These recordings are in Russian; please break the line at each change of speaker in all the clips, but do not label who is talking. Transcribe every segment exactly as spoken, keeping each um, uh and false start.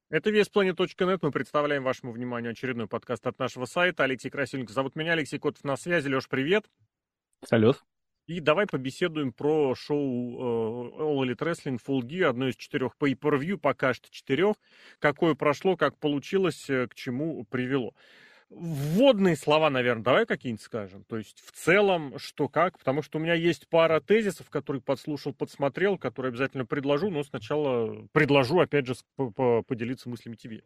Это весьplanet точка нет. Мы представляем вашему вниманию очередной подкаст от нашего сайта. Алексей Красильников зовут меня, Алексей Котов на связи. Леш, привет.
Салют.
И давай побеседуем про шоу э, All Elite Wrestling Full Gear, одно из четырех pay-per-view, пока что четырех. Какое прошло, как получилось, э, к чему привело. Вводные слова, наверное, давай какие-нибудь скажем. То есть в целом, что как. Потому что у меня есть пара тезисов, которые подслушал, подсмотрел, которые обязательно предложу. Но сначала предложу, опять же, поделиться мыслями тебе.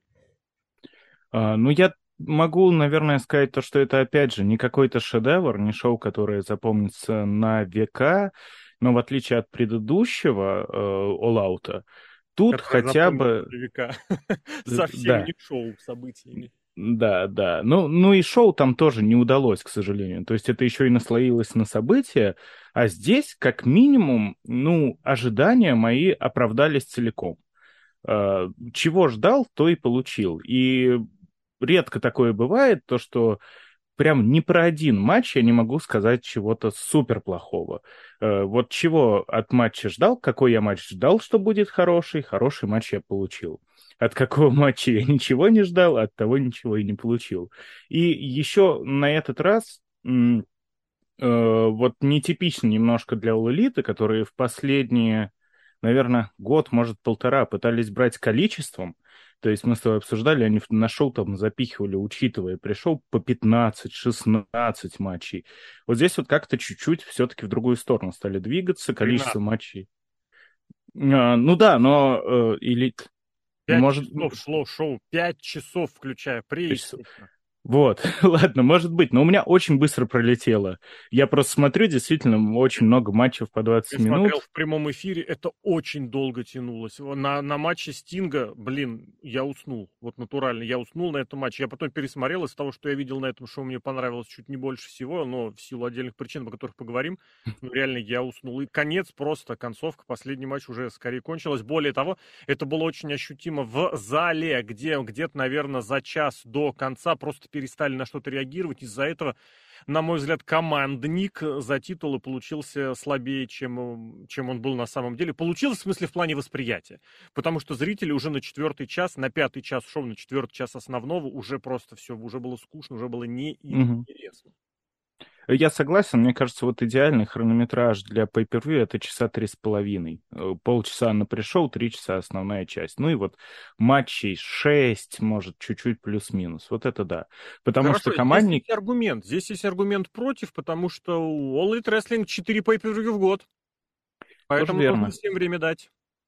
А, ну, я могу, наверное, сказать то, что это, опять же, не какой-то шедевр, не шоу, которое запомнится на века, но в отличие от предыдущего э, All Out, тут
Которое
хотя
запомнится
бы...
на века.
э,
Со всеми
Да,
не шоу событиями.
да, да. Ну, ну и шоу там тоже не удалось, к сожалению. То есть это еще и наслоилось на события, а здесь, как минимум, ну, ожидания мои оправдались целиком. Э, Чего ждал, то и получил. И редко такое бывает, то что прям ни про один матч я не могу сказать чего-то супер плохого. Э, Вот чего от матча ждал, какой я матч ждал, что будет хороший, хороший матч я получил. От какого матча я ничего не ждал, от того ничего и не получил. И еще на этот раз м, э, вот нетипично немножко для All Elite, которые в последние, наверное, год, может, полтора пытались брать количеством. То есть мы с тобой обсуждали, они на шоу там запихивали, учитывая, пришел по пятнадцать-шестнадцать матчей. Вот здесь вот как-то чуть-чуть все-таки в другую сторону стали двигаться, количество
тринадцать.
матчей. А, ну да, но э, или... Ну,
Пять
может,
часов шло шоу. Пять часов, включая пре, естественно.
вот, ладно, может быть, но у меня очень быстро пролетело. Я просто смотрю, действительно, очень много матчев по
Я
двадцать
смотрел
минут.
в прямом эфире, это очень долго тянулось. На, на матче Стинга, блин, я уснул. Вот натурально, я уснул на этом матче. Я потом пересмотрел из того, что я видел на этом шоу, мне понравилось чуть не больше всего, но в силу отдельных причин, по которых поговорим, ну, реально я уснул. И конец просто, концовка, последний матч уже скорее кончилась. Более того, это было очень ощутимо в зале, где где-то, наверное, за час до конца просто перестали на что-то реагировать. Из-за этого, на мой взгляд, командник за титулы получился слабее, чем, чем он был на самом деле. Получилось в смысле в плане восприятия. Потому что зрители уже на четвертый час, на пятый час шоу, на четвертый час основного уже просто все, уже было скучно, уже было
Мгм.
неинтересно.
Я согласен, мне кажется, вот идеальный хронометраж для pay-per-view это часа три с половиной. Э, Полчаса на пришел, три часа основная часть. Ну и вот матчей шесть, может, чуть-чуть плюс-минус. Вот это да. Потому что
Хорошо, здесь
командник...
есть аргумент. Здесь есть аргумент против, потому что у All Elite Wrestling четыре pay-per-view в год.
Тоже
Поэтому нужно
верно.
всем время дать.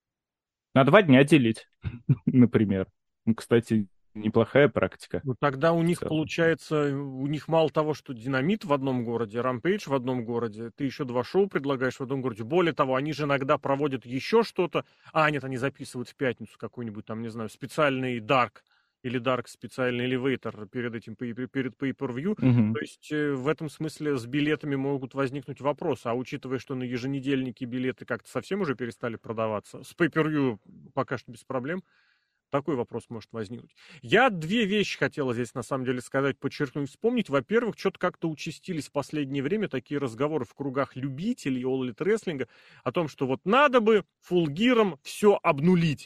На два дня делить, например. Ну, кстати, неплохая практика.
Ну, тогда у
В
них
целом.
получается, у них мало того, что Динамит в одном городе, Рампейдж в одном городе, ты еще два шоу предлагаешь в одном городе. Более того, они же иногда проводят еще что-то. А, нет, они записывают в пятницу какой-нибудь там, не знаю, специальный Дарк или Дарк специальный элевейтор перед этим, пей- перед pay-per-view.
Мгм.
То есть э, в этом смысле с билетами могут возникнуть вопросы. А учитывая, что на еженедельники билеты как-то совсем уже перестали продаваться, с pay-per-view пока что без проблем, такой вопрос может возникнуть. Я две вещи хотела здесь, на самом деле, сказать, подчеркнуть, вспомнить. Во-первых, что-то как-то участились в последнее время такие разговоры в кругах любителей All Elite рестлинга о том, что вот надо бы фулгиром все обнулить.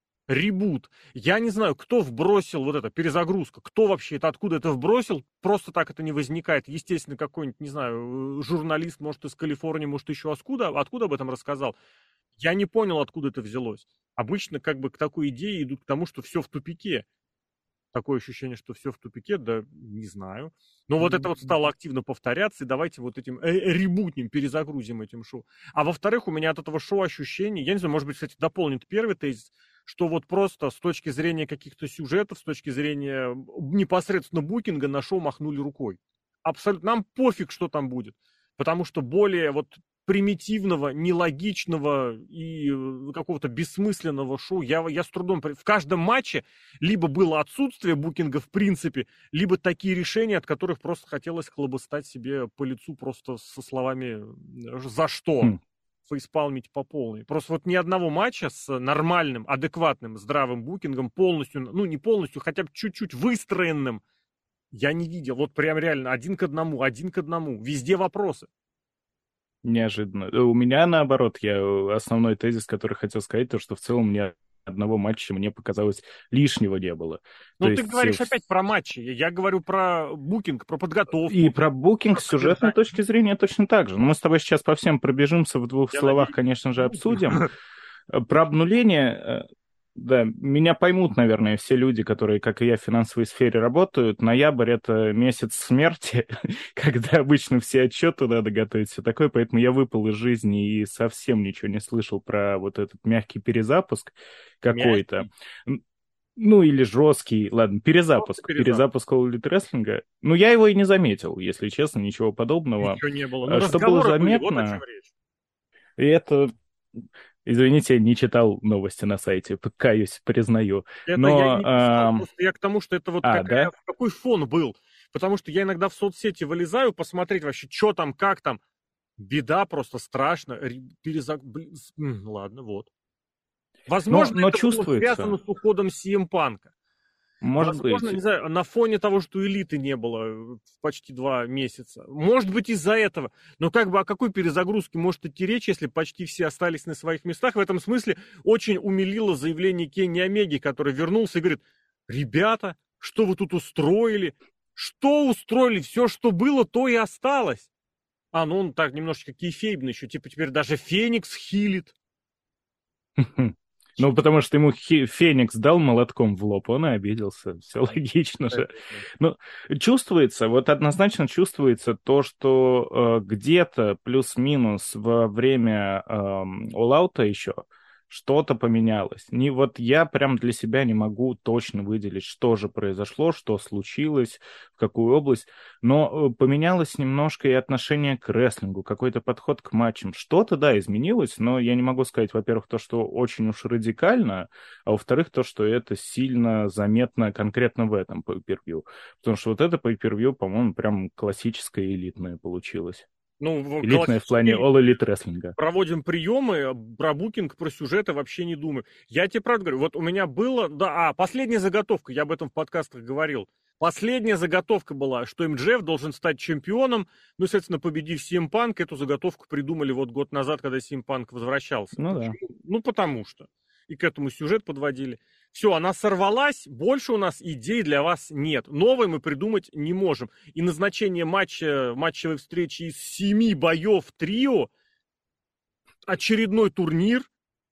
Ребут. Я не знаю, кто вбросил вот это, перезагрузка, кто вообще это, откуда это вбросил, просто так это не возникает. Естественно, какой-нибудь, не знаю, э, журналист, может, из Калифорнии, может, еще откуда, откуда об этом рассказал. Я не понял, откуда это взялось. Обычно как бы к такой идее идут к тому, что все в тупике. Такое ощущение, что все в тупике, да не знаю. Но вот это вот стало активно повторяться, и давайте вот этим э, ребутнем, перезагрузим этим шоу. А во-вторых, у меня от этого шоу ощущение, я не знаю, может быть, кстати, дополнит первый тезис, что вот просто с точки зрения каких-то сюжетов, с точки зрения непосредственно букинга на шоу махнули рукой. Абсолютно. Нам пофиг, что там будет. Потому что более вот примитивного, нелогичного и э, какого-то бессмысленного шоу я, я с трудом... В каждом матче либо было отсутствие букинга в принципе, либо такие решения, от которых просто хотелось хлобыстать себе по лицу просто со словами «за что?»
Хм.
фейспалмить по полной. Просто вот ни одного матча с нормальным, адекватным, здравым букингом, полностью, ну не полностью, хотя бы чуть-чуть выстроенным, я не видел. Вот прям реально один к одному, один к одному. Везде вопросы.
Неожиданно. Э, У меня наоборот, я э, основной тезис, который хотел сказать, то, что в целом мне одного матча, мне показалось, лишнего не было.
Ну,
То
ты
есть э,
говоришь опять про матчи. Я говорю про букинг, про
и
подготовку,
про букинг
про
с сюжетной
содержание.
точки зрения точно так же. Но мы с тобой сейчас по всем пробежимся, в двух
Я
словах,
надеюсь,
конечно же,
будем.
обсудим. Э, Про обнуление, э, да, меня поймут, наверное, все люди, которые, как и я, в финансовой сфере работают. Ноябрь — это месяц смерти, когда обычно все отчеты надо готовить, все такое, поэтому я выпал из жизни и совсем ничего не слышал про вот этот мягкий перезапуск какой-то.
Мягкий.
М, Ну, или жесткий, ладно,
Просто
перезапуск.
перезапуск.
Перезапуск All Elite Wrestling. Ну, я его и не заметил, если честно, ничего подобного.
Ничего не было. Ну,
Э, Что было
разговоры были, вот о чем
заметно,
речь.
и это, извините, не читал новости на сайте, каюсь, признаю.
Это я и
Но,
не писал,
ам,
просто я к тому, что это вот
а,
какая,
да?
какой фон был. Потому что я иногда в соцсети вылезаю, посмотреть вообще, что там, как там. Беда просто страшно. Ре- Перезак... блин, с- м, ладно, вот.
Но,
Возможно,
но
это было связано
чувствуется,
с уходом си эм Панка.
может
Возможно,
быть.
не знаю, на фоне того, что элиты не было э, почти два месяца. Может быть, из-за этого. Но как бы о какой перезагрузке может идти речь, если почти все остались на своих местах? В этом смысле очень умилило заявление Кенни Омеги, который вернулся и говорит: ребята, что вы тут устроили? Что устроили? Все, что было, то и осталось. А, ну он так немножечко кейфейбно еще, типа теперь даже Феникс хилит.
Ну, потому что ему Хи- Феникс дал молотком в лоб, он и обиделся. Все логично же. Ну, чувствуется, вот однозначно чувствуется то, что э, где-то плюс-минус во время э, All Out еще что-то поменялось. Не, вот я прям для себя не могу точно выделить, что же произошло, что случилось, в какую область. Но э, поменялось немножко и отношение к рестлингу, какой-то подход к матчам. Что-то, да, изменилось, но я не могу сказать, во-первых, то, что очень уж радикально, а во-вторых, то, что это сильно заметно конкретно в этом pay-per-view. Потому что вот это pay-per-view, по-моему, прям классическое элитное получилось.
Ну, в
Элитное в плане
классический
All Elite рестлинга.
проводим приемы, про букинг, про сюжеты вообще не думаю. Я тебе правда говорю, вот у меня было, да, а, последняя заготовка, я об этом в подкастах говорил. Последняя заготовка была, что эм джей эф должен стать чемпионом, ну, соответственно, победив си эм Punk, эту заготовку придумали вот год назад, когда си эм Punk возвращался.
Ну да.
Почему? Ну, потому что. И к этому сюжет подводили. Все, она сорвалась, больше у нас идей для вас нет. Новой мы придумать не можем. И назначение матча, матчевой встречи из семи боев трио, очередной турнир,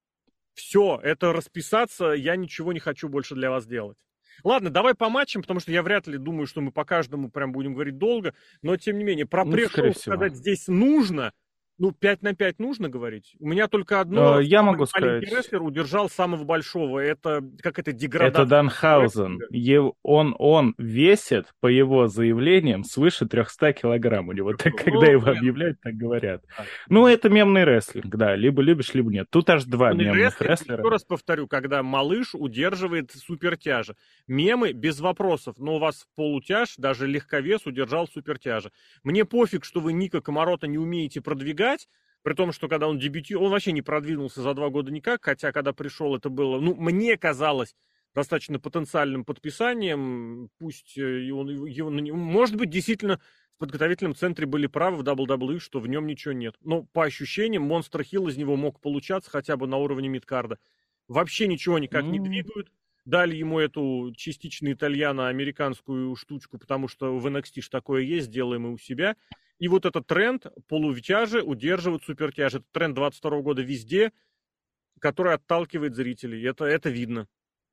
все, это расписаться, я ничего не хочу больше для вас делать. Ладно, давай по матчам, потому что я вряд ли думаю, что мы по каждому прям будем говорить долго, но тем не менее, про
Ну, скорее
пресс-шоу
всего.
сказать здесь нужно, ну, пять на пять нужно говорить. У меня только
Э,
одно,
Я
самый
могу
маленький
сказать,
рестлер удержал самого большого, это как это
это
деградация
Данхаузен.
рестлинга.
Е- Он, он весит, по его заявлениям, свыше триста килограмм. У него так, когда
Ну,
его
блин,
объявляют, так говорят.
да.
Ну, это мемный рестлинг, да. Либо любишь, либо нет. Тут аж два
Мемный
мемных
рестлинг,
рестлера.
еще раз повторю, когда малыш удерживает супертяжа. Мемы без вопросов, но у вас полутяж, даже легковес удержал супертяжа. Мне пофиг, что вы Ника Комарота не умеете продвигать, при том, что когда он дебютировал, он вообще не продвинулся за два года никак, хотя когда пришел, это было, ну, мне казалось, достаточно потенциальным подписанием, пусть э, и он, его, ну, может быть, действительно в подготовительном центре были правы в дабл ю дабл ю и, что в нем ничего нет. Но по ощущениям, Монстр Хилл из него мог получаться хотя бы на уровне мидкарда. Вообще ничего никак не
М,
двигают. Дали ему эту частично итальяно-американскую штучку, потому что в эн экс ти ж такое есть, делаем и у себя. И вот этот тренд полувитяжи удерживают супертяжи. Это тренд двадцать второго года везде, который отталкивает зрителей. Это, это видно.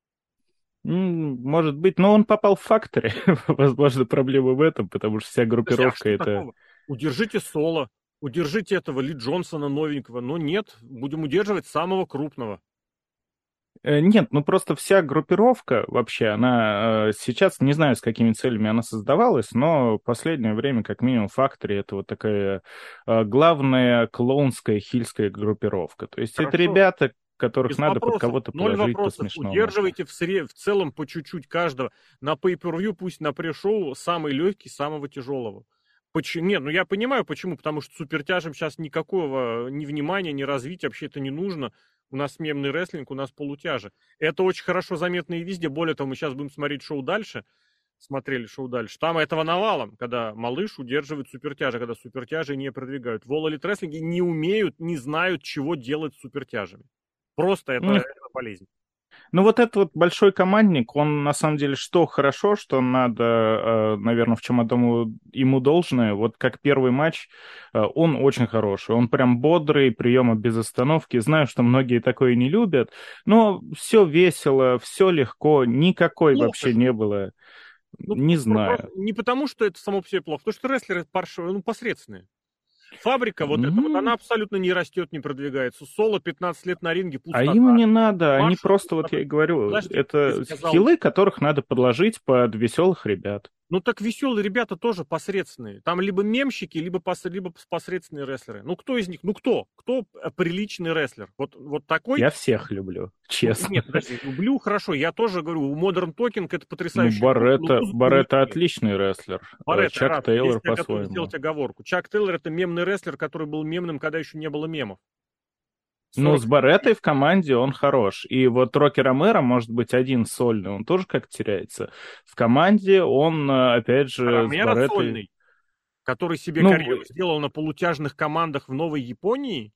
м, Может быть, но он попал в факторе. Возможно, проблема в этом, потому что вся
Подожди, а
группировка
что
это...
такого? Удержите Соло, удержите этого Ли Джонсона новенького. Но нет, будем удерживать самого крупного.
Э, Нет, ну просто вся группировка вообще, она э, сейчас, не знаю, с какими целями она создавалась, но в последнее время, как минимум, Factory — это вот такая э, главная клоунская хильская группировка. То есть это
Хорошо.
ребята, которых
Без
надо под
вопросов,
кого-то
ноль
положить
вопросов.
по-смешному.
Удерживайте в, сре... в целом по чуть-чуть каждого. На pay-per-view, пусть на пресс-шоу, самый легкий, самого тяжелого. Почему? Нет, ну я понимаю, почему. Потому что супертяжам сейчас никакого ни внимания, ни развития вообще это не нужно. У нас мемный рестлинг, у нас полутяжи. Это очень хорошо заметно и везде. Более того, мы сейчас будем смотреть шоу дальше. Смотрели шоу дальше. Там этого навалом, когда малыш удерживает супертяжи, когда супертяжи не продвигают. В All Elite Wrestling не умеют, не знают, чего делать с супертяжами. Просто это,
Ну,
это болезнь.
Ну, вот этот вот большой командник, он на самом деле что хорошо, что надо, э, наверное, в чем одному ему должное. Вот как первый матч, э, он очень хороший. Он прям бодрый, приемы без остановки. Знаю, что многие такое не любят, но все весело, все легко, никакой
Плохо
вообще
же.
не было.
Ну,
Не
про- просто
знаю.
не потому, что это само по себе плохо, потому что рестлеры паршивые, ну, посредственные. Фабрика вот эта вот,
М,
она абсолютно не растет, не продвигается. Соло пятнадцать лет на ринге,
А им
пустота.
не надо, они
Маршал,
просто, вот
пустота.
я и говорю,
Подожди, ты
это
сказал,
хилы, которых надо подложить под веселых ребят.
ну так веселые ребята тоже посредственные. Там либо мемщики, либо, пос, либо посредственные рестлеры. Ну кто из них? Ну кто? Кто э, приличный рестлер? Вот, вот такой.
Я всех люблю,
Ну
честно.
нет, подожди, люблю, хорошо. Я тоже говорю, у Modern Talking это
Ну,
потрясающая группа, но
Барретта,
музыку не
Барретта
умеет.
отличный рестлер. Э,
Барретта,
Чак
раз, здесь
Тейлор
я готов сделать
по-своему.
оговорку. Чак Тейлор это мемный рестлер, который был мемным, когда еще не было мемов.
Ну,
сорок
с Барреттой в команде он хорош. И вот Рокки Ромеро, может быть, один сольный, он тоже как теряется. В команде он, э, опять же, с
Ромеро
Барреттой...
сольный, который себе
Ну,
карьеру сделал на полутяжных командах в Новой Японии.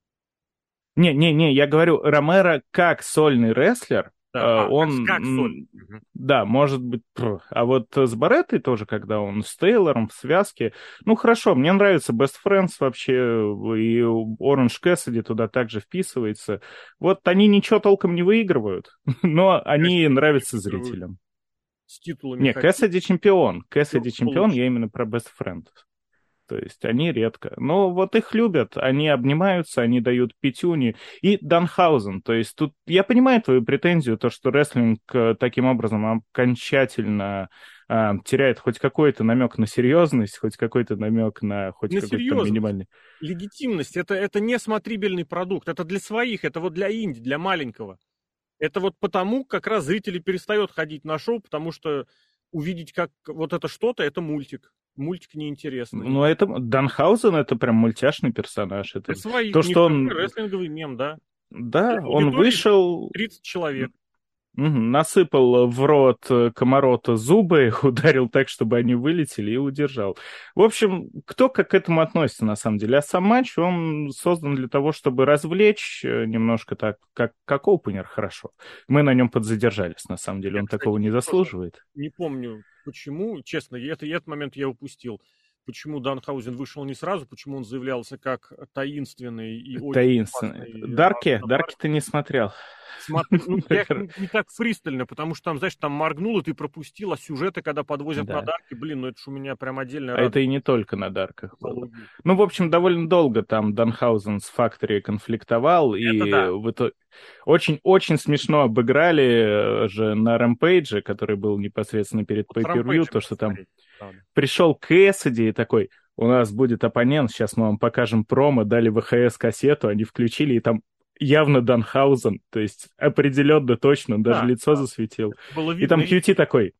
не-не-не, я говорю, Ромеро как сольный рестлер, э,
Да, а, как, как
он,
сольный.
м,
Мгм.
да, может быть, пр. А вот с Барреттой тоже, когда он с Тейлором в связке, ну, хорошо, мне нравится Best Friends вообще, и Оранж Кэссиди туда также вписывается. Вот они ничего толком не выигрывают, но они
Кэссиди
нравятся
выигрывают.
зрителям.
С титулами
Не,
какие?
Кэссиди чемпион,
Ну,
Кэссиди
кто
чемпион,
лучше?
я именно про Best Friends. То есть они редко. Но вот их любят, они обнимаются, они дают пятюни. И Данхаузен, то есть тут я понимаю твою претензию, то, что рестлинг э, таким образом окончательно э, теряет хоть какой-то намек на серьезность, хоть какой-то намек на хоть
На
какой-то там
серьезность.
минимальный.
Легитимность это, это не смотрибельный продукт. Это для своих, это вот для инди, для маленького. Это вот потому как раз зрители перестают ходить на шоу, потому что увидеть как вот это что-то, это мультик. Мультик неинтересно.
Ну, это Данхаузен это прям мультяшный персонаж.
Для
Это
своих,
то, что
небольшой
он,
рестлинговый мем, да. Для
да, он
аудитории
вышел.
тридцать человек.
Мгм. Насыпал в рот э, комарота зубы, ударил так, чтобы они вылетели, и удержал. В общем, кто как к этому относится, на самом деле. А сам матч, он создан для того, чтобы развлечь э, немножко так, как, как опенер, хорошо. Мы на нем подзадержались, на самом деле.
Я,
Он
кстати,
такого не
тоже
заслуживает.
не помню, почему, честно, и это, и этот момент я упустил. Почему Данхаузен вышел не сразу, почему он заявлялся как таинственный и очень
Таинственный.
опасный
Дарки, Дарки
напарник.
ты не смотрел.
Смотри, ну, я их не, не так пристально, потому что там, знаешь, там моргнул, и ты пропустил, а сюжеты, когда подвозят на
Да.
Дарки, блин, ну это ж у меня прям отдельная
А это
радость.
и не только на Дарках было.
Мифологии.
Ну, в общем, довольно долго там Данхаузен с Фактори конфликтовал,
Это
и
да.
в итоге очень-очень смешно обыграли э, же на Рэмпейдже, который был непосредственно перед
Вот
Pay-Per-View,
Рампейдж
то,
надо
что там
смотреть, правда.
пришел Кэссиди и такой, у нас будет оппонент, сейчас мы вам покажем промо, дали вэ ха эс-кассету, они включили, и там явно Данхаузен, то есть определенно точно, он даже
Да,
лицо
да.
засветил.
Было
И
видно.
там
И
Кьюти такой,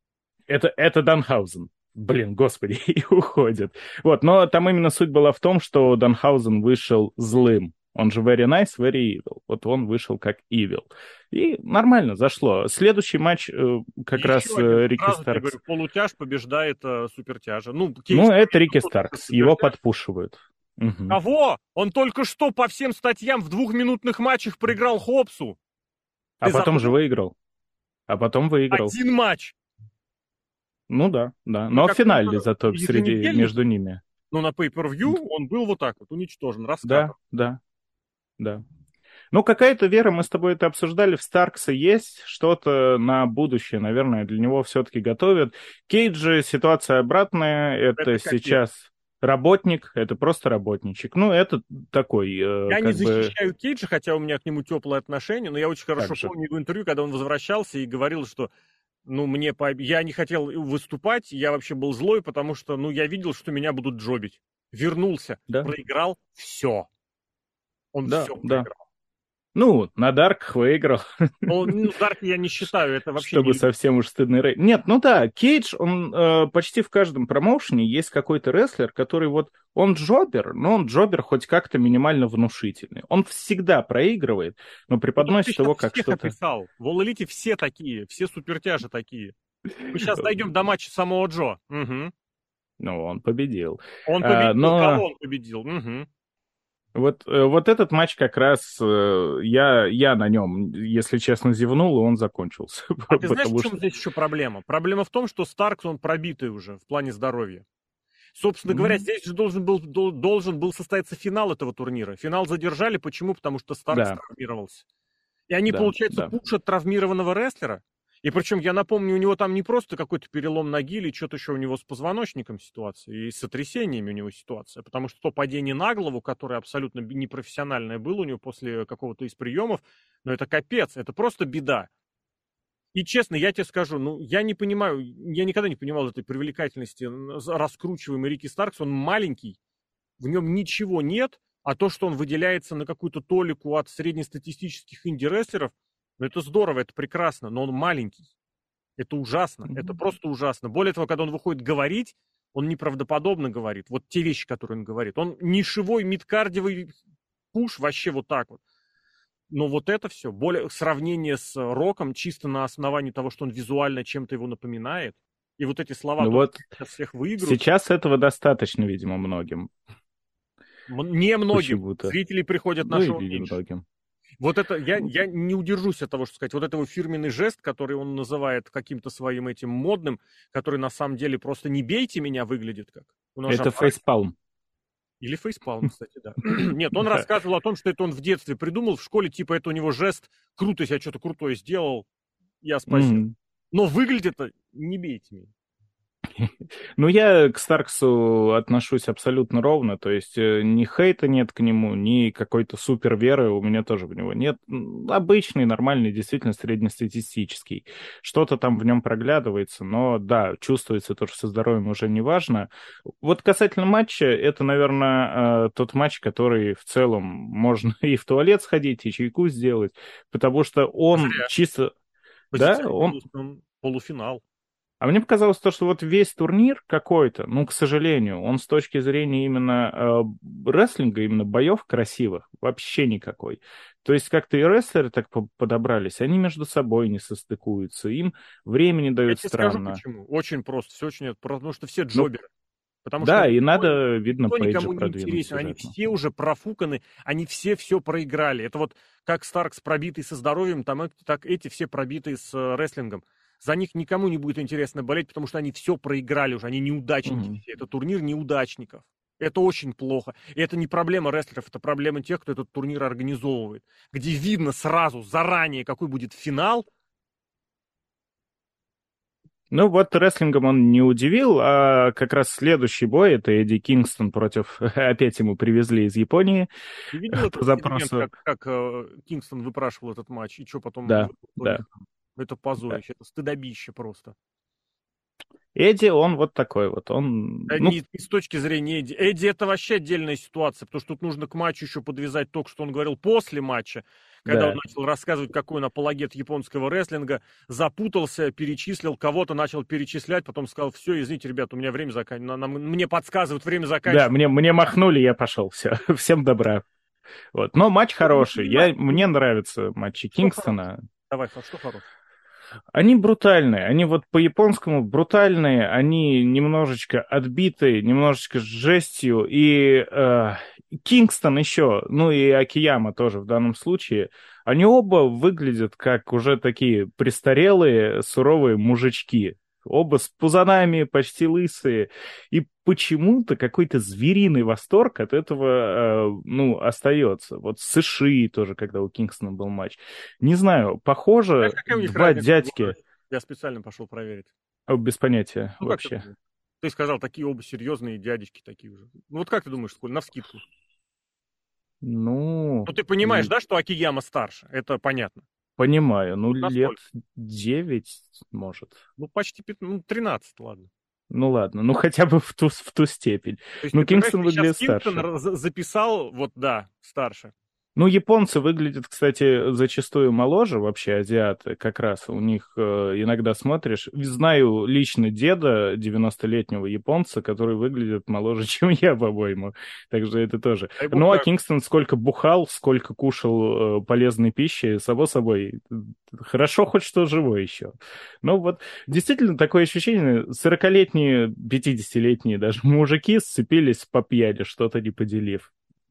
это, это Данхаузен. Блин, господи, и уходит. Вот, но там именно суть была в том, что Данхаузен вышел злым. Он же very nice, very evil. Вот он вышел как evil. И нормально зашло. Следующий матч э, как раз
еще один,
э, Рики
сразу тебе
Старкс.
говорю, полутяж побеждает э, супертяжа. Ну, Кейдж
Ну, это
победил
Рики
тоже
Старкс. Его
супертяж.
подпушивают. Мгм.
Кого? Он только что по всем статьям в двухминутных матчах проиграл Хопсу.
А
Ты
потом же
забыл?
выиграл. А потом выиграл.
Один матч.
Ну да, да.
На
Но в финале
каком-то
зато среди, между
еженедельнике,
ними.
но на Pay-Per-View он был вот так вот уничтожен,
Да,
раскатан.
да, да. Ну, какая-то вера, мы с тобой это обсуждали, в Старкса есть что-то на будущее, наверное, для него все-таки готовят. Кейдж же ситуация обратная, это
Это капец.
сейчас работник, это просто работничек. Ну, это такой, э,
Я не
как бы,
защищаю Кейджа, хотя у меня к нему теплые отношения, но я очень хорошо
как же.
помню его интервью, когда он возвращался и говорил, что ну, мне по... я не хотел выступать, я вообще был злой, потому что, ну, я видел, что меня будут джобить. Вернулся,
Да,
проиграл, все. Он
да,
все
да.
проиграл.
Ну, на Дарках выиграл.
Он, ну, Дарк я не считаю, это вообще не
Чтобы
люди.
совсем уж стыдный рей. Нет, ну да, Кейдж, он э, почти в каждом промоушене есть какой-то рестлер, который вот, он джобер, но он джобер хоть как-то минимально внушительный. Он всегда проигрывает, но
Ну, так ты
преподносит
сейчас
его как
всех
что-то...
описал. В All Elite все такие, все супертяжи такие. Мы сейчас дойдем до матча самого Джо. Мгм.
Ну, он победил.
Он
А,
победил, кого
но
он победил? Мгм.
Вот, э, вот этот матч как раз э, я, я на нем, если честно, зевнул, и он закончился.
А ты знаешь, в
Потому
чем
что,
здесь еще проблема? Проблема в том, что Старкс, он пробитый уже в плане здоровья. Собственно говоря,
м,
здесь же должен был, дол- должен был состояться финал этого турнира. Финал задержали. Почему? Потому что Старкс
да,
травмировался. И они,
да,
получается,
да.
пушат травмированного рестлера. И причем, я напомню, у него там не просто какой-то перелом ноги или что-то еще у него с позвоночником ситуация, и с сотрясениями у него ситуация. Потому что то падение на голову, которое абсолютно непрофессиональное было у него после какого-то из приемов, ну это капец, это просто беда. И честно, я тебе скажу, ну, я не понимаю, я никогда не понимал этой привлекательности раскручиваемой Рики Старкс. Он маленький, в нем ничего нет, а то, что он выделяется на какую-то толику от среднестатистических инди-рестлеров, ну, это здорово, это прекрасно, но он маленький. Это ужасно, это просто ужасно. Более того, когда он выходит говорить, он неправдоподобно говорит. Вот те вещи, которые он говорит. Он нишевой, мидкардиевый пуш вообще вот так вот. Но вот это все, более сравнение с Роком чисто на основании того, что он визуально чем-то его напоминает. И вот эти слова,
Ну
то, что
вот
сейчас всех выиграют,
сейчас этого достаточно, видимо, многим
м- не многим.
почему-то.
Зрители приходят на
Ну
шоу
или
меньше.
многим.
Вот это, я, я не удержусь от того, что сказать. Вот это его фирменный жест, который он называет каким-то своим этим модным, который на самом деле просто «не бейте меня» выглядит как. У нас же
Это
аппарат-
фейспалм.
Или фейспалм, кстати, да. Нет, он
Да.
рассказывал о том, что это он в детстве придумал, в школе, типа, это у него жест, круто, я что-то крутое сделал, я спасибо.
Мгм.
Но выглядит это «не бейте меня».
Ну, я к Старксу отношусь абсолютно ровно, то есть э, ни хейта нет к нему, ни какой-то супер веры у меня тоже в него нет. М, Обычный, нормальный, действительно среднестатистический. Что-то там в нем проглядывается, но да, чувствуется то, что со здоровьем уже не важно. Вот касательно матча, это, наверное, тот матч, который в целом можно и в туалет сходить, и чайку сделать, потому что он
Зря.
чисто... Да, он
Позиционируется он полуфинал.
а мне показалось то, что вот весь турнир какой-то, ну, к сожалению, он с точки зрения именно э, рестлинга, именно боев красивых, вообще никакой. То есть как-то и рестлеры так по- подобрались, они между собой не состыкуются, им времени
Я
дают
тебе скажу
странно.
почему. Очень просто, все очень просто, потому что все
Ну,
джоберы. Потому что
да, и
никто,
надо, видно,
никто
Пейджа
никому не
продвинуть
интересен, они
сюжетно.
все уже профуканы, они все все проиграли. Это вот как Старкс пробитый со здоровьем, там, эти- так эти все пробитые с э, рестлингом. За них никому не будет интересно болеть, потому что они все проиграли уже, они неудачники
Мгм.
все. Это турнир неудачников. Это очень плохо. И это не проблема рестлеров, это проблема тех, кто этот турнир организовывает. Где видно сразу, заранее, какой будет финал.
Ну вот рестлингом он не удивил, а как раз следующий бой, это Эдди Кингстон против, опять ему привезли из Японии
Ты видел
по
этот сегмент,
запросу.
как, как э, Кингстон выпрашивал этот матч, и что потом
Да,
в итоге
да.
там? Это
Да.
позорище, это стыдобище просто.
Эдди, он вот такой вот, он,
Да
ну,
не, не с точки зрения Эдди. Эдди это вообще отдельная ситуация, потому что тут нужно к матчу еще подвязать то, что он говорил после матча, когда он
да.
начал рассказывать, какой он апологет японского рестлинга, запутался, перечислил, кого-то начал перечислять, потом сказал, все, извините, ребят, у меня время заканчивается, мне подсказывают, время
Да,
заканчивается.
мне, мне махнули, я пошел, все, всем добра. Вот. Но матч
Он не
хороший, я,
понимает,
мне нравятся матчи
что хорошего.
Кингстона.
Давай, а что хорошего?
Они брутальные, они вот по-японскому брутальные, они немножечко отбитые, немножечко с жестью, и э, Кингстон еще, ну и Акияма тоже в данном случае, они оба выглядят как уже такие престарелые, суровые мужички. Оба с пузанами, почти лысые. И почему-то какой-то звериный восторг от этого, э, ну, остается. Вот с Иши тоже, когда у Кингстона был матч. Не знаю,
Знаешь,
похоже,
какая у них
два
разница в
дядьки,
возрасте? Я специально пошел проверить.
а, без понятия
Ну, как ты
вообще.
думаешь? Ты сказал, такие оба серьезные дядечки такие уже. Ну, вот как ты думаешь, сколько? Навскидку.
Ну,
Ну, ты понимаешь,
л-
да, что Акияма старше? Это понятно.
понимаю, ну,
Вот
лет
насколько?
девять, может.
Ну, почти пят- ну, тринадцать, ладно.
Ну, ладно, ну, хотя бы в ту, в ту степень.
То есть
Ну,
ты понимаешь,
Кингстон
ты сейчас
выглядит
Кингстон
старше.
раз- записал, вот да, старше.
Ну, японцы выглядят, кстати, зачастую моложе, вообще азиаты, как раз. У них э, иногда смотришь. Знаю лично деда девяностолетнего японца, который выглядит моложе, чем я, по-моему. Так что это тоже.
Дай бог
Ну, а
так.
Кингстон сколько бухал, сколько кушал э, полезной пищи, само собой. Хорошо хоть что живой еще. Ну, вот действительно такое ощущение, сорокалетние, пятидесятилетние даже мужики сцепились по пьяни, что-то не поделив.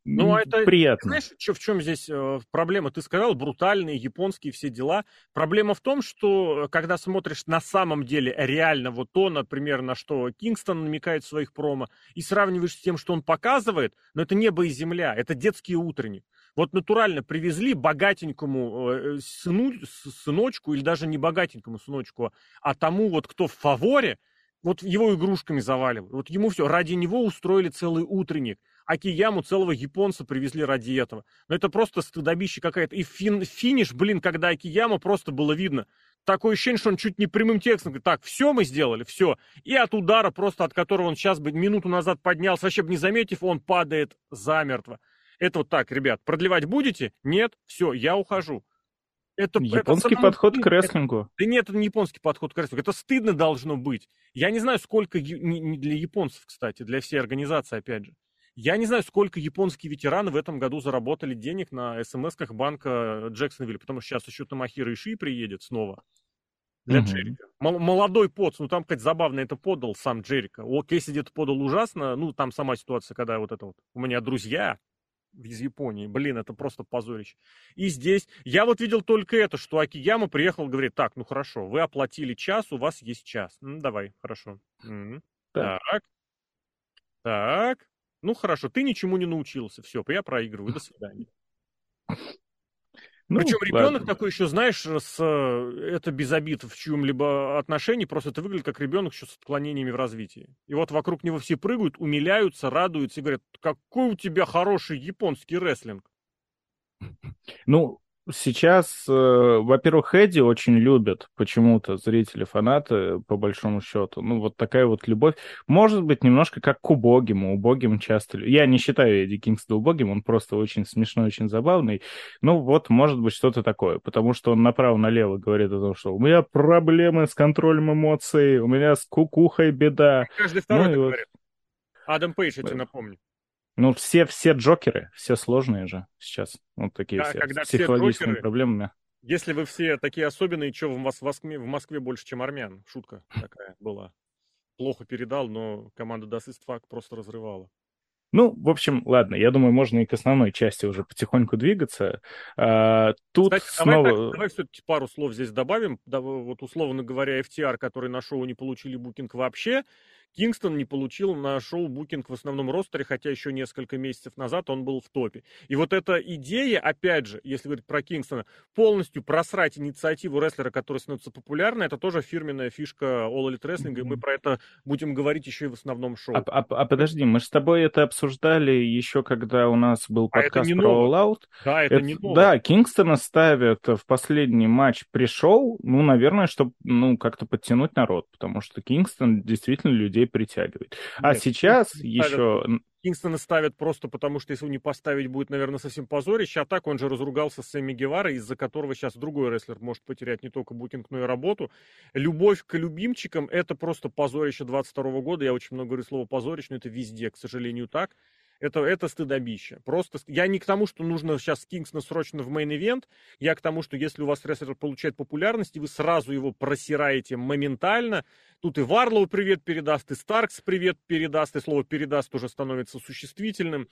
Ну, а это,
приятно.
знаешь, чё, в чем здесь э, проблема? Ты сказал, брутальные, японские все дела. Проблема в том, что э, когда смотришь на самом деле реально вот то, например, на что Кингстон намекает в своих промо, и сравниваешь с тем, что он показывает, но это небо и земля, это детский утренник. Вот натурально привезли богатенькому э, сыну, сыночку, или даже не богатенькому сыночку, а тому вот, кто в фаворе, вот его игрушками заваливают. Вот ему все, ради него устроили целый утренник. Акияму целого японца привезли ради этого. Но это просто стыдобище какая-то. И фин, финиш, блин, когда Акияму просто было видно. Такое ощущение, что он чуть не прямым текстом говорит, так, все мы сделали, все. И от удара просто, от которого он сейчас бы минуту назад поднялся, вообще бы не заметив, он падает замертво. Это вот так, ребят, продлевать будете? Нет? Все, я ухожу. Это,
Японский
это
подход
самому...
к рестлингу.
Да нет, это не японский подход к рестлингу. Это стыдно должно быть. Я не знаю, сколько... Не для японцев, кстати, для всей организации, опять же. Я не знаю, сколько японские ветераны в этом году заработали денег на смс-ках банка Джексонвилля, потому что сейчас еще Томахиро Ишии приедет снова для угу. Джерика. Мол- молодой поц, ну там, кстати, забавно это подал сам Джерика. О, Кейси где-то подал ужасно, ну там сама ситуация, когда вот это вот, у меня друзья из Японии, блин, это просто позорище. И здесь, я вот видел только это, что Акияма приехал, говорит, так, ну хорошо, вы оплатили час, у вас есть час. Ну, давай, хорошо. М-м. Так. так, так. Ну, хорошо, ты ничему не научился. Все, я проигрываю. До свидания. Ну, причем ребенок ладно. Такой еще, знаешь, с, это без обид в чьем-либо отношении, просто это выглядит как ребенок еще с отклонениями в развитии. И вот вокруг него все прыгают, умиляются, радуются и говорят, какой у тебя хороший японский рестлинг.
Ну, сейчас, э, во-первых, Эдди очень любят почему-то зрители, фанаты, по большому счету. Ну, вот такая вот любовь. Может быть, немножко как к убогим. Убогим часто... Я не считаю Эдди Кингстона убогим, он просто очень смешной, очень забавный. Ну, вот, может быть, что-то такое. Потому что он направо-налево говорит о том, что у меня проблемы с контролем эмоций, у меня с кукухой беда.
Каждый второй
ну,
это
вот...
говорит. Адам Пейдж, я тебе напомню.
Ну, все, все джокеры, все сложные же сейчас. Вот такие
да,
все,
когда
с психологическими
все джокеры,
проблемами.
Если вы все такие особенные, что в Москве, в Москве больше, чем армян? Шутка такая была. Плохо передал, но команда Das ist Fuck просто разрывала.
Ну, в общем, ладно, я думаю, можно и к основной части уже потихоньку двигаться. А, тут
Кстати,
снова...
давай, так, давай все-таки пару слов здесь добавим. Да, вот условно говоря, эф ти ар, которые на шоу не получили букинг вообще, Кингстон не получил на шоу букинг в основном ростере, хотя еще несколько месяцев назад он был в топе. И вот эта идея, опять же, если говорить про Кингстона, полностью просрать инициативу рестлера, который становится популярной, это тоже фирменная фишка All Elite Wrestling, mm-hmm. и мы про это будем говорить еще и в основном шоу.
А, а, а подожди, мы же с тобой это обсуждали еще, когда у нас был подкаст
а
про All Out.
Да, это, это не ново.
Да, Кингстона ставят в последний матч при-шоу, ну, наверное, чтобы ну, как-то подтянуть народ, потому что Кингстон действительно людей притягивает. Нет, а сейчас еще...
Кингстона ставят просто потому, что если его не поставить, будет, наверное, совсем позорище. А так он же разругался с Сэмми Геварой, из-за которого сейчас другой рестлер может потерять не только букинг, но и работу. Любовь к любимчикам — это просто позорище двадцать второго года. Я очень много говорю слово позорище, но это везде, к сожалению, так. Это, это стыдобище. Просто я не к тому, что нужно сейчас Кингстона срочно в мейн-ивент. Я к тому, что если у вас рестлер получает популярность, и вы сразу его просираете моментально, тут и Варлоу привет передаст, и Старкс привет передаст, и слово передаст уже становится существительным.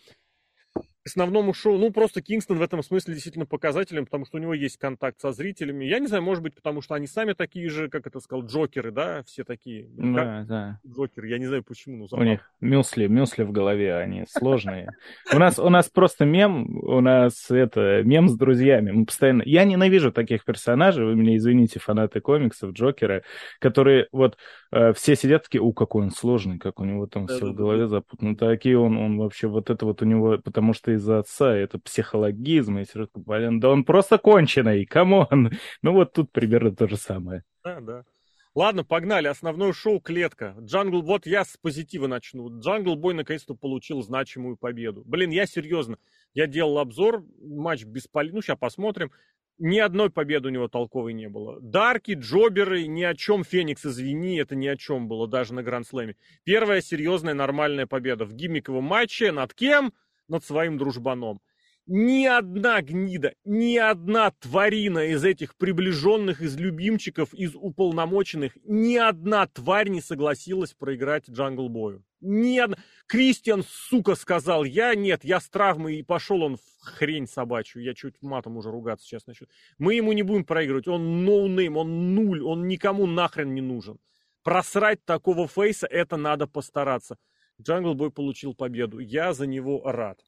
К основному шоу, ну, просто Кингстон в этом смысле действительно показателен, потому что у него есть контакт со зрителями. Я не знаю, может быть, потому что они сами такие же, как это сказал, джокеры, да, все такие.
Да, да.
Джокеры, я не знаю почему, но
забавно. У них мюсли, мюсли в голове, они сложные. У нас, у нас просто мем, у нас это, мем с друзьями. Мы постоянно... Я ненавижу таких персонажей, вы меня извините, фанаты комиксов, Джокера, которые вот все сидят такие, у, какой он сложный, как у него там все в голове запутано. Такие он, он вообще, вот это вот у него, потому что из-за отца это психологизм, и все, блин, да он просто конченый, камон. Ну вот тут примерно то же самое.
Да, да. Ладно, погнали. Основное шоу «Клетка». Джангл, вот я с позитива начну. Джангл Бой наконец-то получил значимую победу. Блин, я серьезно. Я делал обзор, матч бесполезный. Ну, сейчас посмотрим. Ни одной победы у него толковой не было. Дарки, джоберы, ни о чем. Феникс, извини, это ни о чем было, даже на Гранд-слэме. Первая серьезная нормальная победа в гиммиковом матче. Над кем? Над своим дружбаном. Ни одна гнида, ни одна тварина из этих приближенных, из любимчиков, из уполномоченных, ни одна тварь не согласилась проиграть Джангл Бою. Нет, Кристиан, сука, сказал, я нет, я с травмой, и пошел он в хрень собачью. Я чуть матом уже ругаться сейчас начну. Мы ему не будем проигрывать, он ноунейм, он нуль, он никому нахрен не нужен. Просрать такого фейса, это надо постараться. Джангл Бой получил победу, я за него рад.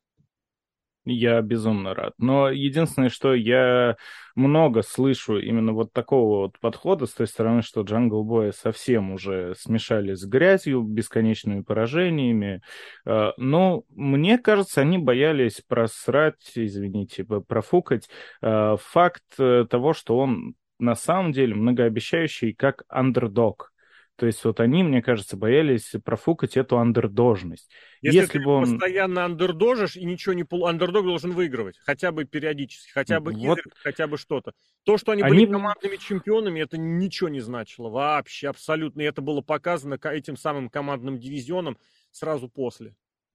Я безумно рад. Но единственное, что я много слышу именно вот такого вот подхода с той стороны, что Джангл Боя совсем уже смешали с грязью, бесконечными поражениями. Э, Но мне кажется, они боялись просрать, извините, п- профукать э, факт э, того, что он на самом деле многообещающий как андердог. То есть вот они, мне кажется, боялись профукать эту андердожность.
Если
Если
ты
бы он...
постоянно андердожишь и ничего не пол... Андердог должен выигрывать, хотя бы периодически, хотя бы
Вот
изредка, хотя бы что-то. То, что они были
они...
командными чемпионами, это ничего не значило вообще, абсолютно. И это было показано ка- этим самым командным дивизионом сразу после.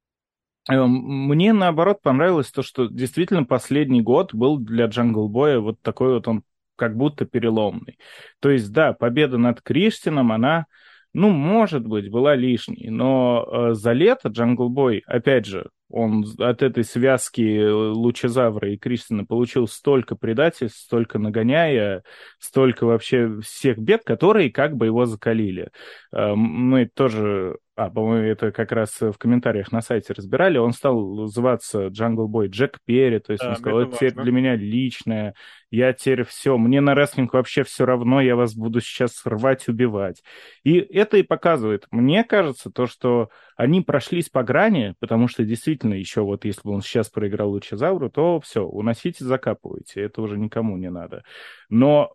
Э, Мне, наоборот, понравилось то, что действительно последний год был для Джангл Боя вот такой вот он как будто переломный. То есть, да, победа над Криштином, она, ну, может быть, была лишней, но э, за лето Джангл Бой, опять же, он от этой связки э, Лучезавра и Криштина получил столько предательств, столько нагоняя, столько вообще всех бед, которые как бы его закалили. Э, Мы тоже а, по-моему, это как раз в комментариях на сайте разбирали, он стал зваться Джангл Бой Джек Перри, то есть он
Да,
сказал,
это
это теперь
важно.
для меня личное, я теперь все, мне на рестлинг вообще все равно, я вас буду сейчас рвать, убивать. И это и показывает, мне кажется, то, что они прошлись по грани, потому что действительно еще вот если бы он сейчас проиграл Лучезавру, то все, уносите, закапывайте, это уже никому не надо. Но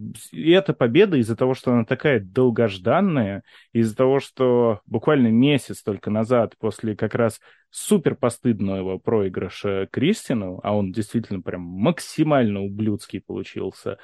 и эта победа из-за того, что она такая долгожданная, из-за того, что буквально месяц только назад, после как раз супер постыдного проигрыша Кристину, а он действительно прям максимально ублюдский получился,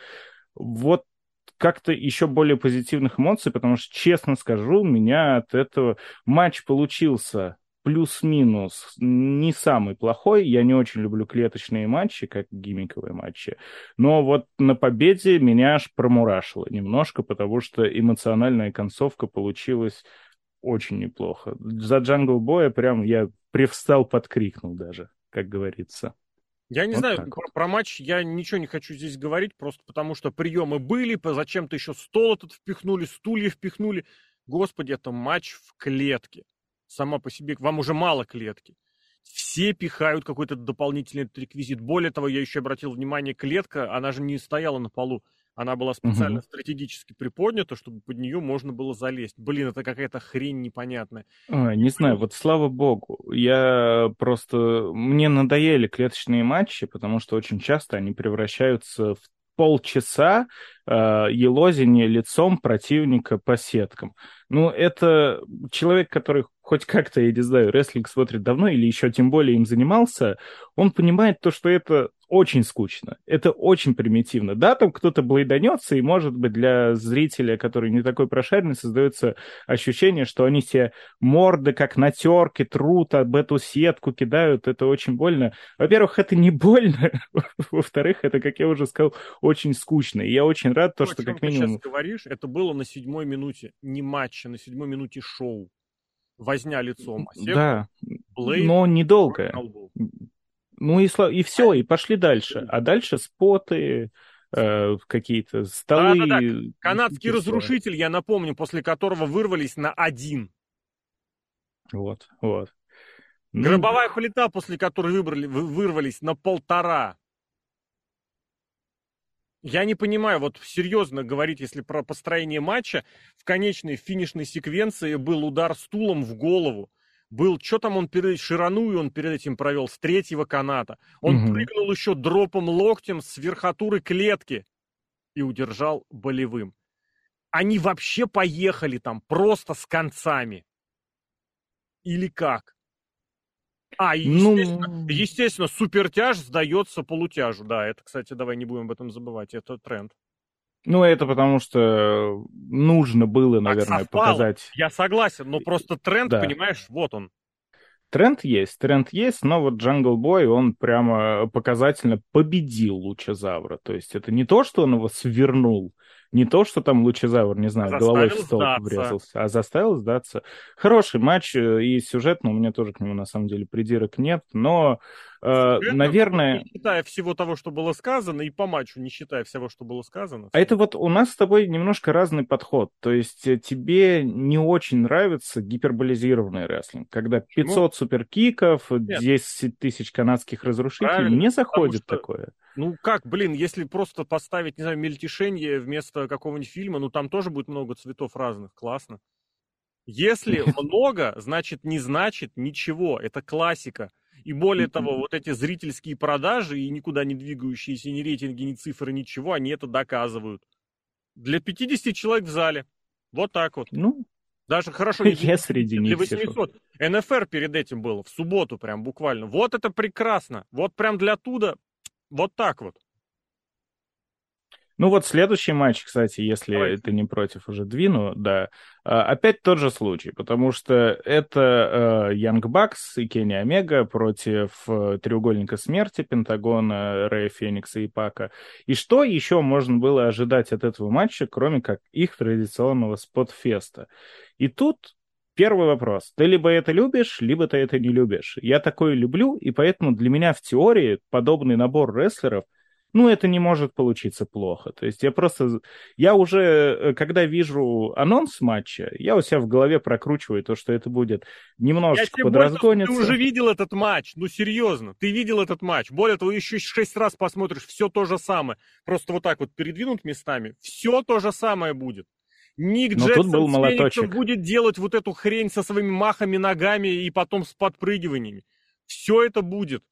вот как-то еще более позитивных эмоций, потому что, честно скажу, у меня от этого матч получился плюс-минус не самый плохой. Я не очень люблю клеточные матчи, как гиммиковые матчи. Но вот на победе меня аж промурашило немножко, потому что эмоциональная концовка получилась очень неплохо. За Джангл Боя прям я привстал, подкрикнул даже, как говорится.
Я не
Вот
знаю,
так
про,
вот.
про матч я ничего не хочу здесь говорить, просто потому что приемы были, по- зачем-то еще стол этот впихнули, стулья впихнули. Господи, это матч в клетке. Сама по себе, вам уже мало клетки. Все пихают какой-то дополнительный этот реквизит. Более того, я еще обратил внимание, клетка, она же не стояла на полу. Она была специально
Мгм.
стратегически приподнята, чтобы под нее можно было залезть. Блин, это какая-то хрень непонятная.
А,
И
не знаю,
плюс,
вот слава богу, я просто... Мне надоели клеточные матчи, потому что очень часто они превращаются в полчаса э, елозения лицом противника по сеткам. Ну, это человек, который хоть как-то, я не знаю, рестлинг смотрит давно или еще тем более им занимался, он понимает то, что это очень скучно, это очень примитивно. Да, там кто-то блейданется, и, может быть, для зрителя, который не такой прошаренный, создается ощущение, что они себе морды как на терке трут, об эту сетку кидают, это очень больно. Во-первых, это не больно, во-вторых, это, как я уже сказал, очень скучно. И я очень рад, то,
то, о
что
чем
как
ты сейчас
минимум...
говоришь, это было на седьмой минуте, не матча, на седьмой минуте шоу. Возня лицом о сетку,
Да,
Блейд,
но
кровь на
недолгое.
лбу.
Ну и, сла- и все, и пошли дальше. А дальше споты, э, какие-то
Да-да-да,
столы,
канадский
и все.
разрушитель, я напомню, после которого вырвались на один.
Вот, вот. Ну,
Гробовая плита, после которой выбрали, вы- вырвались на полтора. Я не понимаю, вот серьезно говорить, если про построение матча, в конечной финишной секвенции был удар стулом в голову. Был, что там он перед шираную он перед этим провел с третьего каната. Он
мгм.
прыгнул еще дропом локтем с верхотуры клетки и удержал болевым. Они вообще поехали там просто с концами. Или как? А, и естественно,
Ну,
естественно, супертяж сдается полутяжу. Да, это, кстати, давай не будем об этом забывать. Это тренд.
ну, это потому что нужно было,
Так
наверное,
совпало.
показать.
Я согласен, но просто тренд,
Да,
понимаешь, вот он.
тренд есть, тренд есть, но вот Джангл Бой, он прямо показательно победил Лучезавра. То есть это не то, что он его свернул, Не то, что там Лучезавр, не знаю, головой в
Заставил
столб
сдаться.
врезался, а заставил сдаться. Хороший матч, э, и сюжетно у меня тоже к нему, на самом деле, придирок нет, но, э,
Сюжетно, ну, вот не
наверное...
считая всего того, что было сказано, и по матчу, не считая всего, что было сказано.
А
Все.
это вот у нас с тобой немножко разный подход. То есть э, тебе не очень нравится гиперболизированный рестлинг, когда
Почему?
пятьсот суперкиков,
Нет,
десять тысяч канадских разрушителей.
правильно.
Мне
Потому
заходит
что,
такое.
ну как, блин, если просто поставить, не знаю, мельтешение вместо какого-нибудь фильма, ну там тоже будет много цветов разных. Классно. Если много, значит не значит ничего. Это классика. И более того, вот эти зрительские продажи и никуда не двигающиеся ни рейтинги, ни цифры, ничего, они это доказывают. Для пятидесяти человек в зале. Вот так вот.
Ну,
Даже хорошо, не для
я
пятидесяти,
среди
для
них сижу.
восьмисот. эн эф эр перед этим было, в субботу прям буквально. Вот это прекрасно. Вот прям для туда, вот так вот.
Ну вот следующий матч, кстати, если
Давайте.
ты не против, уже двину, да. А, Опять тот же случай, потому что это э, Young Bucks и Кенни Омега против э, треугольника смерти, Пентагона, Рэя Феникса и Пака. И что еще можно было ожидать от этого матча, кроме как их традиционного спотфеста? И тут первый вопрос. Ты либо это любишь, либо ты это не любишь. Я такое люблю, и поэтому для меня в теории подобный набор рестлеров, ну, это не может получиться плохо. То есть я просто... Я уже, э, когда вижу анонс матча, я у себя в голове прокручиваю то, что это будет
Я
немножечко
тебе больше того, ты
подразгонится.
уже видел этот матч, ну серьезно, ты видел этот матч. Более того, еще шесть раз посмотришь, все то же самое. Просто вот так вот передвинут местами, все то же самое будет. Ник
Но тут
Джексон
был
с Фениксом
молоточек.
будет делать вот эту хрень со своими махами, ногами и потом с подпрыгиваниями. Все это будет.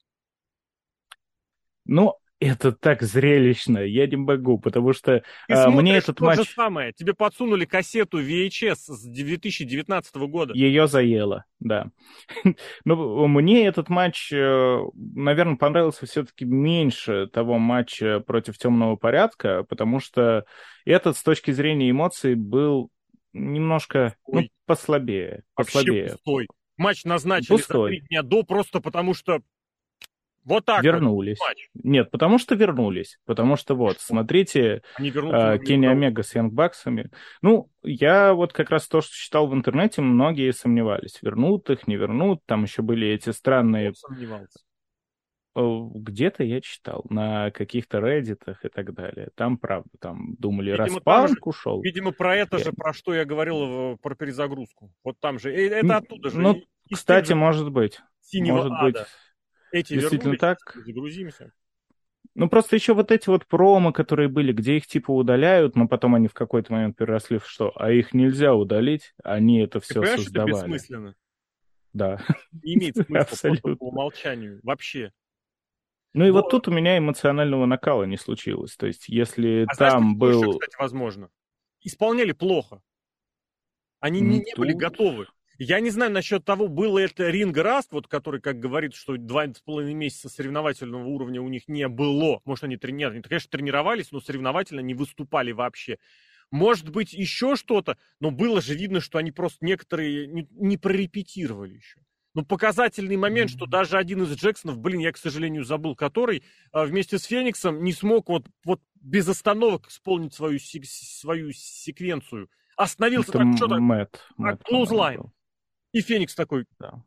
Ну, это так зрелищно, я не могу, потому что
Ты
э, мне
смотришь
этот
то же
матч,
самое. Тебе подсунули кассету ви эйч эс с две тысячи девятнадцатого года.
ее заело, да. Но мне этот матч, наверное, понравился все-таки меньше того матча против Темного порядка, потому что этот с точки зрения эмоций был немножко, ну,
Ой,
послабее,
вообще
послабее.
пустой. Матч назначили за три
Пустой.
дня до, просто потому что вот так вот
Вернулись.
матч.
Нет, потому что вернулись. Потому что вот, смотрите,
Они вернутся
э,
на
Кенни
кого?
Омега с Янгбаксами. Ну, я вот как раз то, что читал в интернете, многие сомневались, вернут их, не вернут. Там еще были эти странные...
Кто сомневался?
э, Где-то я читал, на каких-то реддитах и так далее. Там, правда, там думали, раз
Видимо, там же,
Панк ушел.
видимо, про это
Я...
же, про что я говорил, э, про перезагрузку. Вот там же, э, это
М,
оттуда же,
Ну,
и- из тех
кстати,
же
может быть.
синего
Может быть,
ада. Эти
действительно
вернулись,
так.
загрузимся.
Ну, просто еще вот эти вот промо, которые были, где их типа удаляют, но потом они в какой-то момент переросли в что? А их нельзя удалить, они это
Ты
все
понимаешь, что это
создавали.
бессмысленно?
Да,
Не имеет смысла просто по
абсолютно.
умолчанию. Вообще.
Ну и вот
Но,
тут у меня эмоционального накала не случилось. То есть, если
а знаешь,
там
почему еще,
был...
кстати, возможно? Исполняли плохо. Они не,
м,
не были
Тут...
готовы. Я не знаю насчет того, было это Ринг Раст, вот, который, как говорит, что два с половиной месяца соревновательного уровня у них не было. Может, они тренировали, они, конечно, тренировались, но соревновательно не выступали вообще. Может быть, еще что-то, но было же видно, что они просто некоторые не, не прорепетировали еще. Ну, показательный момент, что даже один из Джексонов, блин, я, к сожалению, забыл, который а, вместе с Фениксом не смог вот, вот без остановок исполнить свою, сек- свою секвенцию. Остановился
Это
так, что так,
Мэтт,
так,
Мэтт, по-моему,
клоузлайн.
был.
И Феникс такой,
Да.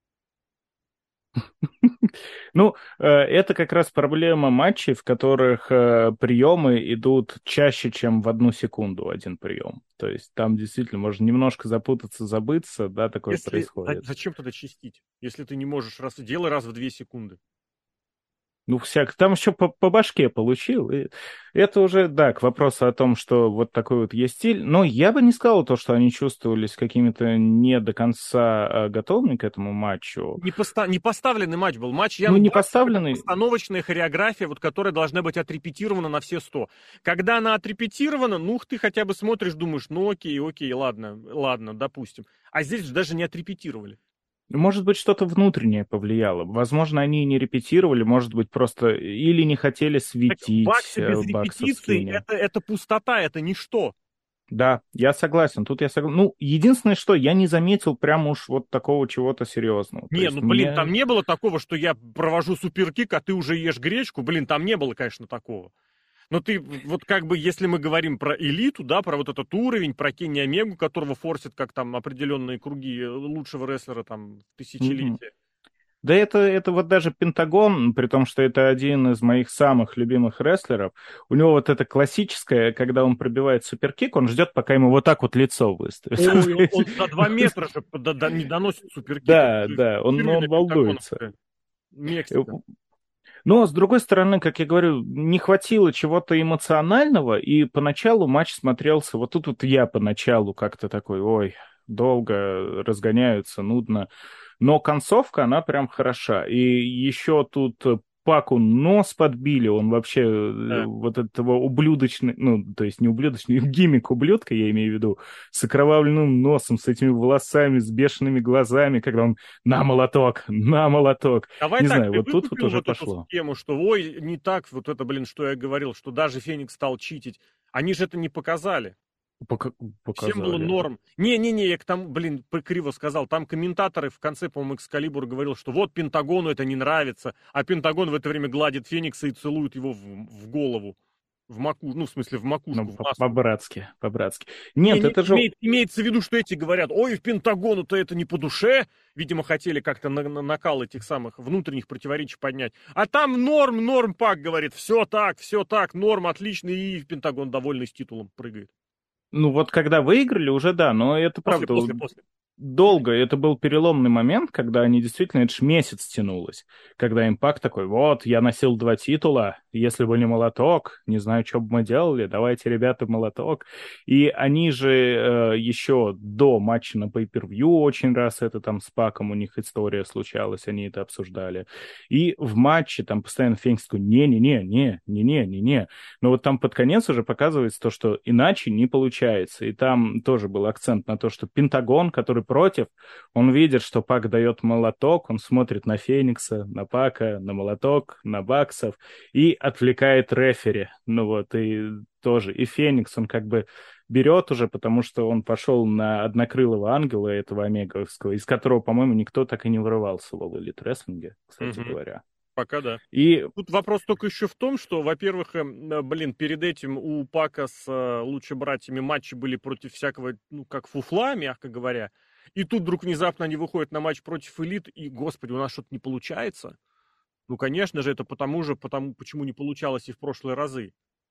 Ну, э, это как раз проблема матчей, в которых э, приемы идут чаще, чем в одну секунду один прием. То есть там действительно можно немножко запутаться, забыться, да, такое
если, за-
происходит.
зачем тогда чистить, если ты не можешь, раз, делай раз в две секунды.
Ну, всяк, там еще по, по башке получил. И это уже, да, к вопросу о том, что вот такой вот есть стиль. Но я бы не сказал то, что они чувствовались какими-то не до конца а, готовыми к этому матчу.
Не, поста- не поставленный матч был. Матч
Ну,
Янг
не
Баксов — это
поставленный.
постановочная хореография, вот, которая должна быть отрепетирована на все сто. Когда она отрепетирована, ну, ты хотя бы смотришь, думаешь, ну, окей, окей, ладно, ладно, допустим. А здесь же даже не отрепетировали.
Может быть, что-то внутреннее повлияло. Возможно, они и не репетировали, может быть, просто или не хотели
Так
светить
баксы
э,
без
Баксов с
репетиций —
Кенни.
это, это пустота, это ничто.
Да, я согласен. Тут я согласен. Ну, единственное, что я не заметил прям уж вот такого чего-то серьезного. То
Не,
есть
ну, блин,
мне...
там не было такого, что я провожу суперкик, а ты уже ешь гречку. Блин, там не было, конечно, такого. Но ты, вот как бы, если мы говорим про элиту, да, про вот этот уровень, про Кенни Омегу, которого форсят как там определенные круги лучшего рестлера там тысячелетия.
Да это, это вот даже Пентагон, при том, что это один из моих самых любимых рестлеров, у него вот это классическое, когда он пробивает суперкик, он ждет, пока ему вот так вот лицо выставит.
Ой, он, он за два метра же до- до- не доносит суперкик. Это
Да,
же
да, он, он
фирменная
волнуется.
пентагоновская Мексика.
Но, с другой стороны, как я говорю, не хватило чего-то эмоционального, и поначалу матч смотрелся, вот тут вот я поначалу как-то такой, ой, долго разгоняются, нудно. Но концовка, она прям хороша. И еще тут Паку нос подбили, он вообще э,
Да.
вот этого ублюдочный, ну, то есть не ублюдочный, гиммик ублюдка, я имею в виду, с окровавленным носом, с этими волосами, с бешеными глазами, когда он на молоток, на молоток.
Давай
Не
так,
знаю,
ты
вот тут вот
выкупил
уже
вот эту
пошло.
схему, что ой, не так, вот это, блин, что я говорил, что даже Феникс стал читить. Они же это не показали.
Пока-
Всем было
показали.
норм. Не-не-не, я к тому, блин, криво сказал. Там комментаторы в конце, по-моему, Экскалибур говорил, что вот Пентагону это не нравится, а Пентагон в это время гладит Феникса и целует его в, в голову, в маку, ну, в смысле, в макушку,
Ну,
в
по-
маску.
по-братски, по-братски.
Не,
Нет,
не,
это же...
имеет- имеется в виду, что эти говорят, ой, в Пентагону-то это не по душе. Видимо, хотели как-то на, на накал этих самых внутренних противоречий поднять. А там норм, норм, Пак говорит, все так, все так, норм, отлично, и Пентагон довольный с титулом прыгает.
Ну, вот когда выиграли, уже да, но это
После,
правда
после, после.
долго. Это был переломный момент, когда они действительно, это ж месяц тянулось. Когда Импакт такой, вот, я носил два титула, если бы не молоток, не знаю, что бы мы делали, давайте, ребята, молоток. И они же э, еще до матча на Pay-Per-View очень раз это там с Паком у них история случалась, они это обсуждали. И в матче там постоянно Феникс такой, не-не-не, не-не-не-не-не. Но вот там под конец уже показывается то, что иначе не получается. И там тоже был акцент на то, что Пентагон, который против, он видит, что Пак дает молоток, он смотрит на Феникса, на Пака, на молоток, на Баксов и отвлекает рефери. Ну вот, и тоже. И Феникс, он как бы берет уже, потому что он пошел на однокрылого ангела этого омеговского, из которого, по-моему, никто так и не вырывался в All Elite Wrestling, кстати
Мгм.
говоря.
Пока да.
И
Тут вопрос только еще в том, что, во-первых, эм, э, блин, перед этим у Пака с э, лучшими братьями матчи были против всякого, ну, как фуфла, мягко говоря. И тут вдруг внезапно они выходят на матч против элит, и, господи, у нас что-то не получается. Ну, конечно же, это потому же, потому, почему не получалось и в прошлые разы.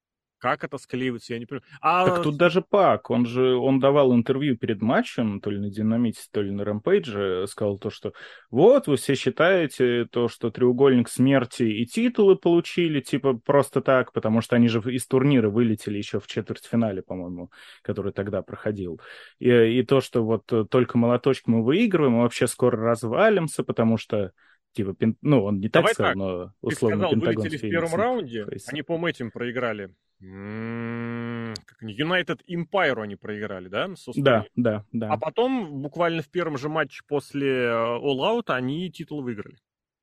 Как это склеивается, я не понимаю.
так
А
тут даже Пак, он же, он давал интервью перед матчем, то ли на Динамите, то ли на Рэмпейдже, сказал то, что вот, вы все считаете то, что треугольник смерти и титулы получили, типа, просто так, потому что они же из турнира вылетели еще в четвертьфинале, по-моему, который тогда проходил. И, и то, что вот только молоточком мы выигрываем, мы вообще скоро развалимся, потому что, типа, пен... ну, он не так
давай
сказал,
так.
но
Ты
условно
сказал,
Пентагон
вылетели
с
в первом
Фениксом.
раунде.
Фейс.
Они, по-моему, этим проиграли. М, как они, United Empire они проиграли, да? с
Да,
Australia?
да,
А
да.
потом, буквально в первом же матче после э, All Out, они титул выиграли.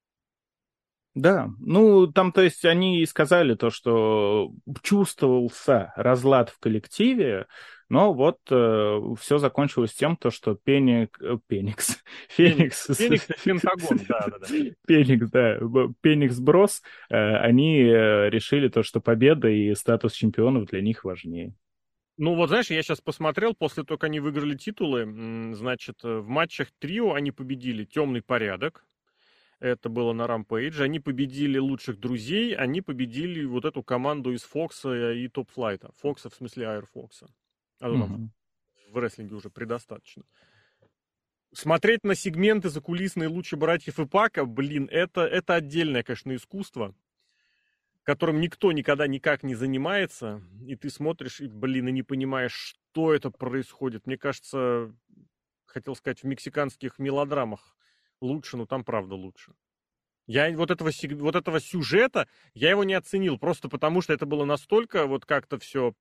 Да, ну там, то есть, они и сказали то, что чувствовался разлад в коллективе, но вот все закончилось тем, то, что Пеник, э, Пеникс,
Феникс,
Феникс,
Феникс и Пентагон, да-да-да.
Пеникс, да, б- Пеникс Брос, э, они э, решили то, что победа и статус чемпионов для них важнее.
Ну вот знаешь, я сейчас посмотрел, после того, как они выиграли титулы, м, значит, э, в матчах трио они победили Темный порядок, это было на Рампейдже, они победили Лучших друзей, они победили вот эту команду из Фокса и Топ Флайта. Фокса, в смысле Айр Фокса. А то там
Мгм.
в рестлинге уже предостаточно. Смотреть на сегменты закулисные лучше братьев и Пака, блин, это, это отдельное, конечно, искусство, которым никто никогда никак не занимается, и ты смотришь, и, блин, и не понимаешь, что это происходит. Мне кажется, хотел сказать, в мексиканских мелодрамах лучше, но там правда лучше. Я вот этого, сиг- вот этого сюжета, я его не оценил, просто потому что это было настолько вот как-то все,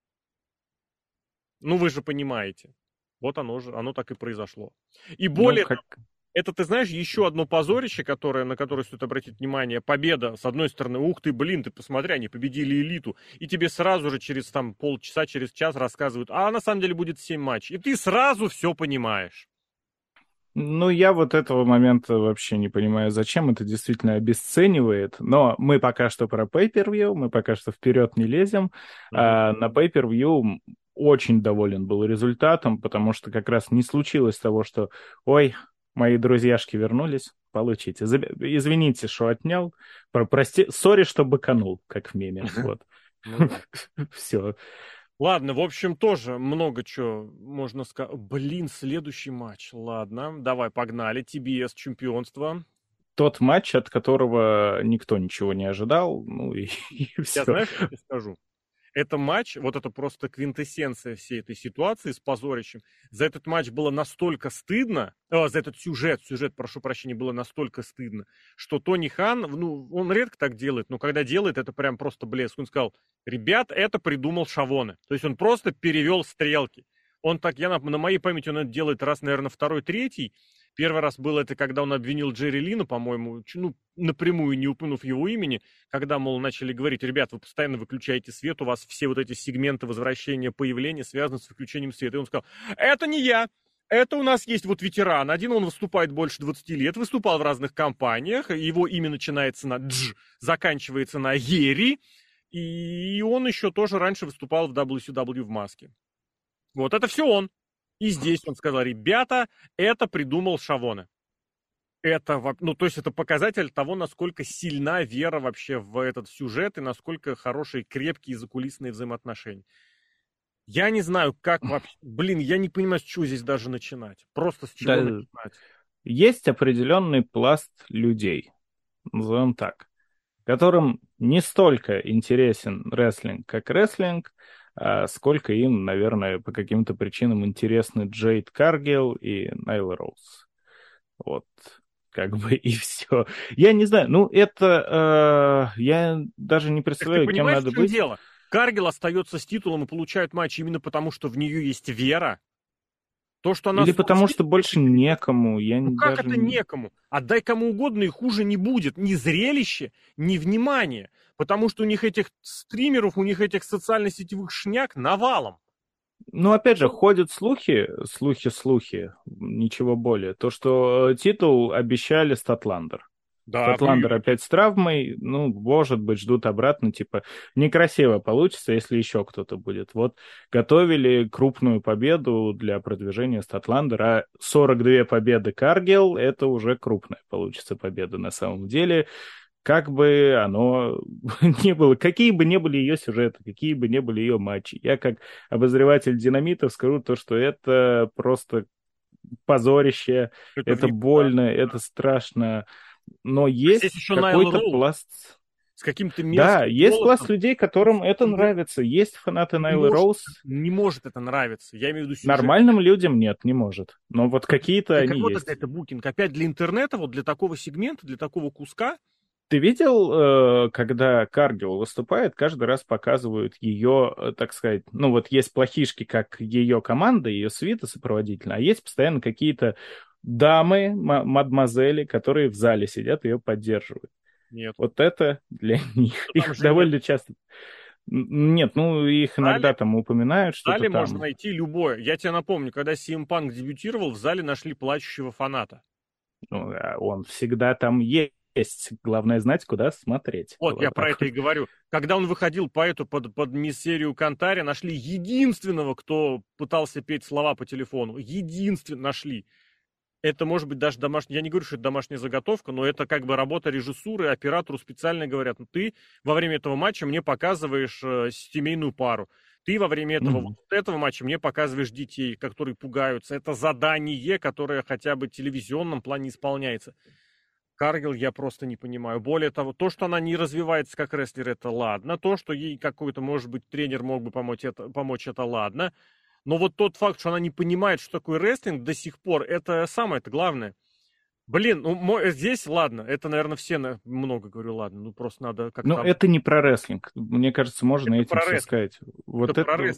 ну вы же понимаете. Вот оно же, оно так и произошло. И
Ну,
более
как...
это, ты знаешь, еще одно позорище, которое, на которое стоит обратить внимание. Победа, с одной стороны, ух ты, блин, ты посмотри, они победили элиту. И тебе сразу же через там полчаса, через час рассказывают, а на самом деле будет семь матчей. И ты сразу все понимаешь.
Ну, я вот этого момента вообще не понимаю, зачем это действительно обесценивает. Но мы пока что про pay-per-view, мы пока что вперед не лезем.
Мгм.
А на pay-per-view очень доволен был результатом, потому что как раз не случилось того, что «Ой, мои друзьяшки вернулись, получите. Заб- Извините, что отнял. Про- Прости, сори, что быканул», как в меме. Вот.
Ну да.
Все.
Ладно, в общем, тоже много чего можно сказать. Блин, следующий матч. Ладно, давай, погнали. Ти Би Эс чемпионство.
Тот матч, от которого никто ничего не ожидал, ну и, и
Я
все.
знаешь, что тебе скажу? Это матч, вот это просто квинтэссенция всей этой ситуации с позорищем. За этот матч было настолько стыдно, э, за этот сюжет, сюжет, прошу прощения, было настолько стыдно, что Тони Хан, ну, он редко так делает, но когда делает, это прям просто блеск. Он сказал, ребят, это придумал Шавоне. То есть он просто перевел стрелки. Он так, я на, на моей памяти, он это делает раз, наверное, второй, третий. Первый раз было это, когда он обвинил Джерри Лина, по-моему, ну, напрямую не упомянув его имени, когда, мол, начали говорить, ребят, вы постоянно выключаете свет, у вас все вот эти сегменты возвращения, появления связаны с выключением света. И он сказал, это не я, это у нас есть вот ветеран. Один он выступает больше двадцати лет, выступал в разных компаниях, его имя начинается на Дж, заканчивается на Ери, и он еще тоже раньше выступал в дабл ю си дабл ю в маске. Вот это все он. И здесь он сказал, ребята, это придумал Шавоне. Это, ну, то есть это показатель того, насколько сильна вера вообще в этот сюжет и насколько хорошие, крепкие закулисные взаимоотношения. Я не знаю, как вообще... Блин, я не понимаю, с чего здесь даже начинать. Просто с чего
Да,
начинать.
есть определенный пласт людей, назовем так, которым не столько интересен рестлинг, как рестлинг, а сколько им, наверное, по каким-то причинам интересны Джейд Каргилл и Найла Роуз. Вот, как бы и все. Я не знаю, ну это... э, я даже не
Так ты
представляю, кем
понимаешь, в
надо
чем
быть.
дело? Каргил остается с титулом и получает матч именно потому, что в нее есть вера. То, что она
Или потому
служит,
что больше некому, я
ну как
даже...
это некому? Отдай кому угодно, и хуже не будет. Ни зрелище, ни внимания. Потому что у них этих стримеров, у них этих социально-сетевых шняк навалом.
Ну, опять же, ходят слухи, слухи, слухи, ничего более. То, что э, титул обещали Статландер.
Да,
Статландер
объявили.
опять с травмой, ну, может быть, ждут обратно, типа, некрасиво получится, если еще кто-то будет. Вот готовили крупную победу для продвижения Статландера, а сорок две победы Каргил, это уже крупная получится победа на самом деле. Как бы оно не было, какие бы ни были ее сюжеты, какие бы ни были ее матчи. Я как обозреватель динамитов скажу то, что это просто позорище,
Это в
это
никуда.
больно, это страшно. Но
А здесь
есть
еще Найл
какой-то
Роуз
пласт...
с каким-то
Да,
мерзким
есть пласт
голосом.
людей, которым это нравится. Есть фанаты
Не
Найлы
может,
Роуз.
не может это нравиться. Я имею в виду сюжет.
Нормальным людям нет, не может. Но вот какие-то
Для
они
кого тогда
есть.
это букинг? Опять для интернета, вот для такого сегмента, для такого куска?
Ты видел, э, когда Каргил выступает, каждый раз показывают ее, э, так сказать, ну вот есть плохишки, как ее команда, ее свита сопроводительная, а есть постоянно какие-то дамы, м- мадмазели, которые в зале сидят и ее поддерживают.
Нет.
Вот это для них.
Ну, там
Их
же нет.
довольно часто... Н- Нет, ну их
В зале,
иногда там упоминают
в
что-то
зале можно
там.
найти любое. Я тебе напомню, когда Си Эм Панк дебютировал, в зале нашли плачущего фаната.
Ну, а он всегда там есть. Главное знать, куда смотреть.
Вот, я
Вот
про
так
это и
вот.
говорю. Когда он выходил по эту, под, под миссерию Кантари, нашли единственного, кто пытался петь слова по телефону. Единственно нашли. Это может быть даже домашний, я не говорю, что это домашняя заготовка, но это как бы работа режиссуры, оператору специально говорят, ну ты во время этого матча мне показываешь э, семейную пару, ты во время этого вот
Мгм.
этого матча мне показываешь детей, которые пугаются. Это задание, которое хотя бы в телевизионном плане исполняется. Каргил я просто не понимаю. Более того, то, что она не развивается как рестлер, это ладно. То, что ей какой-то, может быть, тренер мог бы помочь, это, помочь, это ладно. Но вот тот факт, что она не понимает, что такое рестлинг до сих пор, это самое-то главное. Блин, ну мо- здесь ладно, это, наверное, все на- много говорю, ладно, ну просто надо
Но
как-то... об-
это не про рестлинг. Мне кажется, можно
Это
этим
про
все
рестлинг,
сказать.
это
Вот
про
это,
рестлинг.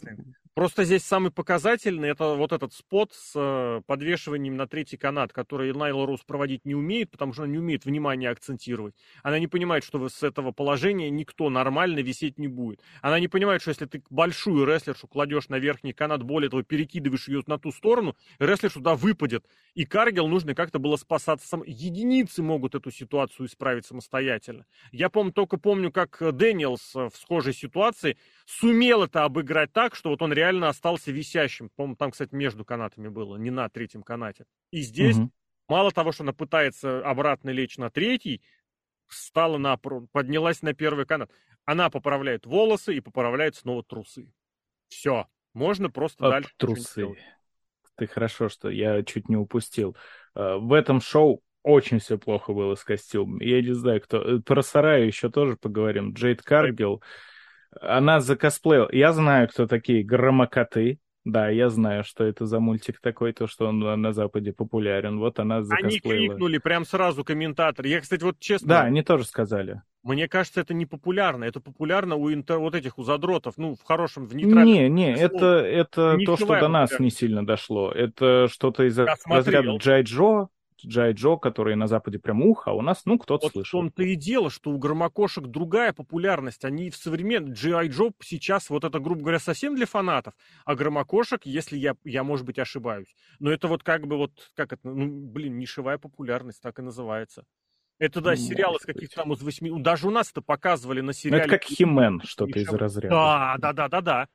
Просто здесь самый показательный, это вот этот спот с э, подвешиванием на третий канат, который Найла Роуз проводить не умеет, потому что она не умеет внимание акцентировать. Она не понимает, что с этого положения никто нормально висеть не будет. Она не понимает, что если ты большую рестлершу кладешь на верхний канат, более того, перекидываешь ее на ту сторону, рестлер туда выпадет. И Каргил нужно как-то было спасаться сам. Единицы могут эту ситуацию исправить самостоятельно. Я помню, только помню, как Дэниелс в схожей ситуации сумел это обыграть так, что вот он реально остался висящим. По-моему, там, кстати, между канатами было, не на третьем канате. И здесь, угу. мало того, что она пытается обратно лечь на третий, встала на, поднялась на первый канат. Она поправляет волосы и поправляет снова трусы. Все. Можно просто
Оп,
дальше.
Трусы. Ты хорошо, что я чуть не упустил. В этом шоу очень все плохо было с костюмом. Я не знаю, кто... Про Сараю еще тоже поговорим. Джейд Каргил. Она закосплеила. Я знаю, кто такие громокоты. Да, я знаю, что это за мультик такой, то, что он на Западе популярен. Вот она закосплеила.
Они крикнули прям сразу комментаторы. Я, кстати, вот честно...
Да, они тоже сказали.
Мне кажется, это не популярно. Это популярно у интер... вот этих, у задротов, ну, в хорошем, в нейтральном...
Не, не, это, это то, что до нас не сильно дошло. Это что-то из разряда Джай Джо, Джай Джо, который на Западе прям ухо, а у нас, ну, кто-то
вот
слышал.
В том-то и дело, что у громокошек другая популярность. Они в современном... Джай Джо сейчас, вот это, грубо говоря, совсем для фанатов. А громокошек, если я, я, может быть, ошибаюсь. Но это вот как бы вот, как это, ну, блин, нишевая популярность, так и называется. Это, да, сериалы с каких-то там из восьми... Даже у нас это показывали на сериале.
Ну, это как Хи-Мэн, что-то из разряда.
Да, да, да, да, да.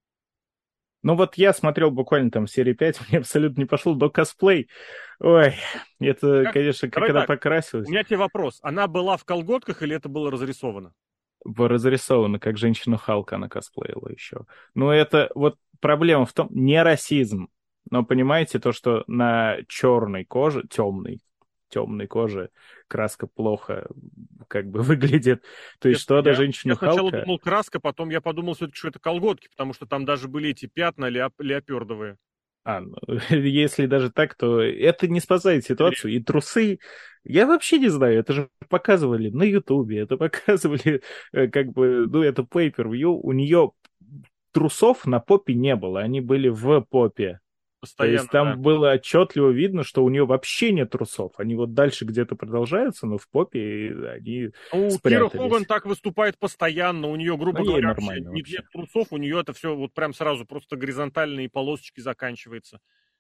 Ну вот я смотрел буквально там серии пять, мне абсолютно не пошло, но косплей, ой, это, как? Конечно, как она покрасилась.
У меня тебе вопрос, она была в колготках или это было разрисовано?
Разрисовано, как женщина Халка она косплеила еще. Но это вот проблема в том, не расизм, но понимаете, то, что на черной коже, темной, темной коже краска плохо как бы выглядит. То есть, что до женщины Халка...
Я сначала думал краска, потом я подумал все-таки, что это колготки, потому что там даже были эти пятна леоп... леопердовые.
А, ну, если даже так, то это не спасает ситуацию. И трусы, я вообще не знаю, это же показывали на Ютубе, это показывали как бы, ну, это pay-per-view, у нее трусов на попе не было, они были в попе.
Постоянно,
то есть там
да.
было отчетливо видно, что у нее вообще нет трусов. Они вот дальше где-то продолжаются, но в попе они
ну,
спрятались.
Кира Хоган так выступает постоянно. У нее, грубо
ну,
говоря,
вообще
нет, нет трусов. У нее это все вот прям сразу просто горизонтальные полосочки заканчивается.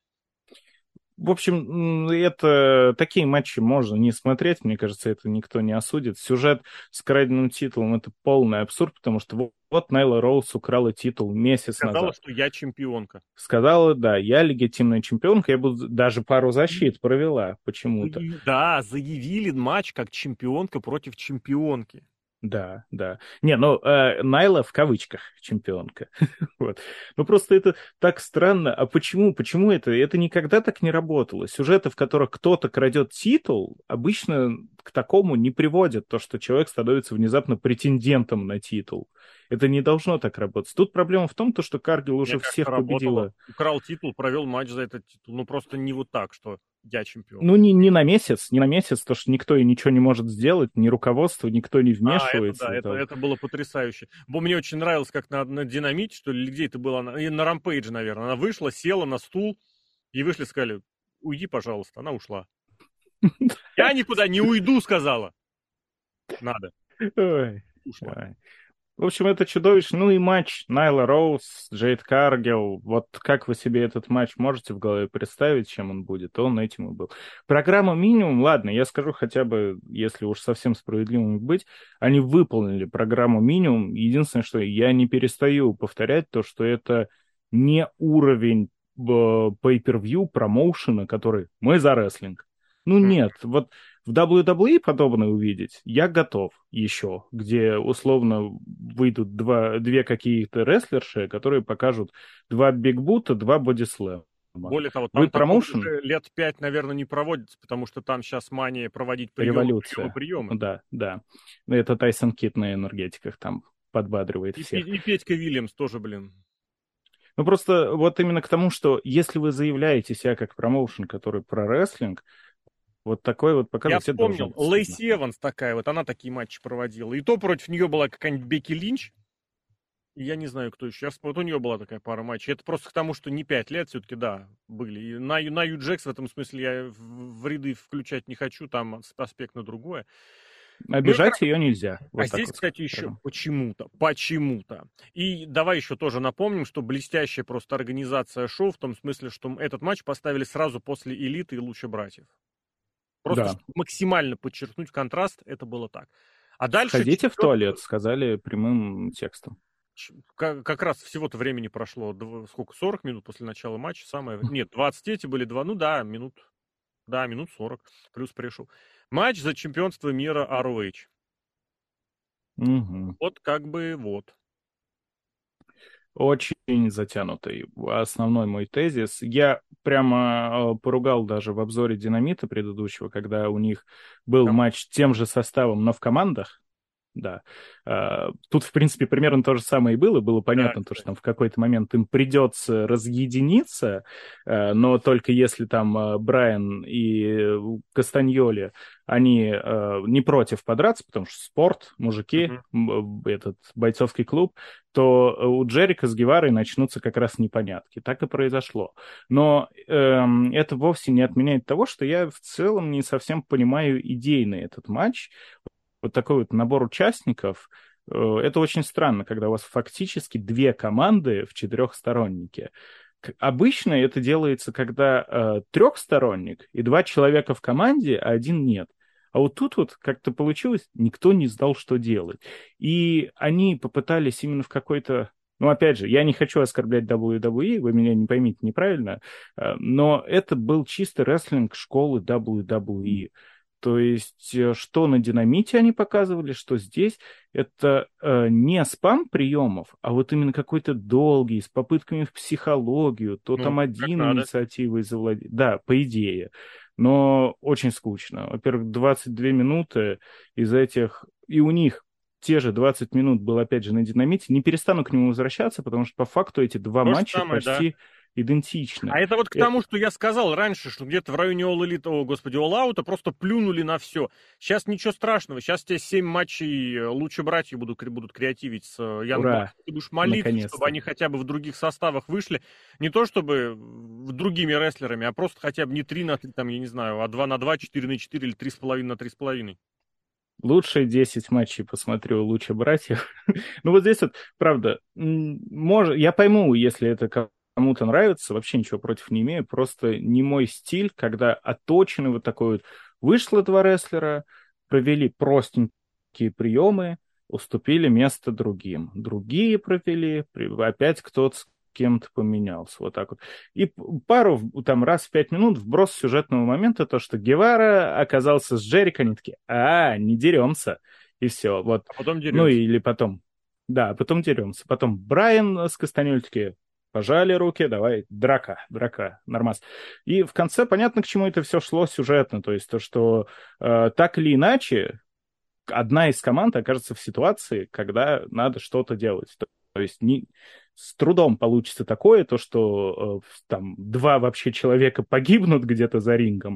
В общем, это такие матчи можно не смотреть, мне кажется, это никто не осудит. Сюжет с краденным титулом — это полный абсурд, потому что вот, вот Найла Роуз украла титул месяц
Сказала,
назад.
что я чемпионка.
Сказала, да, я легитимная чемпионка, я буду даже пару защит провела почему-то.
Да, заявили матч как чемпионка против чемпионки.
Да, да. Не, ну, э, Найла в кавычках чемпионка. вот. Ну, просто это так странно. А почему? Почему это? Это никогда так не работало. Сюжеты, в которых кто-то крадет титул, обычно к такому не приводят то, что человек становится внезапно претендентом на титул. Это не должно так работать. Тут проблема в том, то, что Каргил уже
Мне
всех
работало.
победила.
Украл титул, провел матч за этот титул. Ну, просто не вот так, что я чемпион.
Ну, не, не на месяц, не на месяц, то, что никто и ничего не может сделать, ни руководство, никто не вмешивается.
А, это, да, это, это было потрясающе. Бо мне очень нравилось, как на, на Динамите, что ли, где это было, на, на Рампейдже, наверное. Она вышла, села на стул, и вышли, сказали, уйди, пожалуйста. Она ушла. Я никуда не уйду, сказала. Надо.
Ушла. В общем, это чудовищно. Ну и матч Найла Роуз, Джейд Каргил. Вот как вы себе этот матч можете в голове представить, чем он будет? Он этим и был. Программа минимум, ладно, я скажу хотя бы, если уж совсем справедливым быть, они выполнили программу минимум. Единственное, что я не перестаю повторять, то, что это не уровень pay-per-view, промоушена, который мы за рестлинг. Ну нет, вот в дабл ю дабл ю и подобное увидеть я готов еще, где условно выйдут два, две какие-то рестлерши, которые покажут два бигбута, два бодислэма.
Более того, там промоушен уже лет пять, наверное, не проводится, потому что там сейчас мания проводить приемы,
Революция.
приемы, приемы.
Да, да. Это Тайсон Кит на энергетиках там подбадривает
и,
всех.
И, и Петька Вильямс тоже, блин.
Ну просто вот именно к тому, что если вы заявляете себя как промоушен, который про рестлинг, вот такой вот показывает.
Я вспомнил, Лейси Эванс такая вот, она такие матчи проводила. И то против нее была какая-нибудь Бекки Линч. Я не знаю, кто еще. Я вспомнил, вот у нее была такая пара матчей. Это просто к тому, что не пять лет все-таки, да, были. И на, на Ю-Джекс в этом смысле я в, в ряды включать не хочу, там аспект на другое. Ну и
Обижать
хорошо.
ее нельзя.
А
Вот так
здесь,
вот
кстати, еще
скажем.
почему-то, почему-то. И давай еще тоже напомним, что блестящая просто организация шоу, в том смысле, что этот матч поставили сразу после «Элиты» и «Лучше братьев». Просто,
Да.
чтобы максимально подчеркнуть контраст, это было так. А дальше
Сходите в
четвертую,
туалет, сказали прямым текстом.
ч- как, как раз всего-то времени прошло, дв- сколько, сорок минут после начала матча, самое... Нет, двадцать эти были два, ну да, минут, да, минут сорок, плюс пришел. Матч за чемпионство мира ар о эйч.
Мгм.
Вот как бы вот.
Очень затянутый. Основной мой тезис. Я прямо э, поругал даже в обзоре «Динамита» предыдущего, когда у них был
Ком-
матч тем же составом, но в командах. Да. А, Тут, в принципе, примерно то же самое и было. Было
Да,
понятно, то, что
кстати.
там в какой-то момент им придется разъединиться, э, но только если там э, Брайан и Кастаньоли, они э, не против подраться, потому что спорт, мужики,
Мгм.
м, э, этот бойцовский клуб, то у Джерика с Геварой начнутся как раз непонятки. Так и произошло. Но эм, это вовсе не отменяет того, что я в целом не совсем понимаю идейный этот матч, вот такой вот набор участников, э, это очень странно, когда у вас фактически две команды в четырехстороннике. К- Обычно это делается, когда э, трехсторонник и два человека в команде, а один нет. А вот тут вот как-то получилось, никто не знал, что делать. И они попытались именно в какой-то... Ну, опять же, я не хочу оскорблять дабл ю дабл ю и, вы меня не поймите неправильно, э, но это был чисто рестлинг школы дабл ю дабл ю и. То есть, э, что на динамите они показывали, что здесь это э, не спам приемов, а вот именно какой-то долгий, с попытками в психологию, то
Ну,
там
как
один
надо.
инициативой завладеть. Да, по идее. Но очень скучно. Во-первых, двадцать две минуты из этих, и у них те же двадцать минут был опять же на динамите. Не перестану к нему возвращаться, потому что по факту эти два
То же
матча
самое, да.
почти идентичны.
А это вот к
Э,
тому, что я сказал раньше, что где-то в районе All Elite, о, господи, All Out просто плюнули на все. Сейчас ничего страшного. Сейчас тебе семь матчей э, лучше братья будут, кре- будут креативить с Янбак.
Ура!
Ты будешь молиться, чтобы
Наконец-то.
они хотя бы в других составах вышли. Не то чтобы в другими рестлерами, а просто хотя бы не три на три, там, я не знаю, а два на два, четыре на четыре или три с половиной на три с половиной.
Лучшие десять матчей посмотрю «Лучше братьев». Ну вот здесь вот, правда, м, может, я пойму, если это кому-то нравится, вообще ничего против не имею, просто не мой стиль, когда отточены вот такой вот... Вышло два рестлера, провели простенькие приемы, уступили место другим. Другие провели, при- опять кто-то с кем-то поменялся. Вот так вот. И п- пару, в- там, раз в пять минут вброс сюжетного момента, то, что Гевара оказался с Джерико, они такие, а, не деремся. И все, вот.
А потом
Ну,
деремся.
или потом, да, потом деремся. Потом Брайан с Кастанёль такие, пожали руки, давай, драка, драка, нормас. И в конце понятно, к чему это все шло сюжетно, то есть то, что э, так или иначе одна из команд окажется в ситуации, когда надо что-то делать. То, то есть не, с трудом получится такое, то, что э, там два вообще человека погибнут где-то за рингом,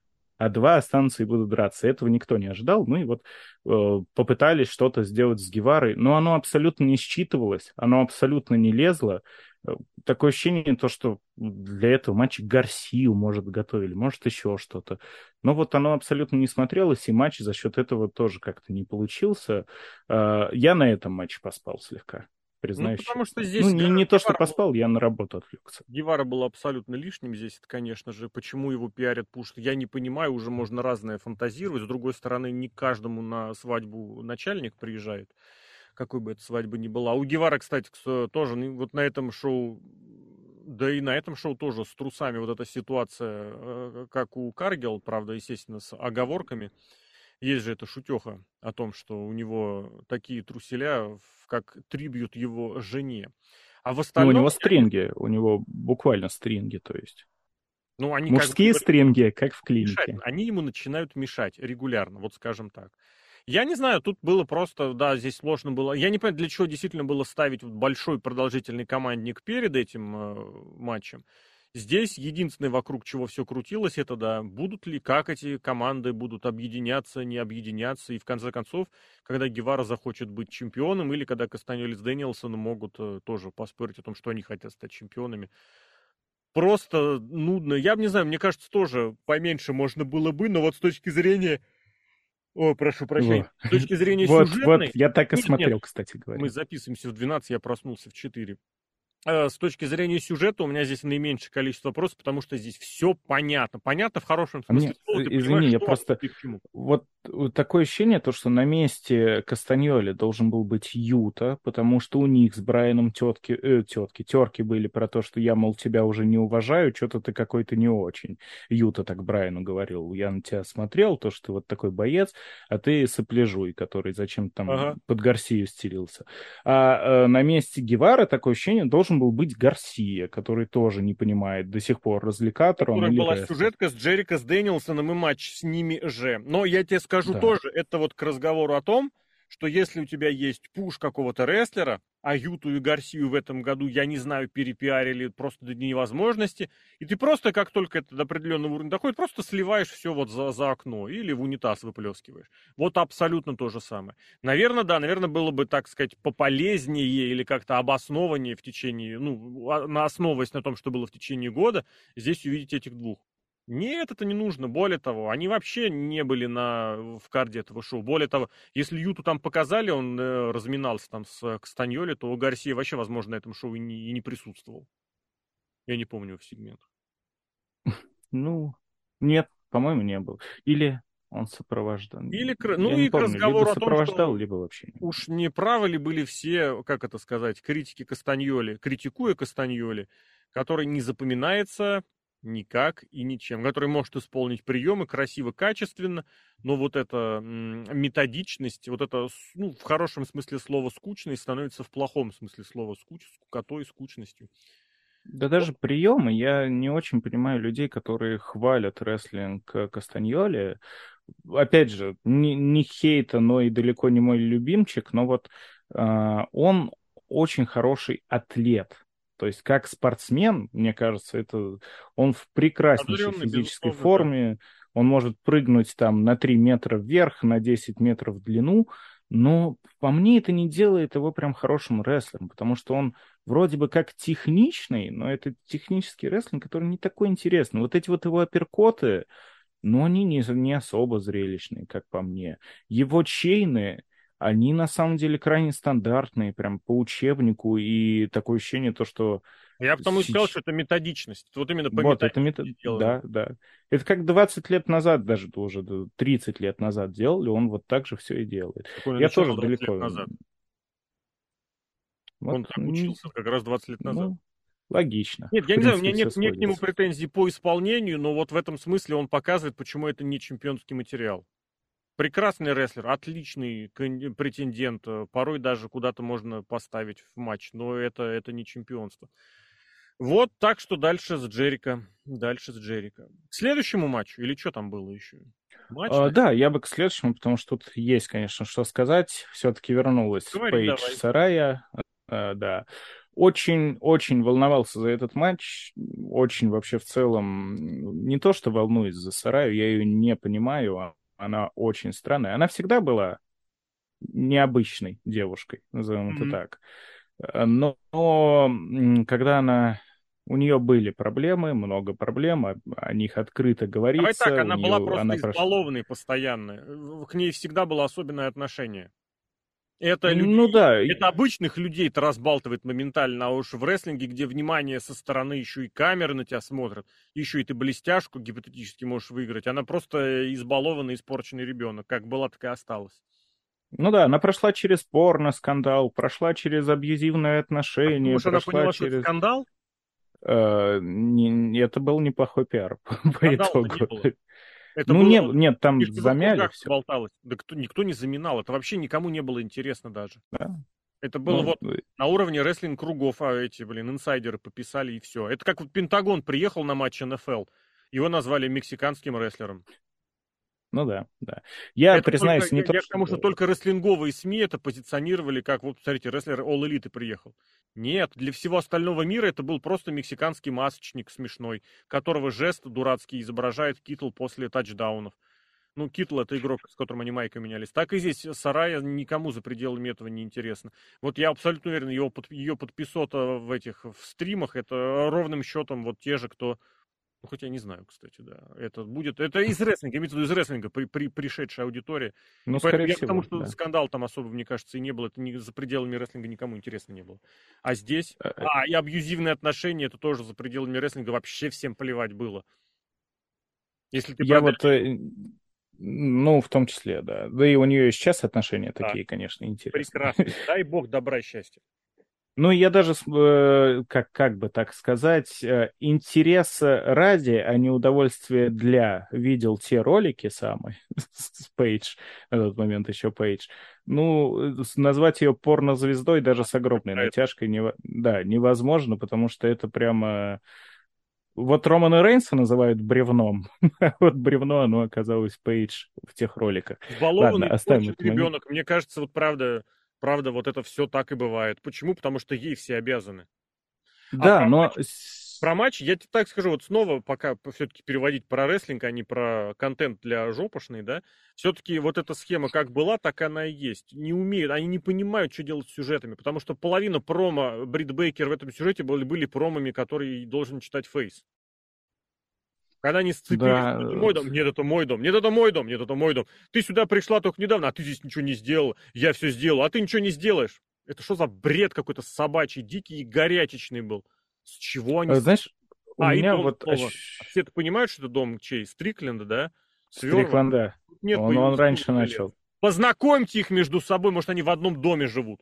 а два останутся и будут драться. Этого никто не ожидал. Ну и вот э, попытались что-то сделать с Геварой, но оно абсолютно не считывалось, оно абсолютно не лезло. Э, Такое ощущение, то, что для этого матча Гарсию, может, готовили, может, еще что-то. Но вот оно абсолютно не смотрелось, и матч за счет этого тоже как-то не получился. Э, Я на этом матче поспал слегка,
Ну,
признаюсь
потому что
честно. Ну,
здесь
не,
Га-
не то, что
Гевара был
поспал, я на работу отвлекся.
Гевара был абсолютно лишним здесь, это, конечно же, почему его пиарят, пушат, я не понимаю, уже можно разное фантазировать. С другой стороны, не каждому на свадьбу начальник приезжает, какой бы эта свадьба ни была. У Гевара, кстати, кс- тоже ну, вот на этом шоу, да и на этом шоу тоже с трусами вот эта ситуация, э, как у Каргел, правда, естественно, с оговорками. Есть же эта шутеха о том, что у него такие труселя, в- как трибьют его жене. А в
Ну, у
остальном,
него
я не
стринги, у него буквально стринги, то есть.
Ну, они, как бы
Мужские
говорят,
стринги, как в
мешать.
клинике.
Они ему начинают мешать регулярно, вот скажем так. Я не знаю, тут было просто, да, здесь сложно было. Я не понимаю, для чего действительно было ставить вот большой продолжительный командник перед этим э, матчем. Здесь единственное, вокруг чего все крутилось, это, да, будут ли, как эти команды будут объединяться, не объединяться, и в конце концов, когда Гевара захочет быть чемпионом, или когда Кастаньоли с Дэниелсоном могут э, тоже поспорить о том, что они хотят стать чемпионами. Просто нудно. Я бы не знаю, мне кажется, тоже поменьше можно было бы, но вот с точки зрения... О, прошу прощения.
Во.
С точки зрения
Вот, вот,
сюжетной...
я так и
Нет, нет,
смотрел, кстати
мы
говоря.
записываемся в двенадцать, я проснулся в четыре. Э, С точки зрения сюжета у меня здесь наименьшее количество вопросов, потому что здесь все понятно. Понятно в хорошем
А
смысле
мне,
слова,
э,
ты
извини,
понимаешь,
я
что
просто...
откуда и к чему.
Вот э, такое ощущение, то, что на месте Кастаньоли должен был быть Юта, потому что у них с Брайаном тетки, э, тетки, терки были про то, что я, мол, тебя уже не уважаю, что-то ты какой-то не очень. Юта так Брайану говорил, я на тебя смотрел, то, что ты вот такой боец, а ты сопляжуй, который зачем-то там
Ага.
под Гарсию стелился. А э, на месте Гевара такое ощущение должен был быть Гарсия, который тоже не понимает до сих пор,
У
развлекатор он
которых
или
была
рестлер.
сюжетка с Джерико, с Дэнилсоном и матч с ними же. Но я тебе скажу
Да.
тоже, это вот к разговору о том, что если у тебя есть пуш какого-то рестлера, а Юту и Гарсию в этом году, я не знаю, перепиарили просто до невозможности, и ты просто, как только это до определенного уровня доходит, просто сливаешь все вот за, за окно или в унитаз выплескиваешь. Вот абсолютно то же самое. Наверное, да, наверное, было бы, так сказать, пополезнее или как-то обоснованнее в течение, ну, а- на основываясь на том, что было в течение года, здесь увидеть этих двух. Нет, это не нужно. Более того, они вообще не были на, в карде этого шоу. Более того, если Юту там показали, он э, разминался там с э, Кастаньоли, то Гарсия вообще, возможно, на этом шоу и не, и не присутствовал. Я не помню его в сегментах.
Ну, нет, по-моему, не был. Или он сопровождал.
Или, к-
Я
ну
не
и к
помню, либо
разговору о том,
сопровождал,
что
либо вообще не был.
уж не правы ли были все, как это сказать, критики Кастаньоли, критикуя Кастаньоли, который не запоминается никак и ничем, который может исполнить приемы красиво, качественно, но вот эта м, методичность, вот это, с- ну, в хорошем смысле слова скучность становится в плохом смысле слова скуч, скукотой, скучностью.
Да
Вот.
даже приемы, я не очень понимаю людей, которые хвалят рестлинг э, Кастаньоли. Опять же, не, не хейта, но и далеко не мой любимчик, но вот а, он очень хороший атлет. То есть как спортсмен, мне кажется, это он в прекраснейшей
Одаренный,
физической
безусловно, да.
форме. Он может прыгнуть там на три метра вверх, на десять метров в длину. Но по мне это не делает его прям хорошим рестлером, потому что он вроде бы как техничный, но это технический рестлинг, который не такой интересный. Вот эти вот его апперкоты, но они не, не особо зрелищные, как по мне. Его чейны, они на самом деле крайне стандартные, прям по учебнику, и такое ощущение, то, что
Я потому и сказал,
сеч-
что это методичность. Вот именно по
вот, это метод...
методичности сделано.
Да, да. Это как двадцать лет назад, даже уже да, тридцать лет назад делали, он вот так же все и делает.
Так он и
Я тоже
начинал двадцать лет
далеко...
назад.
Вот,
Он так
м,
учился как раз двадцать лет назад.
ну, логично.
Нет,
В
я не знаю, у меня
принципе, все
нет, нет к нему
сходится.
претензий по исполнению, но вот в этом смысле он показывает, почему это не чемпионский материал. Прекрасный рестлер, отличный кон- претендент, э, порой даже куда-то можно поставить в матч, но это, это не чемпионство. Вот так что дальше с Джерико. Дальше с Джерико. К следующему матчу, или что там было еще? Матч,
А,
наверное.
да, я бы к следующему, потому что тут есть, конечно, что сказать. Все-таки вернулась
Говори
Пейдж
давай.
Сарая. А, да. Очень-очень волновался за этот матч. Очень вообще в целом не то, что волнуюсь за Сараю, я ее не понимаю. а Она очень странная. Она всегда была необычной девушкой, назовем это
Мгм.
так. Э, Но, но, м, когда она... У нее были проблемы, много проблем, о, о них открыто
Давай так,
говорится, у
она была
нее
просто
она прошла...
избалованной постоянно. Э, К ней всегда было особенное отношение. Это
Ну
людей,
да, и-
это обычных людей-то разбалтывает моментально, а уж в рестлинге, где внимание со стороны еще и камеры на тебя смотрят, еще и ты блестяшку гипотетически можешь выиграть, она просто избалованный, испорченный ребенок. Как была, так и осталась.
ну да, она прошла через порно-скандал, прошла через абьюзивные
А ты
отношения,
думаешь, она
прошла
поняла, что это
через...
скандал?
э, не- это был неплохой пиар по
Скандала-то не
итогу.
было. Это
Ну,
было
не,
вот
нет,
в
там
пешковых
замяли
кругах
все.
болталось. Да кто, никто не заминал. Это вообще никому не было интересно даже.
Да.
Это было
Ну,
вот на уровне рестлинг-кругов, а эти, блин, инсайдеры пописали и все. Это как вот Пентагон приехал на матч эн эф эл, его назвали мексиканским рестлером.
Ну да, да. Я
Это только,
признаюсь, не
я,
то,
я к тому, что
что...
только рестлинговые СМИ это позиционировали как, вот, смотрите, рестлер All Elite приехал. Нет, для всего остального мира это был просто мексиканский масочник смешной, которого жест дурацкий изображает Китл после тачдаунов. Ну, Китл — это игрок, с которым они майкой менялись. Так и здесь Сарая никому за пределами этого не интересно. Вот я абсолютно уверен, его, под, ее подписота в этих в стримах это ровным счетом вот те же, кто... Ну, хотя я не знаю, кстати, да. Это будет... Это из рестлинга, имеется в виду из рестлинга при, при, пришедшая аудитория.
Ну,
И поэтому
скорее
я потому
всего,
что
да.
скандал там особо, мне кажется, и не было. Это не, за пределами рестлинга никому интересно не было. А здесь...
Э, э,
А, и абьюзивные отношения, это тоже за пределами рестлинга вообще всем плевать было. Если ты
Я
продашь...
вот, э, ну, в том числе, да. Да и у нее и сейчас отношения
Да,
такие, конечно, интересные.
прекрасно. Дай бог добра и счастья.
Ну, я даже, с- э, как, как бы так сказать, э, интереса ради, а не удовольствия для, видел те ролики самые с Пейдж, на тот момент еще Пейдж. Ну, э, с- назвать ее порнозвездой даже с огромной
А это
натяжкой, нево- да, невозможно, потому что это прямо... Вот Романа Рейнса называют бревном, а вот бревно, оно оказалось Пейдж в тех роликах. Ладно,
избалованный,
оставим
испорченный
этот момент.
ребенок. Мне кажется, вот правда, правда, вот это все так и бывает. Почему? Потому что ей все обязаны. А
Да,
про
но...
матч,
с-
про матч, я тебе так скажу, вот снова, пока все-таки переводить про рестлинг, а не про контент для жопошный, да, все-таки вот эта схема как была, так она и есть. Не умеют, они не понимают, что делать с сюжетами, потому что половина промо Брит Бейкер в этом сюжете были, были промами, которые должен читать Фейс. Когда они сцепились,
Да,
это мой дом, нет, это мой дом, нет, это мой дом, нет, это мой дом. Ты сюда пришла только недавно, а ты здесь ничего не сделал, я все сделал, а ты ничего не сделаешь. Это что за бред какой-то собачий, дикий и горячечный был? С чего они...
э,
с-
знаешь, у
А, и
меня
дом
вот
снова. А
ощ-
все-то понимают, что это дом чей? Стрикленда, да? Сверва.
Стрикланда,
Тут нет,
он, он
появился
раньше
столько лет.
начал.
Познакомьте их между собой, может, они в одном доме живут.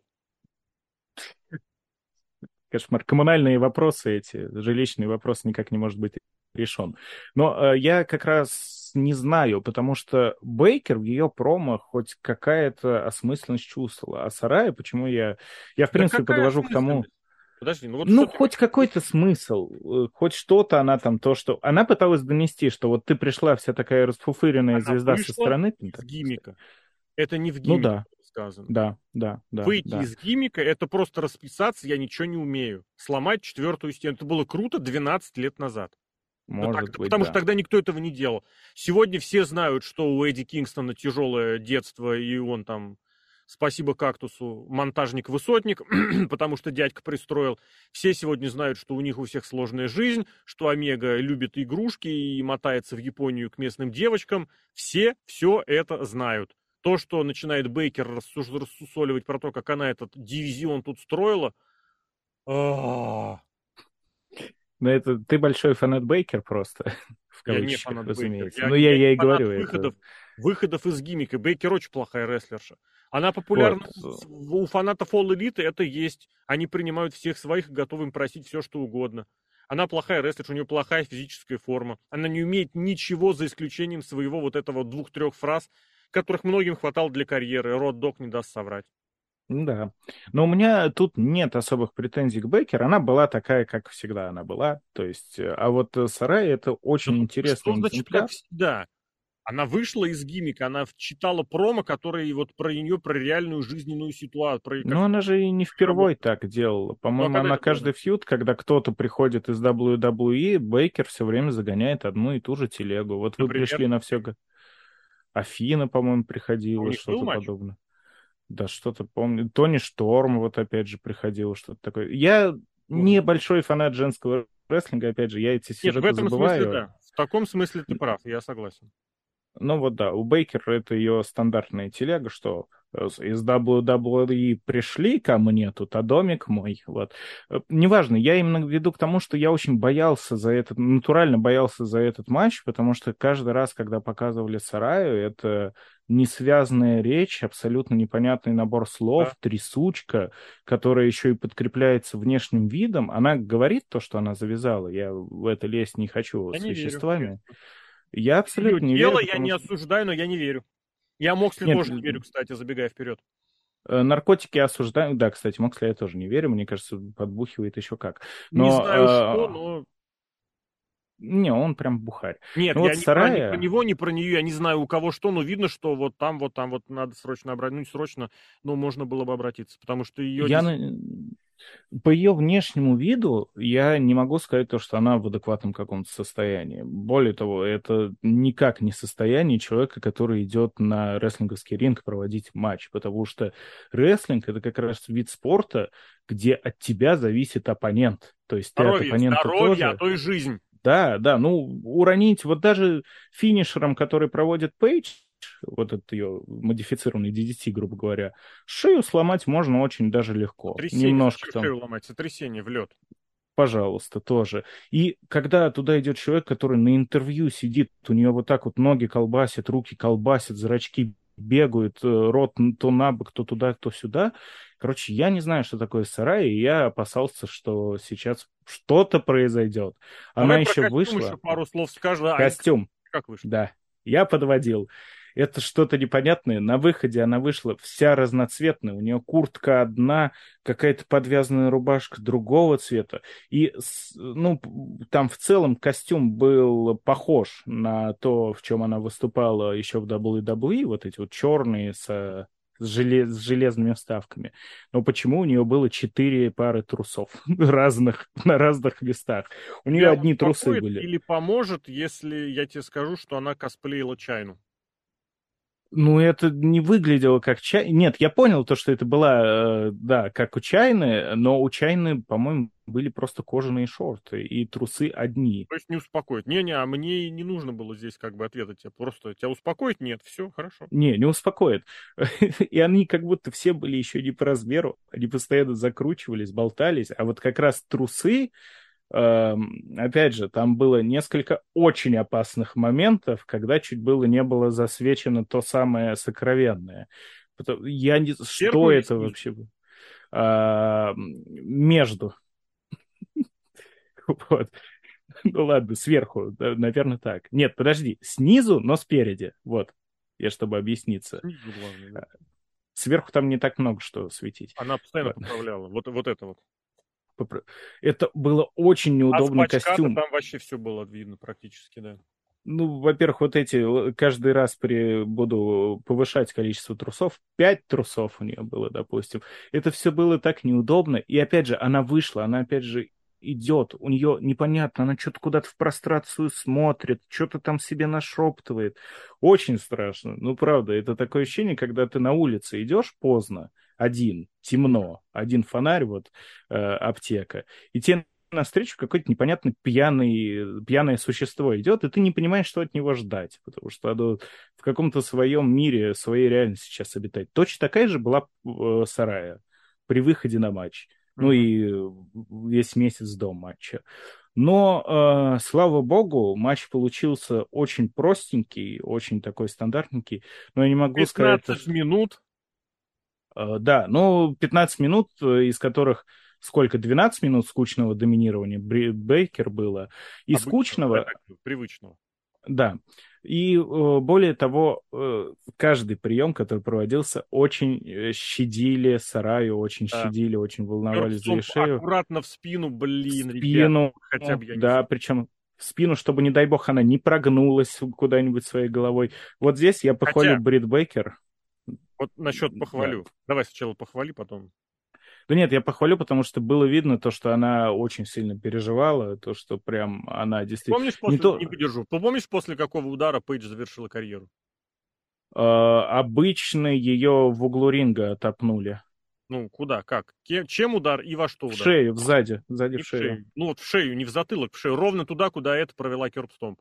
Кошмар. Коммунальные вопросы эти, жилищный вопрос никак не может быть решен. Но э, я как раз не знаю, потому что Бейкер в ее промо хоть какая-то осмысленность чувствовала. А Сарая, почему я... Я, в
Да
принципе,
какая
подвожу к тому...
осмысленность? Подожди, ну вот
Ну,
что ты
хоть
хочешь
какой-то
услышать?
смысл, э, хоть что-то она там, то, что... Она пыталась донести, что вот ты пришла вся такая расфуфыренная
Она
звезда со
вышла
стороны.
из
Так сказать.
гиммика. Это не в
Ну
гиммике
да,
сказано.
да, да, да,
Выйти
да.
из гиммика — это просто расписаться, я ничего не умею. Сломать четвертую стену. Это было круто двенадцать лет назад. Но
Может
тогда,
быть,
потому что
да.
тогда никто этого не делал. Сегодня все знают, что у Эдди Кингстона тяжелое детство, и он там, спасибо кактусу, монтажник-высотник, потому что дядька пристроил. Все сегодня знают, что у них у всех сложная жизнь, что Омега любит игрушки и мотается в Японию к местным девочкам. Все все это знают. То, что начинает Бейкер рассуж- рассусоливать про то, как она этот дивизион тут строила, а,
Но это ты большой фанат Бейкер просто, в
я не
кавычках,
фанат Бейкер.
разумеется.
Я,
Ну,
не-
я,
я не
я и
фанат
говорю, это
выходов, выходов из гиммика. Бейкер очень плохая рестлерша. Она
вот.
популярна у у фанатов All Elite, это есть. Они принимают всех своих и готовы им просить все, что угодно. Она плохая рестлерша, у нее плохая физическая форма. Она не умеет ничего, за исключением своего вот этого двух-трех фраз, которых многим хватало для карьеры. Род Док не даст соврать.
Ну да. Но у меня тут нет особых претензий к Бейкер. Она была такая, как всегда она была. То есть, э, а вот э, Сарай это
Да
очень
что
интересный
значит, как
экземпляр.
всегда? Она вышла из гиммика, она читала промо, которые вот про нее, про реальную жизненную ситуацию, про как
Но она же и не впервой
работает.
так делала.
Ну а
По-моему,
когда
она
это было?
каждый фьюд, когда кто-то приходит из дабл ю дабл ю и, Бейкер все время загоняет одну и ту же телегу. Вот вы
Например,
пришли на все... Афина, по-моему,
а у
приходила,
них был
что-то
матч?
подобное. Да, что-то помню. Тони Шторм вот опять же приходил, что-то такое. Я
Помню.
не большой фанат женского рестлинга, опять же, я эти
Нет, в
сюжеты
этом смысле
забываю.
да. В таком смысле ты прав, я согласен.
Ну вот да, у Бейкер это ее стандартная телега, что э, из дабл ю дабл ю и пришли ко мне, тут, а домик мой. Вот. Э, Неважно, я именно веду к тому, что я очень боялся за этот, натурально боялся за этот матч, потому что каждый раз, когда показывали Сараю, это несвязная речь, абсолютно непонятный набор слов,
Да.
трясучка, которая еще и подкрепляется внешним видом. Она говорит то, что она завязала. Я в это лезть не хочу
Я
с
не верю,
веществами.
честно.
Я
Ее
абсолютно не верю,
дело я
потому
не
что...
осуждаю, но я не верю. Я Моксли
Нет,
тоже не верю, кстати, забегая вперед.
э, наркотики осуждаю. Да, кстати, Моксли я тоже не верю. Мне кажется, подбухивает еще как.
Не знаю что,
Но
но
Не, он прям бухарь.
Нет,
Ну
я
вот
не про, не про
Сарая,
него, не про нее, я не знаю у кого что, но видно, что вот там, вот там вот надо срочно обратиться, ну не срочно, но можно было бы обратиться, потому что ее
я на- по ее внешнему виду я не могу сказать то, что она в адекватном каком-то состоянии. Более того, это никак не состояние человека, который идет на рестлинговский ринг проводить матч, потому что рестлинг — это как раз вид спорта, где от тебя зависит оппонент. То есть ты от
здоровье,
оппонента
здоровье, а
тоже...
то и жизнь.
Да, да, ну, уронить вот даже финишером, который проводит Пейдж, вот этот ее модифицированный ди ди ти, грубо говоря, шею сломать можно очень даже легко.
Сотрясение,
Немножко
зачем
там,
шею ломать? Сотрясение в лед.
пожалуйста, тоже. И когда туда идет человек, который на интервью сидит, у нее вот так вот ноги колбасят, руки колбасят, зрачки бегают, э, рот то на бок, то туда, то сюда. Короче, я не знаю, что такое сарай, и я опасался, что сейчас что-то произойдет. Она
Давай про
еще
костюм еще
вышла,
пару слов скажем. А, и
костюм.
как вышло?
Да, я подводил. Это что-то непонятное. На выходе она вышла вся разноцветная. У нее куртка одна, какая-то подвязанная рубашка другого цвета. И, с- ну, там в целом костюм был похож на то, в чем она выступала еще в дабл ю дабл ю и, вот эти вот черные с, с, желе- с железными вставками. Но почему у нее было четыре пары трусов разных, на разных местах? У нее
Тебя
одни трусы
успокоит
были.
или поможет, если я тебе скажу, что она косплеила Чайну?
Ну, это не выглядело как чай. Нет, я понял то, что это была, э, да, как у Чайны, но у Чайны, по-моему, были просто кожаные шорты и трусы одни.
То есть не успокоит. Не-не, а мне и не нужно было здесь как бы ответить тебе. Просто тебя успокоить? Нет, все, хорошо.
Не, не успокоит. И они как будто все были еще не по размеру. Они постоянно закручивались, болтались. А вот как раз трусы, эм, опять же, там было несколько очень опасных моментов, когда чуть было не было засвечено то самое сокровенное. Потом- Я не...
Сверху
Что
или
это
снизу?
вообще было? А, между. Вот. Ну ладно, сверху, да, наверное, так. Нет, подожди, снизу, но спереди. Вот, я чтобы объясниться.
Снизу, главное, да.
Сверху там не так много что светить.
Она постоянно
Ладно.
поправляла. Вот, вот это вот.
Попро- Это было очень
А с
неудобный
бачка-то
костюм.
там вообще все было видно практически, да.
Ну, во-первых, вот эти, э, каждый раз при, буду повышать количество трусов. Пять трусов у нее было, допустим. Это все было так неудобно. И опять же, она вышла, она опять же идет, у нее непонятно, она что-то куда-то в прострацию смотрит, что-то там себе нашептывает. Очень страшно. Ну, правда, это такое ощущение, когда ты на улице идешь поздно, один, темно, один фонарь, вот, э, аптека, и тебе навстречу какое-то непонятно пьяный, пьяное существо идет, и ты не понимаешь, что от него ждать, потому что оно в каком-то своем мире, своей реальности сейчас обитает. Точно такая же была э, Сарая при выходе на матч. Ну
Мгм.
и весь месяц до матча. Но, э, слава богу, матч получился очень простенький, очень такой стандартненький. Но я не могу сказать, то,
пятнадцать
что...
минут.
Э, да, ну, пятнадцать минут, э, из которых сколько, двенадцать минут скучного доминирования Бри- Бейкер было. И
Обычного, я
скучного,
так говорю, привычного.
да. И э, более того, э, каждый прием, который проводился, очень э, щадили Сараю, очень
Да.
щадили, очень волновались за ее
Кёрбстомп
шею.
аккуратно в спину,
В
блин, ребят.
спину,
Хотя бы, я не
да,
знаю.
причем в спину, чтобы, не дай бог, она не прогнулась куда-нибудь своей головой. Вот здесь я похвалю
Хотя,
Брит Бейкер.
вот насчет
Да.
похвалю. Давай сначала похвали, потом.
Да нет, я похвалю, потому что было видно то, что она очень сильно переживала, то, что прям она действительно...
Помнишь
Не
после, не
то...
выдержу, помнишь, после какого удара Пейдж завершила карьеру?
э, обычно ее в углу ринга топнули.
Ну, куда, как? Ке- Чем удар и во что
В
удар?
шею, сзади, сзади
Не
в
в
шею.
шею. Ну вот в шею, не в затылок, в шею. Ровно туда, куда это провела Кёрбстомп.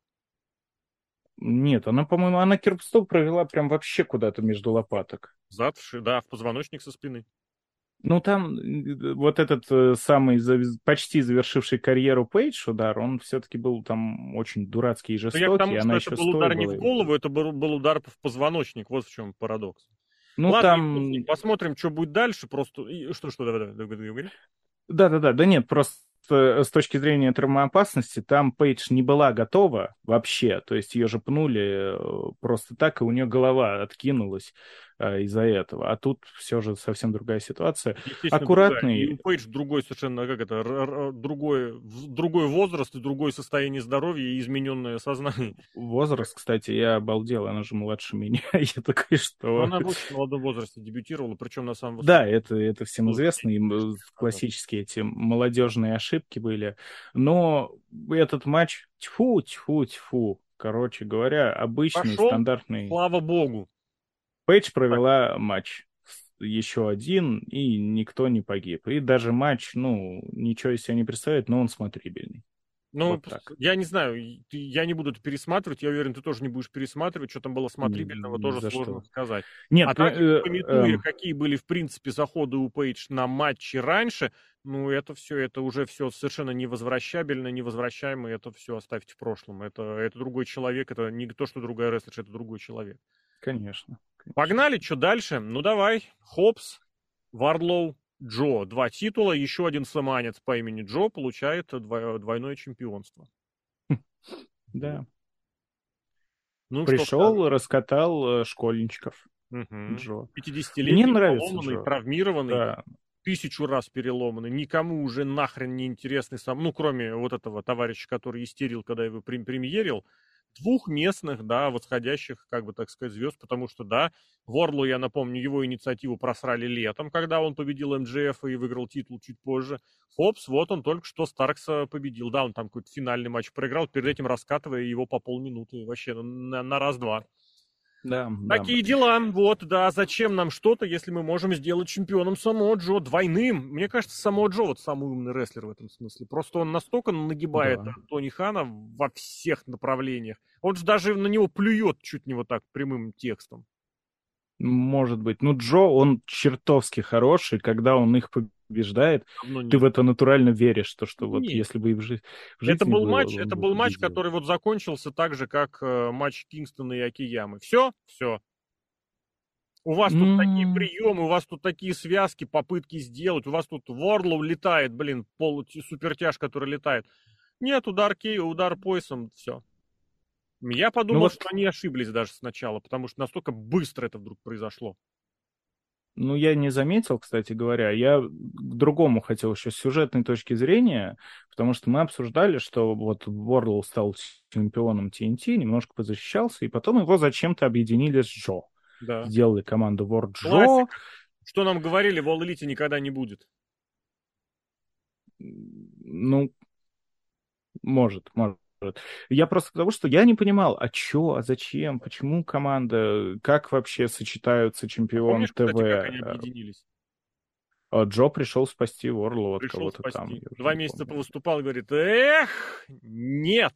Нет, она, по-моему, она кирпстоп провела прям вообще куда-то между лопаток.
Зад, в шею, да, в позвоночник со спины.
Ну, там э, вот этот э, самый заv- почти завершивший карьеру Пейдж удар, он все-таки был там очень дурацкий и
Но я к
жестокий,
тому,
она
что это
еще
был удар не
стоивала
в
его.
голову, это был, был удар в позвоночник. Вот в чем парадокс.
Ну,
Ладно, и бог с
там
ним. Посмотрим, что будет дальше. Просто и что, что, давай, давай, давай, давай, говори.
да-да-да, да нет, просто э, с точки зрения травмоопасности там Пейдж не была готова вообще, то есть ее же пнули э, просто так, и у нее голова откинулась. э, из-за этого. А тут все же совсем другая ситуация.
Естественно, другая. И у
Аккуратный
Пейдж другой совершенно, как это, р- р- другой, в- другой возраст и другое состояние здоровья и измененное сознание.
возраст, кстати, я обалдел, она же младше меня. Я такой,
Но
что...
она в очень молодом возрасте дебютировала, причем на самом
Да,
высоком.
это, это всем
Было
известно, и
десять
м,
лет назад.
классические эти молодежные ошибки были. Но этот матч, тьфу, тьфу, тьфу, короче говоря, обычный,
Пошел,
стандартный.
слава богу.
Пейдж
Так.
провела матч. Еще один, и никто не погиб. И даже матч, ну, ничего из себя не представляет, но он смотрибельный.
Ну,
Вот
п-
так.
я не знаю, и ты- я не буду это пересматривать, я уверен, ты тоже не будешь пересматривать, что там было
Ни,
смотрибельного,
ни
тоже
за
сложно
что.
сказать.
Нет,
А
э,
также,
э,
пометуя,
эм,
какие были, в принципе, заходы у Пейдж на матчи раньше, ну, это все, это уже все совершенно невозвращабельно, невозвращаемо, это все оставьте в прошлом. Это, это другой человек, это не то, что другая рестлерша, это другой человек.
конечно, конечно.
Погнали, что дальше? Ну, давай. Хопс, Варлоу, Джо. Два титула, еще один саманец по имени Джо получает дво- двойное чемпионство. Вот.
Да.
Ну, что
Пришел,
скажешь?
раскатал э, школьничков
Мгм.
Джо. Мне
пятидесятилетний,
нравится
поломанный,
Джо.
травмированный,
Да.
тысячу раз переломанный, никому уже нахрен не интересный сам, ну, кроме вот этого товарища, который истерил, когда его прем- премьерил, двух местных, да, восходящих, как бы так сказать, звезд, потому что, да, Ворлу, я напомню, его инициативу просрали летом, когда он победил эм джей эф и выиграл титул чуть позже. Хопс, вот он только что Старкса победил, да, он там какой-то финальный матч проиграл, перед этим раскатывая его по полминуты, вообще на, на раз-два.
Да, да.
Такие дела. Вот, да. Зачем нам что-то, если мы можем сделать чемпионом Самоа Джо двойным? Мне кажется, Самоа Джо вот самый умный рестлер в этом смысле. Просто он настолько нагибает
Да.
Тони Хана во всех направлениях. Он же даже на него плюет чуть не вот так прямым текстом.
Может быть. Ну, Джо, он чертовски хороший. Когда он их побеждает,
Давно
ты в
нет.
это натурально веришь, то, что вот
Нет.
если бы и в, жи- в
Это
жизни
был
было,
матч,
он
это
бы
был матч,
победил.
который вот закончился так же, как э, матч Кингстона и Акиямы. Все, все. У вас тут такие
М,
приемы, у вас тут такие связки, попытки сделать, у вас тут Ворлоу летает, блин, полу супертяж, который летает. Нет, удар кей, удар поясом, все. Я
Ну
подумал, что
вот,
они ошиблись даже сначала, потому что настолько быстро это вдруг произошло.
ну я не заметил, кстати говоря. Я к другому хотел еще с сюжетной точки зрения, потому что мы обсуждали, что вот Уорлоу стал чемпионом ти эн ти, немножко позащищался, и потом его зачем-то объединили с Джо.
Да.
Сделали команду Вор Джо.
Классика. Что нам говорили, в All Elite никогда не будет.
Ну, может, может. Я просто потому, что я не понимал, а чё, а зачем, почему команда, как вообще сочетаются
А
чемпион
помнишь, кстати, как
ТВ.
они объединились?
А Джо пришел спасти Уорлоу от
Пришел
кого-то там,
спасти.
я уже
Два
не
месяца
помню.
повыступал, говорит, эх, нет.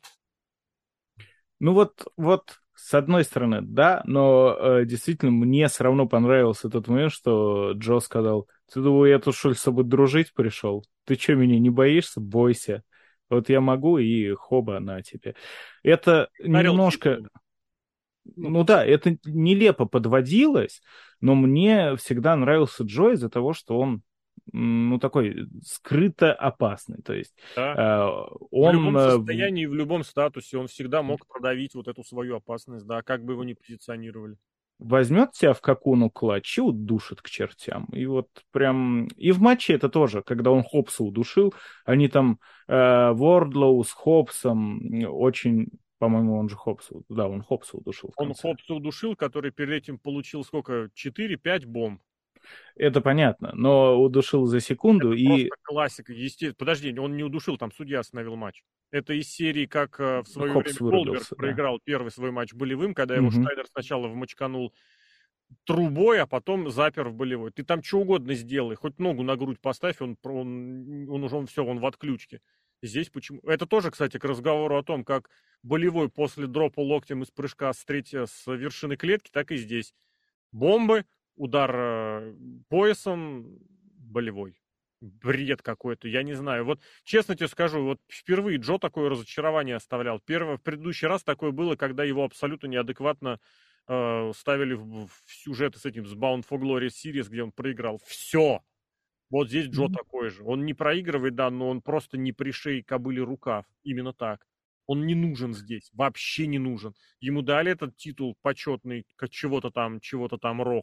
Ну вот, вот, с одной стороны, да, но э, действительно мне все равно понравился тот момент, что Джо сказал: ты думал, я тут что ли с собой дружить пришел? Ты что, меня не боишься? Бойся. Вот я могу, и хоба на тебе. Это
Ударил
немножко...
титулом. Ну,
Ну да, это нелепо подводилось, но мне всегда нравился Джо из-за того, что он, м, ну, такой скрыто опасный. То есть
да.
э,
В
он
любом
э, в-
состоянии, в любом статусе он всегда мог продавить вот эту свою опасность, да, как бы его ни позиционировали.
возьмет тебя в какуну клатч и удушит к чертям. И вот прям... И в матче это тоже, когда он Хопса удушил, они там э, Вордлоу с Хопсом очень... По-моему, он же Хопса... Да, он Хопса удушил в
Он
конце.
Хопса удушил, который перед этим получил сколько? четыре-пять бомб.
Это понятно, но удушил за секунду,
Это
и
просто классика. Естественно. Подожди, он не удушил, там судья остановил матч. Это из серии, как э, в свое время
Хопс
Голдберг
вырубился, да.
проиграл первый свой матч болевым, когда его
Мгм.
Штайнер сначала вмочканул трубой, а потом запер в болевой. Ты там что угодно сделай, хоть ногу на грудь поставь, он, он, он уже он все, он в отключке. Здесь почему? Это тоже, кстати, к разговору о том, как болевой после дропа локтем из прыжка с третьей, с вершины клетки, так и здесь. Бомбы, удар э, поясом, болевой. Бред какой-то, я не знаю. Вот честно тебе скажу, вот впервые Джо такое разочарование оставлял. Первое, в предыдущий раз такое было, когда его абсолютно неадекватно э, ставили в, в сюжеты с этим, с Bound for Glory Series, где он проиграл. Все. Вот здесь Джо
Мгм.
такой же. Он не проигрывает, да, но он просто не пришей кобыле рукав. Именно так. Он не нужен здесь. Вообще не нужен. Ему дали этот титул почетный, как чего-то там, чего-то там Рох.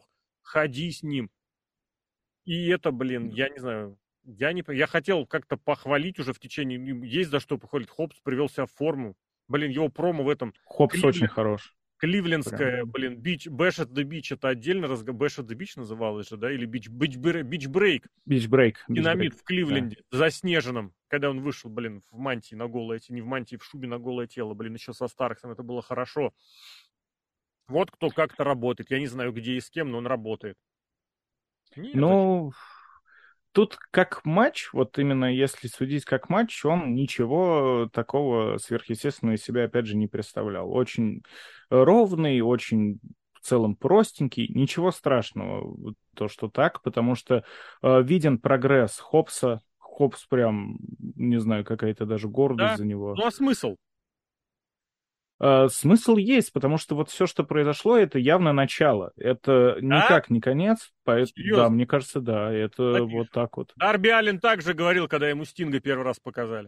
ходи с ним. И это, блин, я не знаю, я не, я хотел как-то похвалить уже в течение, есть за что похвалить. Хопс привел себя в форму. Блин, его промо в этом
Хопс очень
Кливленд,
хорош.
Кливлендская,
Прям.
блин, Beach, Bash at the Beach, это отдельно разговор. Bash at the Beach называлось же, да, или Beach, Beach, Beach Break.
Beach Break.
Динамит
Beach Break.
в Кливленде, да. Заснеженном, когда он вышел, блин, в мантии на голое тело, не в мантии, в шубе на голое тело, блин, еще со Старксом, это было хорошо. Вот кто как-то работает, я не знаю, где и с кем, но он работает. Нет,
ну, тут как матч, вот именно если судить как матч, он ничего такого сверхъестественного из себя, опять же, не представлял. Очень ровный, очень в целом простенький, ничего страшного, то, что так, потому что э, виден прогресс Хопса. Хопс прям, не знаю, какая-то даже гордость
да?
за него.
Ну а смысл?
Э, смысл есть, потому что вот все, что произошло, это явно начало. Это
Да?
никак не конец. Поэт... Да,
Серьезно?
мне кажется, да, это
Молодец.
вот так вот.
Дарби Аллен также говорил, когда ему Стинга первый раз показали.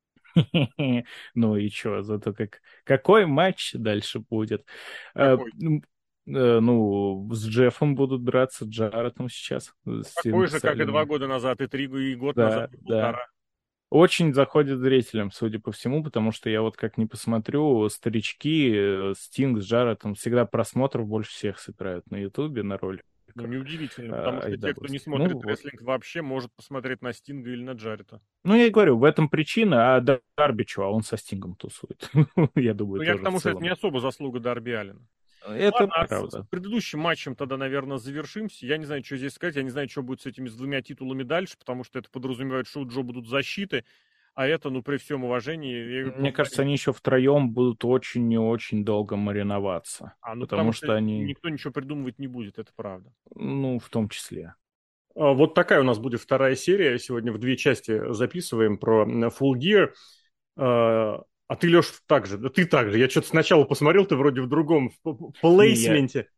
Ну и что, зато как... какой матч дальше будет? Э,
Какой?
м, э, Ну, с Джеффом будут драться, с Джаретом сейчас.
Такой
Стинг
же,
с
как и два
Алленом.
года назад, и три, и год назад,
Да,
и
да.
полтора.
Очень заходит зрителям, судя по всему, потому что я вот как ни посмотрю, старички, э, Стинг с Джаретом всегда просмотров больше всех собирают на Ютубе, на роликах
Ну, неудивительно, потому что те, кто не
айдабловских.
смотрит
Ну вот.
рестлинг вообще, может посмотреть на Стинга или на Джарета.
Ну, я и говорю, в этом причина, а Дарби что, а он со Стингом тусует. Я думаю,
Ну, я к
тоже в
тому, что это не
целом.
особо заслуга Дарби Аллена.
Это
Ладно, а с, с
правда.
предыдущим матчем тогда, наверное, завершимся. Я не знаю, что здесь сказать. Я не знаю, что будет с этими с двумя титулами дальше, потому что это подразумевает, что у Джо будут защиты. А это, ну, при всем уважении... Я говорю,
Мне кажется,
повторюсь.
они еще втроем будут очень и очень долго мариноваться.
А, ну, потому
Потому
что
что они,
никто ничего придумывать не будет, это правда.
ну, в том числе.
А, Вот такая у нас будет вторая серия. Сегодня в две части записываем про м, Full Gear. А а ты, Леш, так же. Да ты так же. Я что-то сначала посмотрел, ты вроде в другом в п- п-
Не, я,
плейсменте.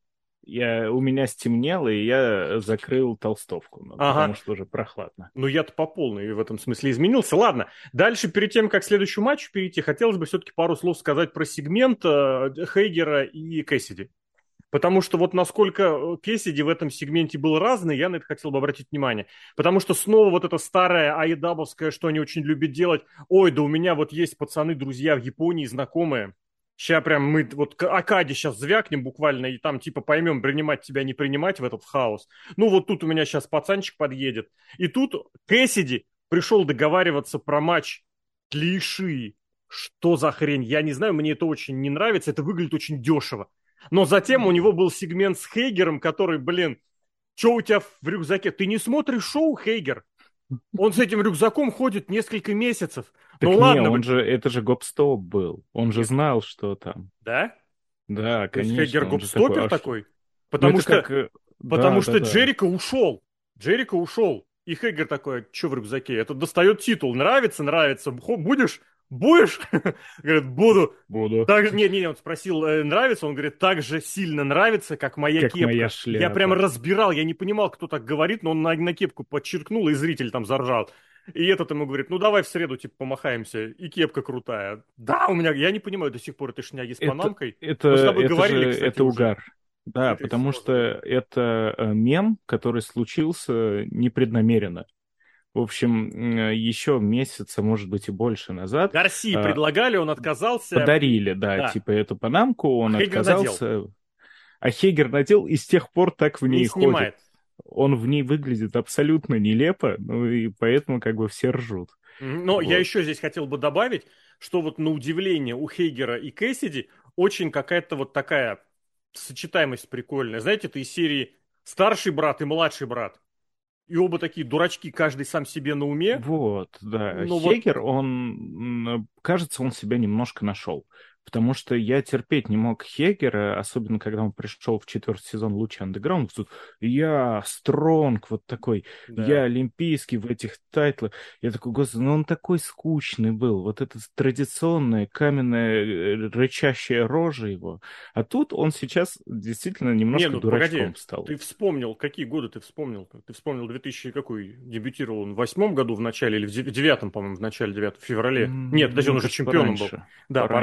я, у меня стемнело, и я закрыл толстовку, ну,
Ага.
потому что уже прохладно.
Ну, я-то по полной в этом смысле изменился. Ладно, дальше, перед тем, как к следующему матчу перейти, хотелось бы все-таки пару слов сказать про сегмент э, Хейгера и Кэссиди. Потому что вот насколько Кэссиди в этом сегменте был разный, я на это хотел бы обратить внимание. Потому что снова вот это старое айдабовское, что они очень любят делать. Ой, да у меня вот есть пацаны, друзья в Японии, знакомые. Сейчас прям мы вот к Акаде сейчас звякнем буквально, и там типа поймем, принимать тебя, не принимать в этот хаос. Ну вот тут у меня сейчас пацанчик подъедет. И тут Кэссиди пришел договариваться про матч для Ишии. Что за хрень? Я не знаю, мне это очень не нравится, это выглядит очень дешево. Но затем у него был сегмент с Хейгером, который, блин, что у тебя в рюкзаке? Ты не смотришь шоу, Хейгер? Он с этим рюкзаком ходит несколько месяцев.
Так
Ну
не,
ладно,
он
блин.
же, это же гоп-стоп был. Он же
Нет.
знал, что там.
Да?
Да,
То есть Хейгер
конечно, он же такой.
гопстопер
А что?
такой?
Ну,
Потому
это
что,
как... э,
потому
Да, да,
что
да.
Джерико ушел. Джерико ушел. И Хейгер такой, что в рюкзаке? Это достает титул. Нравится, нравится. Хо, будешь? Будешь? Говорит, буду.
Буду.
Так, не, не, он спросил, э, нравится? Он говорит, так же сильно нравится, как моя
Как
кепка.
моя
Я
шляпа.
прямо разбирал, я не понимал, кто так говорит, но он на, на кепку подчеркнул, и зритель там заржал. И этот ему говорит, ну давай в среду, типа, помахаемся, и кепка крутая. Да, у меня, я не понимаю до сих пор этой шняги с
Это,
панамкой.
это,
Мы с тобой
это
говорили,
же,
кстати,
это
уже.
угар. Да,
Это
потому
всё
что
забыл.
это э, мем, который случился непреднамеренно. В общем, м, еще месяц, а может быть и больше назад
Гарси
э,
предлагали, он отказался.
подарили, да,
Да,
типа эту панамку,
а
он
Хейгер надел.
отказался, а Хейгер надел и с тех пор так в
Не
ней ходит.
снимает.
Он в ней выглядит абсолютно нелепо, ну и поэтому как бы все ржут.
Мгм. Но я
Вот.
еще здесь хотел бы добавить, что вот на удивление у Хейгера и Кэссиди очень какая-то вот такая сочетаемость прикольная. Знаете, это из серии старший брат и младший брат. И оба такие дурачки, каждый сам себе на уме.
Вот, да.
Но вот,
Хейгер, он, м, кажется, он себя немножко нашел. Потому что я терпеть не мог Хейгера, особенно когда он пришел в четвертый сезон Луча Андеграунд. Тут я стронг, вот такой, я
да.
олимпийский в этих тайтлах. Я такой, господи, ну он такой скучный был. Вот эта традиционная каменная э, рычащая рожа его. А тут он сейчас действительно
Не,
немножко
ну погоди,
дурачком стал.
ты вспомнил, какие годы ты вспомнил? Ты вспомнил две тысячи какой? Дебютировал он в восьмом году в начале или в дев- девятом, по-моему, в начале девятого, в феврале. Нет,
М,
подожди, он
Мне
уже
кажется,
чемпионом был.
пораньше.
Да, пораньше.
Пораньше.
Это,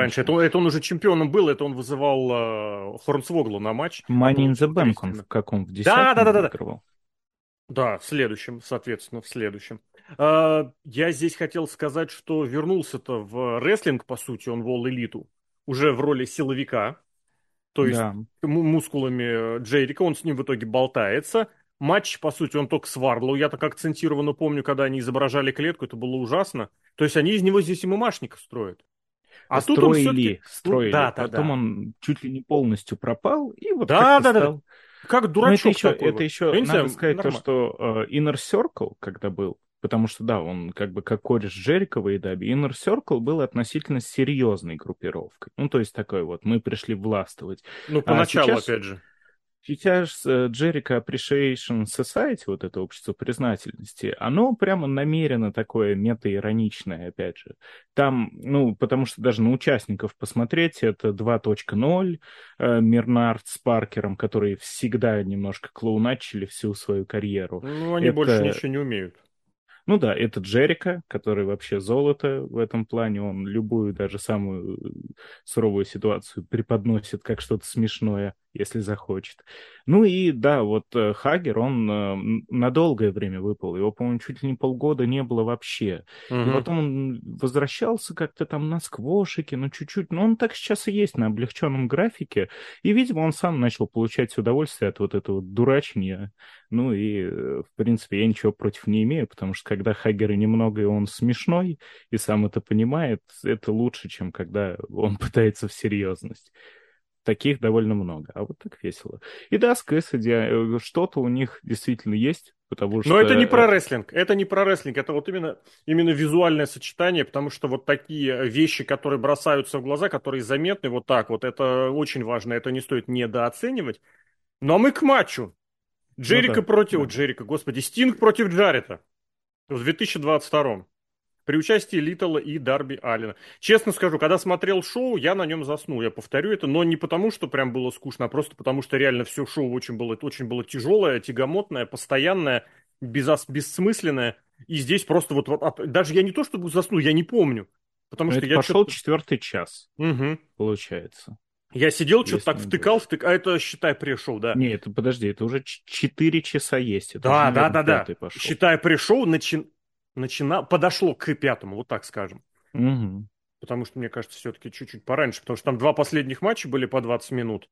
это он уже чемпионом был, это он вызывал э, Хорнсвогла на матч, а
Money in the
получил
Bank он
тридцать.
в каком? В
Да, да,
десятом
да, да, да.
выигрывал?
Да, в следующем, соответственно, в следующем. А, я здесь хотел сказать, что вернулся-то в рестлинг, по сути, он в All Elite, уже в роли силовика, то есть
Да.
му- мускулами э, Джерика, он с ним в итоге болтается. Матч, по сути, он только с Варлоу. Я так акцентированно помню, когда они изображали клетку, это было ужасно. То есть они из него здесь и мамашника строят. А тут он все-таки...
Строили,
Ну,
строили.
да, да,
Потом
да.
он чуть ли не полностью пропал и вот
Да,
как-то
да, да, да.
стал.
Как
Но это
дурачок
еще,
такой
это
вот.
еще
Я не
надо
знаю,
сказать то,
нормально.
что э, Inner Circle, когда был, потому что, да, он как бы как кореш Джерика в Эйдаби, Inner Circle был относительно серьезной группировкой. Ну, то есть такой вот, мы пришли властвовать.
Ну,
А
поначалу,
сейчас
опять же.
Сейчас э, Jericho Appreciation Society, вот это общество признательности, оно прямо намеренно такое мета-ироничное, опять же. Там, ну, потому что даже на участников посмотреть, это два точка ноль, э, Мернард с Паркером, которые всегда немножко клоуначили всю свою карьеру.
Ну, они больше
Это
ничего не умеют.
ну да, это Джерика, который вообще золото в этом плане. Он любую, даже самую э, суровую ситуацию преподносит как что-то смешное, если захочет. Ну и да, вот э, Хагер, он э, м, на долгое время выпал. Его, по-моему, чуть ли не полгода не было вообще. И
Угу.
потом он возвращался как-то там на сквошике, ну чуть-чуть. Но он так сейчас и есть на облегченном графике. И, видимо, он сам начал получать удовольствие от вот этого дурачения. Ну и, э, в принципе, я ничего против не имею, потому что когда Хаггер и немного, и он смешной, и сам это понимает, это лучше, чем когда он пытается в серьезность. Таких довольно много, а вот так весело. И да, с Кэссиди э, что-то у них действительно есть, потому
Но
что...
это не про
э,
рестлинг, это не про рестлинг, это вот именно, именно визуальное сочетание, потому что вот такие вещи, которые бросаются в глаза, которые заметны вот так вот, это очень важно, это не стоит недооценивать. Но мы к матчу.
Ну
Джерика
да,
против...
да.
Джерика, господи, Стинг против Джарета в две тысячи двадцать втором. При участии Литтла и Дарби Аллена. Честно скажу, когда смотрел шоу, я на нем заснул. Я повторю это, но не потому, что прям было скучно, а просто потому, что реально все шоу очень было, очень было тяжелое, тягомотное, постоянное, безос- бессмысленное. И здесь просто вот, вот от- даже я не то чтобы заснул, я не помню. Потому
Но
что
это
я
пошел
что-то...
четвертый час,
Мгм.
получается,
Я сидел, что-то
если
так
не
втыкал,
больше.
втык... а это, считай, пре-шоу, да.
Не, это подожди, это уже ч- четыре часа есть, это уже,
Да, да,
наверное,
да, да.
пятый пошел.
Считай, пришел, начи... начина... подошло к пятому, вот так скажем.
Угу.
Потому что, мне кажется, все-таки чуть-чуть пораньше, потому что там два последних матча были по двадцать минут.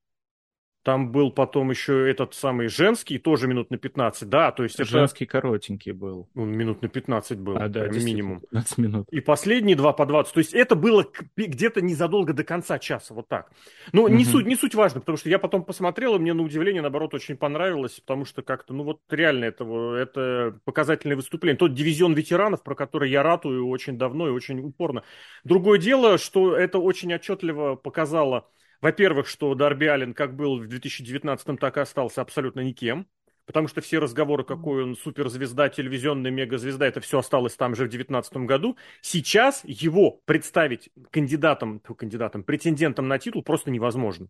Там был потом еще этот самый женский, тоже минут на пятнадцать, да, то есть это
Женский коротенький был.
ну, минут на пятнадцать был,
А, да,
прям
действительно,
минимум.
пятнадцать минут.
И последние два по двадцать. То есть это было к- где-то незадолго до конца часа, вот так. Но не
Мгм.
суть, не суть важно, потому что я потом посмотрел, и мне на удивление, наоборот, очень понравилось, потому что как-то, ну вот реально это, во- это показательное выступление. Тот дивизион ветеранов, про который я ратую очень давно и очень упорно. Другое дело, что это очень отчетливо показало, во-первых, что Дарби Аллен как был в две тысячи девятнадцатом, так и остался абсолютно никем. Потому что все разговоры, какой он суперзвезда, телевизионная мегазвезда, это все осталось там же в девятнадцатом году. Сейчас его представить кандидатом, тьфу, кандидатом, претендентом на титул просто невозможно.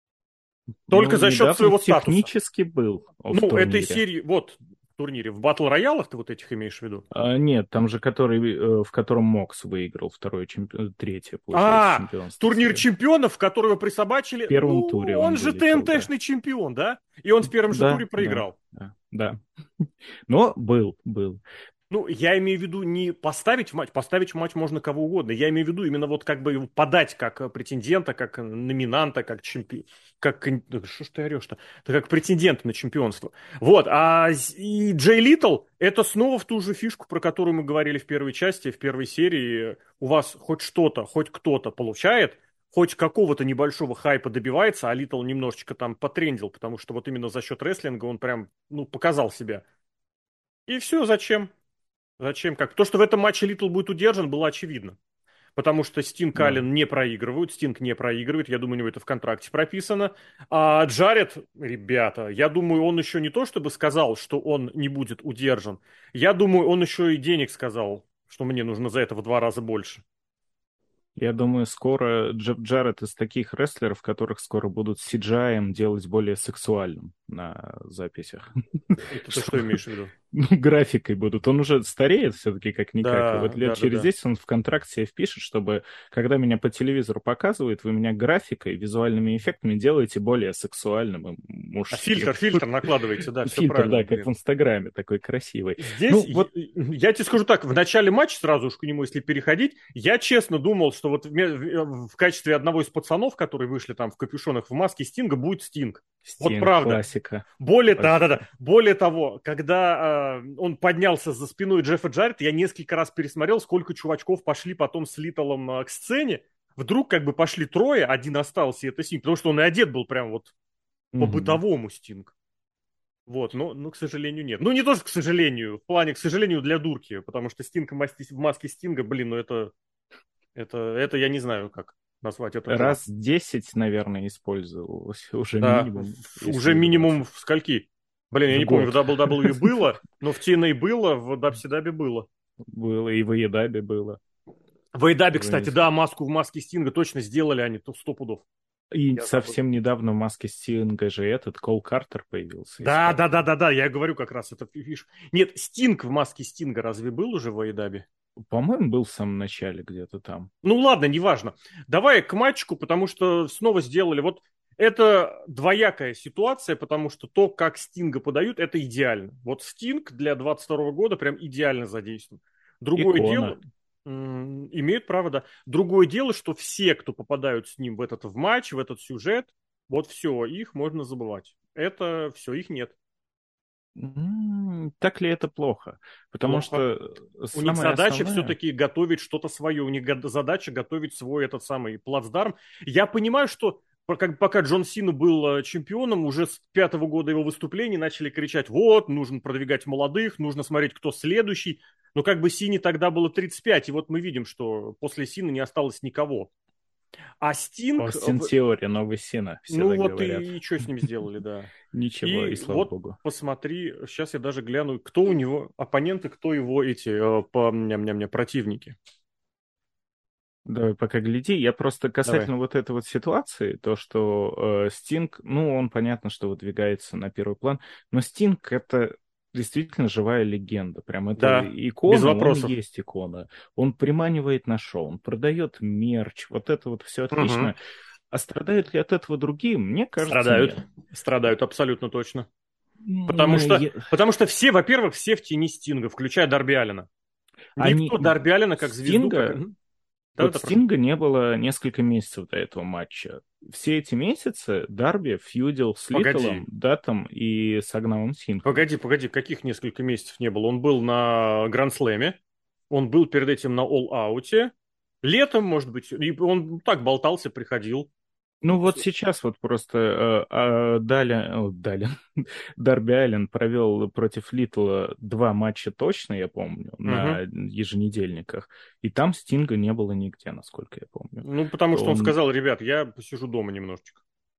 Только
Ну,
за счет
недавно
своего статуса.
технически был в
Ну, этой
турнире.
серии, вот, в турнире, в батл-роялах ты вот этих имеешь в виду?
А, нет, там же, который, э, в котором Мокс выиграл второе, чемпи... третье, получается,
А,
чемпионство
турнир
себе.
чемпионов, которого
В
присобачили,
первом
ну,
туре
он
он
же
вылетел, да.
ТНТ-шный чемпион, да? И он в первом же
Да,
туре
да,
проиграл.
да, да. Но был, был.
Ну, я имею в виду не поставить в матч, поставить в матч можно кого угодно. Я имею в виду именно вот как бы его подать как э, претендента, как э, номинанта, как чемпион, как, кон- да что ж ты орешь-то? Да как претендента на чемпионство. Вот, а с- и Джей Литтл, это снова в ту же фишку, про которую мы говорили в первой части, в первой серии. У вас хоть что-то, хоть кто-то получает, хоть какого-то небольшого хайпа добивается, а Литтл немножечко там потрендил, потому что вот именно за счет рестлинга он прям, ну, показал себя. И все, зачем? Зачем? Как? То, что в этом матче Литл будет удержан, было очевидно. Потому что Стинг
Да.
Аллен не проигрывают, Стинг не проигрывает, я думаю, у него это в контракте прописано. А Джаред, ребята, я думаю, он еще не то чтобы сказал, что он не будет удержан, я думаю, он еще и денег сказал, что мне нужно за это в два раза больше.
Я думаю, скоро Джефф Джаррет из таких рестлеров, которых скоро будут си джи ай делать более сексуальным. на записях.
Это ты что имеешь в виду?
Ну, графикой будут. Он уже стареет все-таки как-никак. И
Да,
вот лет
да, да,
через
да.
десять он в контракт себе впишет, чтобы, когда меня по телевизору показывают, вы меня графикой, визуальными эффектами делаете более сексуальным и
А
мужским.
фильтр, фильтр накладываете, да, все
Фильтр, да,
правильно,
как в
блин.
Инстаграме, такой красивый.
Здесь,
Ну,
я,
вот
я тебе скажу так, в начале матча, сразу уж к нему, если переходить, я честно думал, что вот в, в, в качестве одного из пацанов, которые вышли там в капюшонах в маске Стинга, будет Стинг. Вот
Стинг,
правда.
классика.
Более, да, да, да.
Классика.
Более того, когда э, он поднялся за спиной Джеффа Джаррета, я несколько раз пересмотрел, сколько чувачков пошли потом с Литлом э, к сцене. Вдруг как бы пошли трое, один остался, и это Стинг, потому что он и одет был прям вот
Мгм.
по-бытовому Стинг. Вот, но, но, к сожалению, нет. Ну, не тоже, к сожалению, в плане, к сожалению, для дурки, потому что Стинг в маске, в маске Стинга, блин, ну это, это, это я не знаю, как назвать это
Раз
класс.
десять, наверное, использовалось уже
Да,
минимум,
в- уже
если не
минимум
двадцать.
в скольки? Блин, я
В
не помню, в
год
дабл ю дабл ю и было, но в ти эн эй было, в дабл ю си дабл ю было.
было, и в Эедабе было.
В Эйдабе,
Уже
кстати,
не...
да, маску в маске Стинга точно сделали они, то сто пудов.
И
Я забыл.
совсем недавно в маске Стинга же этот Кол Картер появился из
Да, да, да,
Паттона.
да, да, я говорю как раз это фиш. Нет, Стинг в маске Стинга разве был уже в Эйдабе?
По-моему, был в самом начале где-то там.
Ну ладно, неважно. Давай к матчику, потому что снова сделали. Вот это двоякая ситуация, потому что то, как Стинга подают, это идеально. Вот Стинг для двадцать второго года прям идеально задействован. Другое
Икона.
дело, м, имеют право, да. Другое дело, что все, кто попадают с ним в этот в матч, в этот сюжет, вот все, их можно забывать. Это все, их нет.
М, Так ли это плохо? Потому
Плохо.
что
У них
самое
задача
основное...
все-таки готовить что-то свое. У них го- задача готовить свой этот самый плацдарм. Я понимаю, что по- как- пока Джон Сина был э, чемпионом, уже с пятого года его выступлений начали кричать, вот, нужно продвигать молодых, нужно смотреть, кто следующий. Но как бы Сине тогда было тридцать пять, и вот мы видим, что после Сины не осталось никого. А Стинг, э,
Остин
в-
Теори, новый Сина, все
ну
так
вот
говорят.
и, и что с ним сделали, да.
Ничего, и
И
слава
вот
богу.
посмотри, сейчас я даже гляну, кто у него оппоненты, кто его эти э, по, ням-ням-ням, противники.
Давай пока гляди. Я просто
Давай.
касательно вот этой вот ситуации, то, что э, Стинг, ну, он понятно, что выдвигается на первый план, но Стинг — это действительно живая легенда. Прям это
Да, без
икона, он и
вопросов.
есть икона. Он приманивает на шоу, он продает мерч, вот это вот все
Мгм.
отлично. А страдают ли от этого другие? Мне кажется,
Страдают.
нет.
Страдают абсолютно точно. Потому
М,
что,
е-
потому что все, во-первых, все в тени Стинга, включая Дарби Аллена.
Они...
Никто Дарби Аллена как звезду, как...
Стинга
Мгм.
Вот
Да-да, прошу.
Стинга не было несколько месяцев до этого матча. Все эти месяцы Дарби фьюдил с
Погоди,
Литлом, Датом и Сагнамом Сингом.
погоди, погоди, каких несколько месяцев не было? Он был на Гранд-слэме, он был перед этим на All-ауте, летом, может быть, и он так болтался, приходил.
Ну вот сейчас вот просто э, а, Даля, о, Даля, Дарби Аллен провел против Литла два матча точно, я помню,
Мгм.
на еженедельниках. И там Стинга не было нигде, насколько я помню.
Ну, потому что он
Он
сказал, ребят, я посижу дома немножечко.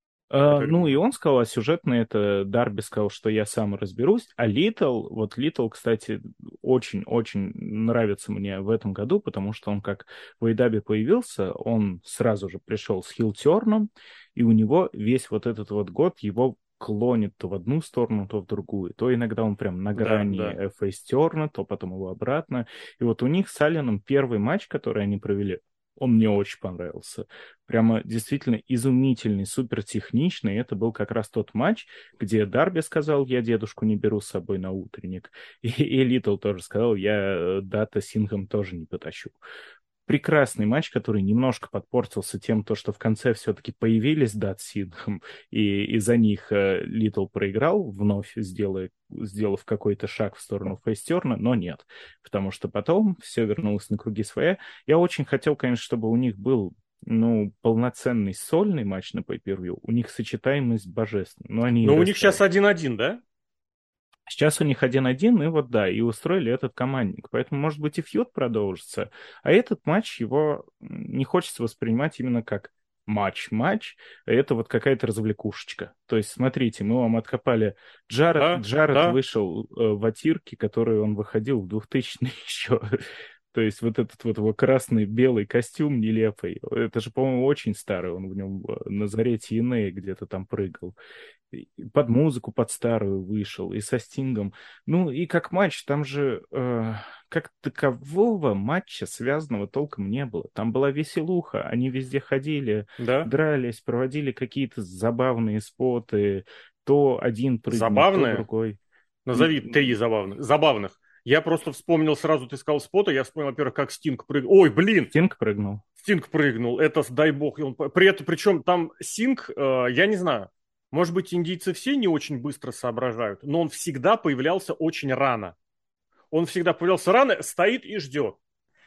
А,
Это...
ну, и он сказал, а сюжетно это Дарби сказал, что я сам разберусь. А Литл, вот Литл, кстати, очень-очень нравится мне в этом году, потому что он как в Эйдабе появился, он сразу же пришел с хилтерном, и у него весь вот этот вот год его клонит то в одну сторону, то в другую. То иногда он прям на
Да,
грани
да.
фейстерна, то потом его обратно. И вот у них с Алленом первый матч, который они провели, он мне очень понравился. Прямо действительно изумительный, супер техничный. Это был как раз тот матч, где Дарби сказал, я дедушку не беру с собой на утренник. И, и Литл тоже сказал, я э, Дата Сингом тоже не потащу. Прекрасный матч, который немножко подпортился тем, то, что в конце все-таки появились Дат Сингом, и из-за них э, Литл проиграл, вновь сделая, сделав какой-то шаг в сторону фейстерна, но нет, потому что потом все вернулось на круги своя. Я очень хотел, конечно, чтобы у них был ну, полноценный сольный матч на pay-per-view, у них сочетаемость божественная, но они и
Но у них сейчас
расстались.
один-один, да?
Сейчас у них один-один, и вот да, и устроили этот командник. Поэтому, может быть, и фьюд продолжится. А этот матч, его м, не хочется воспринимать именно как матч-матч. Это вот какая-то развлекушечка. То есть, смотрите, мы вам откопали Джаред.
Да,
Джаред
да.
вышел э, в атирке, который он выходил в двухтысячные еще. То есть вот этот вот его красный-белый костюм нелепый, это же, по-моему, очень старый, он в нем э, на заре Ти Эн Эй где-то там прыгал. И под музыку, под старую вышел, и со Стингом. Ну, и как матч, там же э, как такового матча связанного толком не было. Там была веселуха, они везде ходили,
Да?
дрались, проводили какие-то забавные споты. То один прыгнет, то
Забавное?
другой.
Назови три
М,
забавных. Забавных. Я просто вспомнил сразу, ты сказал спота, я вспомнил, во-первых, как Стинг прыгнул. Ой, блин,
Стинг прыгнул.
Стинг прыгнул. Это, дай бог. И он... При этом, причем там Синг, э, я не знаю, может быть, индийцы все не очень быстро соображают, но он всегда появлялся очень рано. Он всегда появлялся рано, стоит и ждет.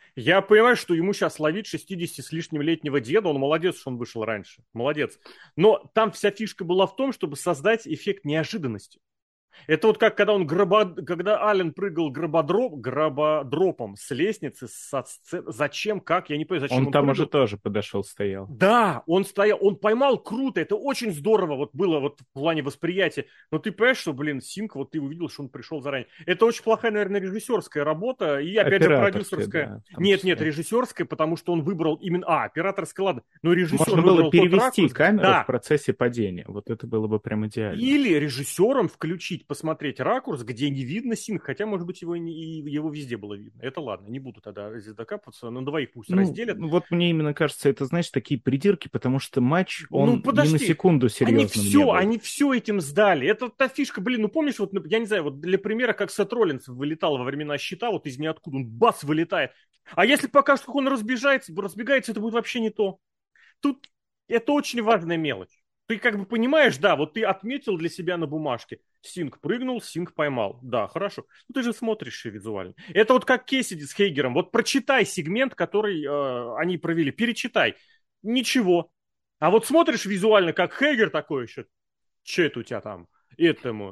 Я понимаю, что ему сейчас ловить шестидесяти с лишним летнего деда, он молодец, что он вышел раньше. Молодец. Но там вся фишка была в том, чтобы создать эффект неожиданности. Это вот как когда он гроба... когда Ален прыгал грободроп... грободропом с лестницы, со сцены. Зачем, как, я не понимаю, зачем
Он
он
там
прыгал.
уже тоже подошел, стоял.
Да, он стоял, он поймал круто, это очень здорово вот было вот в плане восприятия. Но ты понимаешь, что, блин, Синк, вот ты увидел, что он пришел заранее. Это очень плохая, наверное, режиссерская работа и, опять же,
Операторская,
продюсерская.
да, в том
Нет, нет,
числе.
режиссерская, потому что он выбрал именно... А, операторская, ладно, но режиссер
Можно было
выбрал тот
перевести
ракурс.
камеру в
Да,
процессе падения. Вот это было бы прям идеально.
или режиссером включить, посмотреть ракурс, где не видно Синг, хотя, может быть, его, не, его везде было видно. Это ладно, не буду тогда здесь докапываться, но двоих пусть
Ну,
разделят.
вот мне именно кажется, это, знаешь, такие придирки, потому что матч,
Ну,
он ни на
подожди,
секунду
они
серьезным не
все,
был.
они все этим сдали. Это та фишка, блин, ну помнишь, вот, я не знаю, вот для примера, как Сет Роллинс вылетал во времена щита, вот из ниоткуда, он бац, вылетает. А если покажут, как он разбежается, разбегается, это будет вообще не то. Тут это очень важная мелочь. Ты как бы понимаешь, да, вот ты отметил для себя на бумажке. Синг прыгнул, Синг поймал. Да, хорошо. Ну ты же смотришь визуально. Это вот как Кессиди с Хейгером. Вот прочитай сегмент, который э, они провели. Перечитай. Ничего. А вот смотришь визуально, как Хейгер такой еще. Че это у тебя там? Этому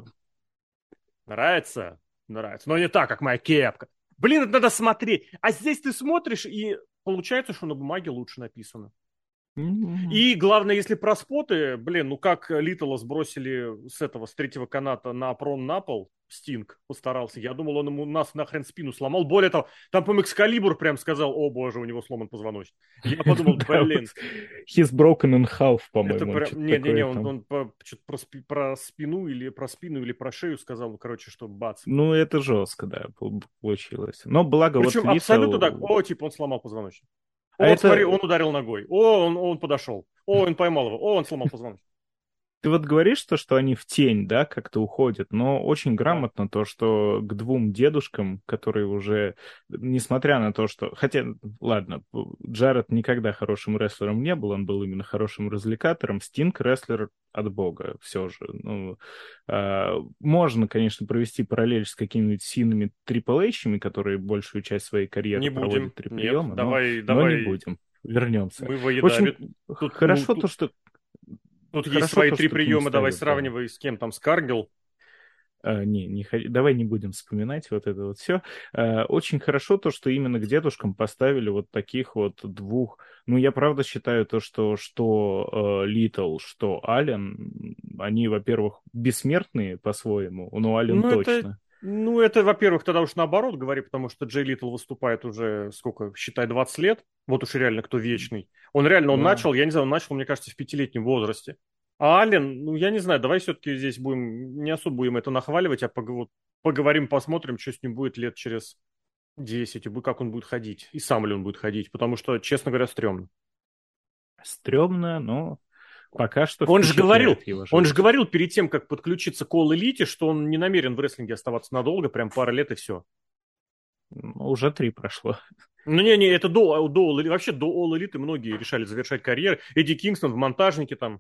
нравится? Нравится. Но не так, как моя кепка. Блин, это надо смотреть. А здесь ты смотришь, и получается, что на бумаге лучше написано.
М-м-м.
И главное, если про споты, блин, ну как Литтла сбросили с этого, с третьего каната на прон на пол, Стинг постарался. Я думал, он ему нас нахрен спину сломал. Более того, там, по-моему, Экскалибур прям сказал, о боже, у него сломан позвоночник. Я подумал,
Да, вот
блин,
He's broken in half,
это
по-моему, он
прям...
что-то
Не-не-не,
такое
он,
там.
он по- что-то про, спи- про спину или про спину или про шею сказал, ну, короче, что бац.
Ну, это жестко, да, пол- получилось. Но благо вот
Причем абсолютно так,
Литл...
о, типа, он сломал позвоночник.
А
О, вот смотри,
это
он ударил ногой. О, он, он подошел. О, он поймал его. О, он сломал позвоночник.
Ты вот говоришь то, что они в тень, да, как-то уходят, но очень
Да.
грамотно то, что к двум дедушкам, которые уже, несмотря на то, что... Хотя, ладно, Джаред никогда хорошим рестлером не был, он был именно хорошим развлекатором, Стинг рестлер от бога все же. Ну, а, можно, конечно, провести параллель с какими-нибудь сильными Трипл Эйчами, которые большую часть своей карьеры
Не будем.
проводят три
Нет,
приема, но,
давай,
но не
давай.
будем. Вернемся.
Мы воедабит.
Очень
Тут, ну,
хорошо то,
тут,
что...
тут есть
Хорошо
свои
то,
три
что к ним
приема, давай
ставят, да.
сравнивай с кем там, с Каргил.
А, не, не, хо- давай не будем вспоминать вот это вот все. Очень хорошо то, что именно к дедушкам поставили вот таких вот двух. Ну, я правда считаю то, что что э, Литл, что Ален, они, во-первых, бессмертные по-своему, но Ален
Ну, это,
точно.
ну, это, во-первых, тогда уж наоборот говори, потому что Джей Литл выступает уже, сколько, считай, двадцать лет. Вот уж реально кто вечный. Он реально, он
Да.
начал, я не знаю, он начал, мне кажется, в пятилетнем возрасте. А Ален, ну, я не знаю, давай все-таки здесь будем, не особо будем это нахваливать, а пог- вот поговорим, посмотрим, что с ним будет лет через десять, и бу- как он будет ходить, и сам ли он будет ходить, потому что, честно говоря, стрёмно.
Стрёмно, но пока что
Он же говорил,
впечатляет его
он же
жизнь.
говорил перед тем, как подключиться к All Elite, что он не намерен в рестлинге оставаться надолго, прям пара лет и все.
Ну, уже три прошло.
Ну, не-не, это до, до All Elite, вообще до All Elite многие решали завершать карьеру. Эдди Кингстон в монтажнике там.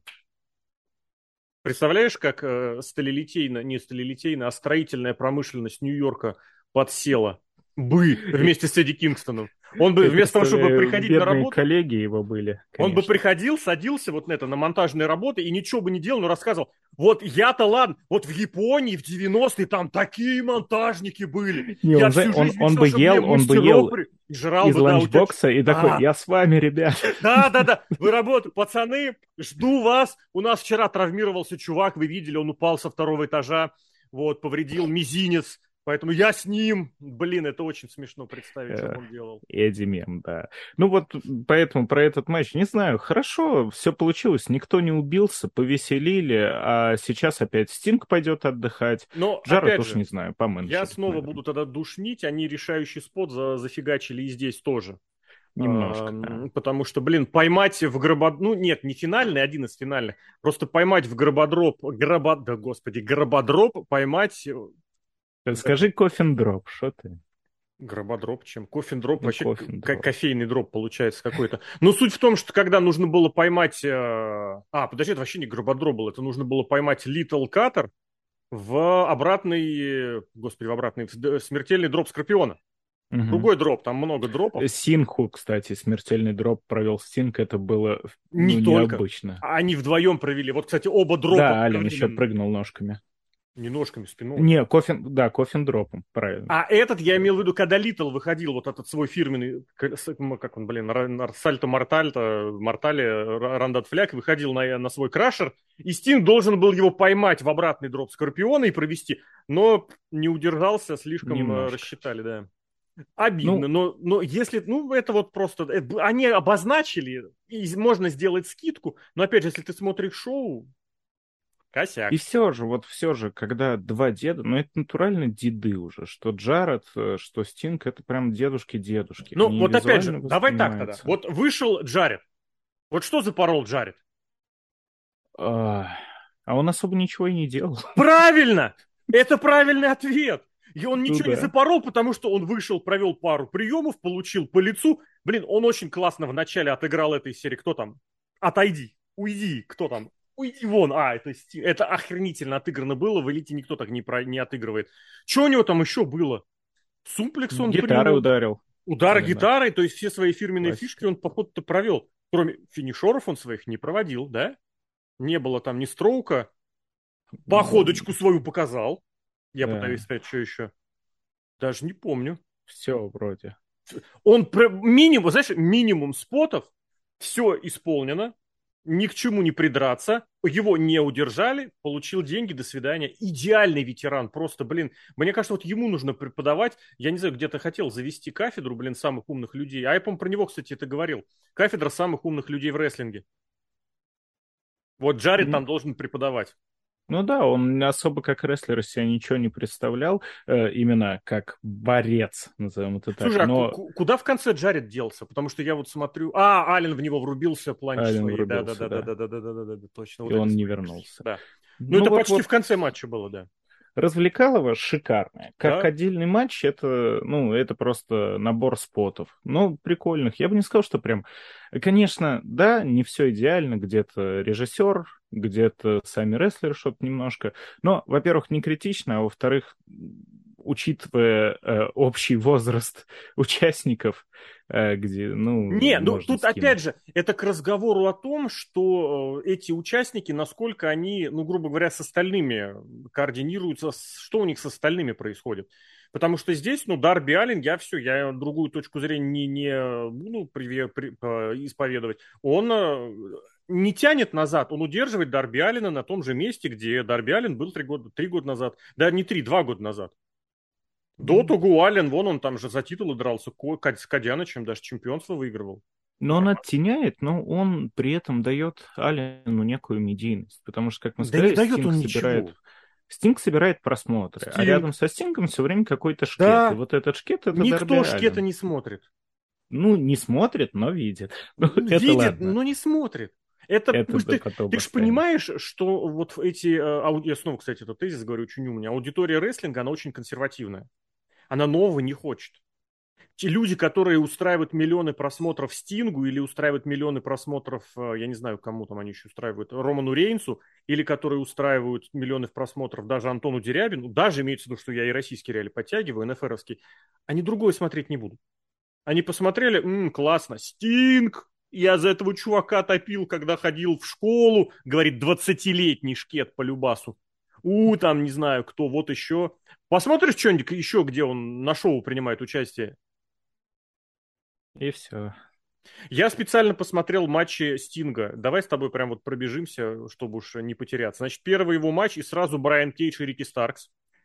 Представляешь, как э, сталелитейно, не сталелитейно, а строительная промышленность Нью-Йорка подсела бы вместе с Эдди Кингстоном. Он бы
Я
вместо того, чтобы
представляю,
приходить на
бедные
работу,
коллеги его были,
он бы
конечно.
приходил, садился вот на это, на монтажные работы и ничего бы не делал, но рассказывал, вот я-то ладно, вот в Японии в девяностые там такие монтажники были.
Не,
Я
он, за-
всю
он,
жизнь
он
мечтал,
бы
чтобы мне
ел, он бы
мастеров
ел
при... и жрал
из
бы, да, у тебя...
ланчбокса и такой,
Да,
я с вами, ребят.
да, да, да, вы работаете, пацаны, жду вас. У нас вчера травмировался чувак, вы видели, он упал со второго этажа, вот, повредил мизинец. Поэтому я с ним. Блин, это очень смешно представить, что
Э,
бы он делал.
Эдди Мем, да. Ну вот поэтому про этот матч, не знаю, хорошо, все получилось, никто не убился, повеселили, а сейчас опять Стинг пойдет отдыхать.
Но,
Джаред
опять
уж
же,
не знаю,
я
поменеджерит,
снова
наверное.
буду тогда душнить. Они решающий спот за, зафигачили и здесь тоже.
Немножко, да.
Ам, Потому что, блин, поймать в гробод... Ну, нет, не финальный, один из финальных. Просто поймать в грободроп... Гробо... Да, господи, грободроп поймать... Это
Скажи кофин дроп, что ты?
грободроп, чем кофин дроп,
Ну,
вообще к-
кофин
к-
дроп.
кофейный дроп получается какой-то. Но суть в том, что когда нужно было поймать... э, А, подожди, это вообще не грободроп был, это нужно было поймать Little Cutter в обратный... Господи, в обратный... в д- смертельный дроп Скорпиона.
Мгм.
Другой дроп, там много дропов.
Синху, кстати, смертельный дроп провел Стинг, это было,
Не
ну,
только.
необычно.
А они вдвоем провели. Вот, кстати, оба дропа
Да, Ален еще
одновременно.
прыгнул ножками.
Не ножками, спиной.
Не, кофин, да, кофин дропом, правильно.
А этот я имел в виду, когда Литл выходил, вот этот свой фирменный, к- с- м, как он, блин, ра- нар- сальто мортальто, мортале, ра- рандат фляг, выходил на, на свой крашер, и Стинг должен был его поймать в обратный дроп Скорпиона и провести, но не удержался, слишком э,
Немножко.
рассчитали, да. Обидно,
Ну,
но, но если, ну, это вот просто, э, б- они обозначили, и можно сделать скидку, но опять же, если ты смотришь шоу,
и
косяк.
все же, вот все же, когда два деда, ну это натурально деды уже, что Джаред, э, что Стинг, это прям дедушки-дедушки.
Ну,
Они
вот опять же,
визуально
давай так тогда.
воспринимаются.
Вот вышел Джаред. Вот что запорол Джаред?
А, а он особо ничего и не делал.
Правильно! Это правильный ответ. И он
Ну
ничего не
да.
запорол, потому что он вышел, провел пару приемов, получил по лицу. Блин, он очень классно вначале отыграл этой серии. Кто там? Отойди, уйди. Кто там? Уйди вон. А, это, Сти- это охренительно отыграно было. В элите никто так не, про... не отыгрывает. Что у него там еще было? Сумплекс он
Гитарой
принял.
ударил.
Удар
Именно.
гитарой, то есть все свои фирменные фишки
Классика.
он, походу-то, провел. Кроме финишеров он своих не проводил, да? Не было там ни строука. Походочку свою показал. Я пытаюсь
Да,
сказать, что еще. Даже не помню.
все вроде.
Он про- минимум, знаешь, минимум спотов, все исполнено, ни к чему не придраться, его не удержали, получил деньги, до свидания. Идеальный ветеран, просто, блин, мне кажется, вот ему нужно преподавать, я не знаю, где-то хотел завести кафедру, блин, самых умных людей, а я, по-моему, про него, кстати, это говорил, кафедра самых умных людей в рестлинге. Вот Джаред там должен преподавать.
Ну да, он особо как рестлер из себя ничего не представлял, э, именно как борец, назовем это так.
Слушай, а ку-
Но
ку- куда в конце Джаред делся? Потому что я вот смотрю... А, Ален в него врубился, планч
Ален
своей.
врубился, да,
Да-да-да-да-да-да-да-да, точно.
и
Вот этой
он не
своей красоте.
вернулся.
Да. Ну,
Ну
это почти в
вот-вот,
конце матча было, да.
Развлекалово шикарное. Как
Да.
отдельный матч, это, ну, это просто набор спотов. Ну, прикольных. Я бы не сказал, что прям... Конечно, да, не все идеально. Где-то режиссер, где-то сами рестлеры что-то немножко. Но, во-первых, не критично, а во-вторых, учитывая э, общий возраст участников, э, где, ну,
Не, ну
можно
тут опять
скинуть.
же, это к разговору о том, что э, эти участники, насколько они, ну, грубо говоря, с остальными координируются, с- что у них с остальными происходит. Потому что здесь, ну, Дарби Аллен, я все, я другую точку зрения не, не буду приве- при- э, исповедовать. Он э, не тянет назад, он удерживает Дарби Аллена на том же месте, где Дарби Аллен был три года, три года назад. Да, не три, два года назад. До того Аллен, вон он там же за титулы дрался Ко- Кад- с Кадянычем, даже чемпионство выигрывал.
Но он оттеняет, но он при этом дает Аллену некую медийность. Потому что, как мы
Да не
сказали,
дает
Стинг
он
собирает,
ничего.
Стинг собирает просмотры. А рядом
Стинг.
со Стингом все время какой-то шкет. И
Да,
вот этот шкет — это Дарби
никто шкета
Аллен.
не смотрит.
Ну, не смотрит, но видит. Ну, это
Видит,
ладно.
но не смотрит. Это,
Это
потому что
да,
ты,
потом
ты же
оставим.
понимаешь, что вот эти, э, ау- я снова, кстати, этот тезис говорю очень умный, аудитория рестлинга, она очень консервативная. Она нового не хочет. Те люди, которые устраивают миллионы просмотров Стингу или устраивают миллионы просмотров, э, я не знаю, кому там они еще устраивают, Роману Рейнсу, или которые устраивают миллионы просмотров даже Антону Дерябину, даже имеется в виду, что я и российский реалии подтягиваю, эн эф эр-овский, они другое смотреть не будут. Они посмотрели, м, классно, Стинг, я за этого чувака топил, когда ходил в школу, говорит, двадцатилетний шкет по любасу. У, там, не знаю, кто, вот еще. Посмотришь что-нибудь еще, где он на шоу принимает участие?
И все.
Я специально посмотрел матчи Стинга. Давай с тобой прям вот пробежимся, чтобы уж не потеряться. Значит, первый его матч и сразу Брайан Кейдж и Рики Старкс.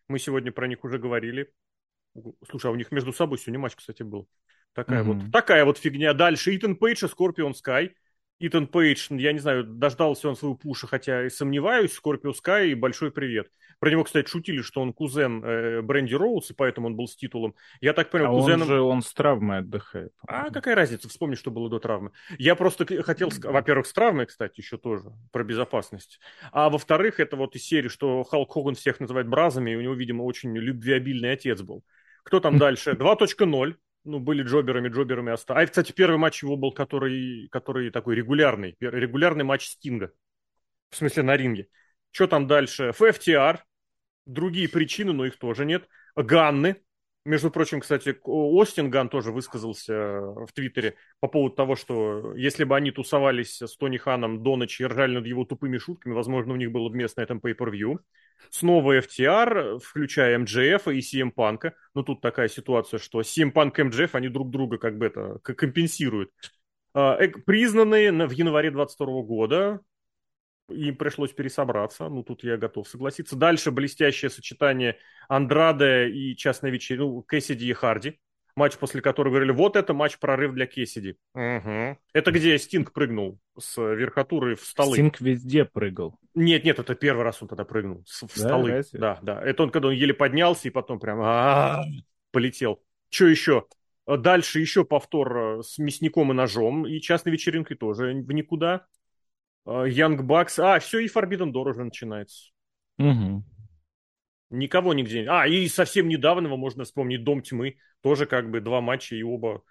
Мы сегодня про них уже говорили. Слушай, а у них между собой сегодня матч, кстати, был. Такая вот,
Мгм.
такая вот фигня. Дальше Итан Пейдж и Скорпион Скай. Итан Пейдж, я не знаю, дождался он своего пуша, хотя и сомневаюсь. Скорпио Скай, большой привет. Про него, кстати, шутили, что он кузен э, Бренди Роудс, и поэтому он был с титулом. Я так понял,
А он
кузеном...
же, он с травмой отдыхает,
А
по-моему.
какая разница? Вспомни, что было до травмы. Я просто к- хотел сказать, во-первых, с травмой, кстати, еще тоже, про безопасность. А во-вторых, это вот из серии, что Халк Хоган всех называет бразами, и у него, видимо, очень любвеобильный отец был. Кто там дальше? два точка ноль. Ну, были джоберами, джоберами остались. А, кстати, первый матч его был, который, который такой регулярный. Пер- Регулярный матч Стинга. В смысле, на ринге. Что там дальше? эф эф ти ар. Другие причины, но их тоже нет. Ганны. Между прочим, кстати, Остин Ган тоже высказался в Твиттере по поводу того, что если бы они тусовались с Тони Ханом до ночи и ржали над его тупыми шутками, возможно, у них было бы место на этом pay-per-view. Снова эф ти ар, включая эм джей эф и си эм Панка. Но тут такая ситуация, что си эм Панк и эм джей эф, они друг друга как бы это компенсируют. А, э, Признанные в январе двадцать второго года, им пришлось пересобраться. Ну, тут я готов согласиться. Дальше блестящее сочетание Андраде и частной вечеринки, ну, Кэссиди и Харди. Матч, после которого говорили, вот это матч-прорыв для Кэссиди. Угу. Это где Стинг прыгнул с верхотуры в столы.
Стинг везде прыгал.
Нет, нет, это первый раз он тогда прыгнул в
Да,
столы.
разве?
Да, да. Это он, когда он еле поднялся и потом прям а, полетел. Что еще? Дальше еще повтор э, с мясником и ножом. И частной вечеринкой тоже в никуда. Янг Бакс. А, все, и Forbidden Door уже начинается.
Угу.
Никого нигде. А, и совсем недавнего можно вспомнить Дом Тьмы. Тоже как бы два матча и оба.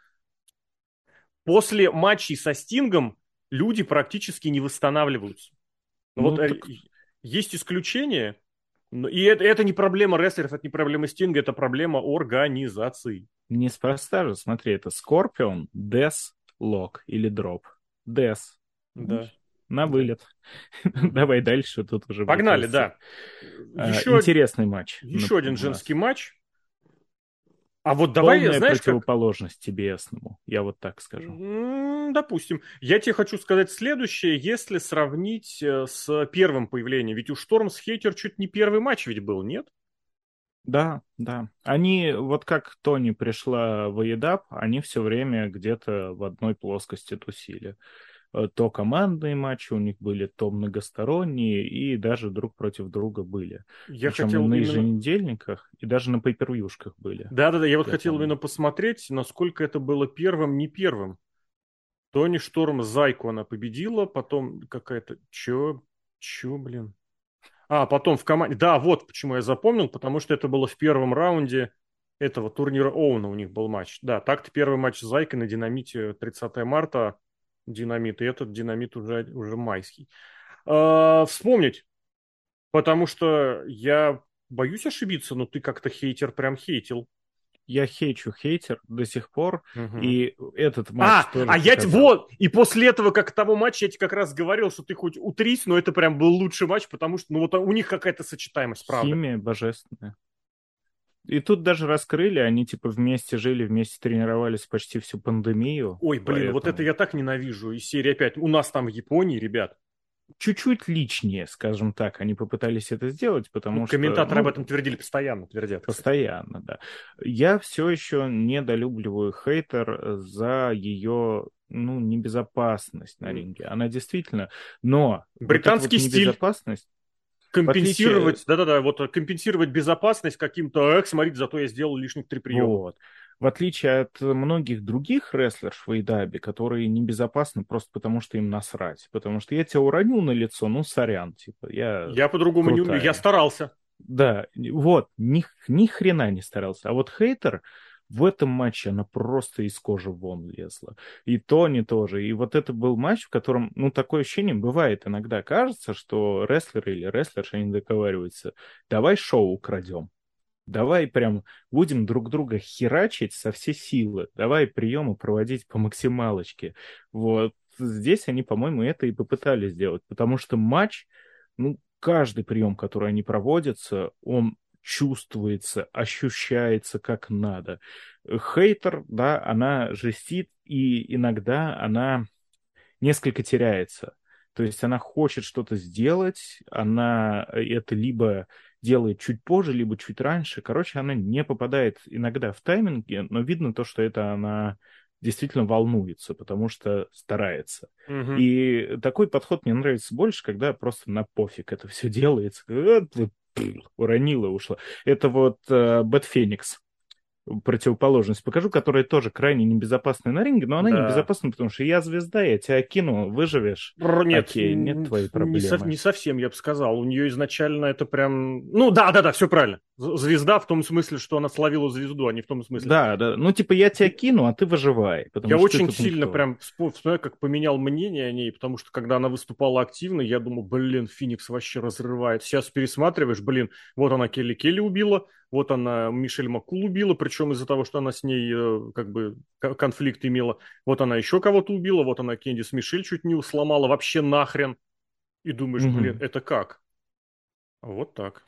После матчей со Стингом люди практически не восстанавливаются. Ну
Ну,
вот э,
так
есть исключения. но- И это, это не проблема рестлеров, это не проблема Стинга, это проблема организации.
неспроста же, смотри, это Скорпион, Дес, Лок или Дроп. Дес.
Да,
На
да.
вылет.
Мгм.
Давай дальше, тут уже, мне
Погнали,
кажется,
да.
а,
Еще,
интересный матч на-
еще один
у
женский
нас.
матч. А вот давай,
Полная
знаешь, как...
противоположность ти би эс-ному, я вот так скажу.
М, Допустим. Я тебе хочу сказать следующее, если сравнить э, с первым появлением. Ведь у Шторм с Хейтер чуть не первый матч ведь был, нет?
Да, да. Они, вот как Тони пришла в эй и дабл ю, они все время где-то в одной плоскости тусили. Э, То командные матчи у них были, то многосторонние, и даже друг против друга были.
Я
Причем и
хотел
на
именно...
еженедельниках, и даже на пейпервьюшках были,
Да-да-да, я вот
я
хотел
помню.
именно посмотреть, насколько это было первым, не первым. Тони Шторм Зайку она победила, потом какая-то... Чё? Чё, блин? А, потом в команде... Да, вот почему я запомнил, потому что это было в первом раунде этого турнира Оуна у них был матч. Да, так-то первый матч с Зайкой на Динамите тридцатого марта. Динамит, и этот Динамит уже, уже майский. А, вспомнить, потому что я боюсь ошибиться, но ты как-то хейтер прям хейтил.
Я хейчу хейтер до сих пор,
Мгм.
и этот матч
А,
тоже
а я те-
показал.
вот, и после этого, как того матча, я тебе как раз говорил, что ты хоть утрись, но это прям был лучший матч, потому что, ну, вот у них какая-то сочетаемость, правда.
Химия божественная. И тут даже раскрыли, они типа вместе жили, вместе тренировались почти всю пандемию,
Ой, блин, вот это
поэтому
я так ненавижу. И серия опять. У нас там в Японии, ребят.
чуть-чуть личнее, скажем так, они попытались это сделать,
Ну,
потому что,
комментаторы об
ну,
этом твердили, постоянно твердят, кстати.
постоянно, да. Я все еще недолюбливаю Хейтер за ее, ну, небезопасность на
М.
ринге. Она действительно, но вот эта вот
Британский стиль.
небезопасность, в отличие,
Компенсировать, да-да-да, вот компенсировать безопасность каким-то, эх, смотрите, зато я сделал лишних три приема.
вот, в отличие от многих других рестлеров в эй и дабл ю, которые небезопасны просто потому, что им насрать. Потому что я тебя уроню на лицо, ну, сорян, типа, я
Я по-другому не умею, я
крутая.
старался.
Да, вот, ни, ни хрена не старался. А вот Хейтер в этом матче, она просто из кожи вон лезла. И Тони тоже. И вот это был матч, в котором, ну, такое ощущение бывает иногда. Кажется, что рестлеры или рестлерши, они договариваются, давай шоу украдем. Давай прям будем друг друга херачить со всей силы. Давай приемы проводить по максималочке. Вот здесь они, по-моему, это и попытались сделать. Потому что матч, ну, каждый прием, который они проводятся, он чувствуется, ощущается как надо. Хейтер, да, она жестит, и иногда она несколько теряется. То есть она хочет что-то сделать, она это либо делает чуть позже, либо чуть раньше. Короче, она не попадает иногда в тайминги, но видно то, что это она действительно волнуется, потому что старается.
Мгм.
И такой подход мне нравится больше, когда просто на пофиг это все делается. Э, Уронила, ушла. Это вот э, Бэт Феникс, противоположность покажу, которая тоже крайне небезопасная на ринге, но она
Да.
небезопасна, потому что я звезда, я тебя кину, выживешь.
Р- Нет,
Окей, нет
н-
твоей
не, со-
проблемы.
не совсем, я бы сказал. У нее изначально это прям... Ну, да, да, да, все правильно. З- Звезда в том смысле, что она словила звезду, а не в том смысле.
Да, да, ну типа я тебя кину, а ты выживай,
Я
потому что ты
очень
тут
сильно
никто.
прям вспо- вспоминаю, как поменял мнение о ней, потому что когда она выступала активно, я думал, блин, Феникс вообще разрывает. Сейчас пересматриваешь, блин, вот она Келли Келли убила, вот она Мишель Маккул убила, причем из-за того, что она с ней э, как бы к- конфликт имела. Вот она еще кого-то убила, вот она Кендис Мишель чуть не сломала, вообще нахрен. И думаешь, блин,
Мгм.
это как? Вот так.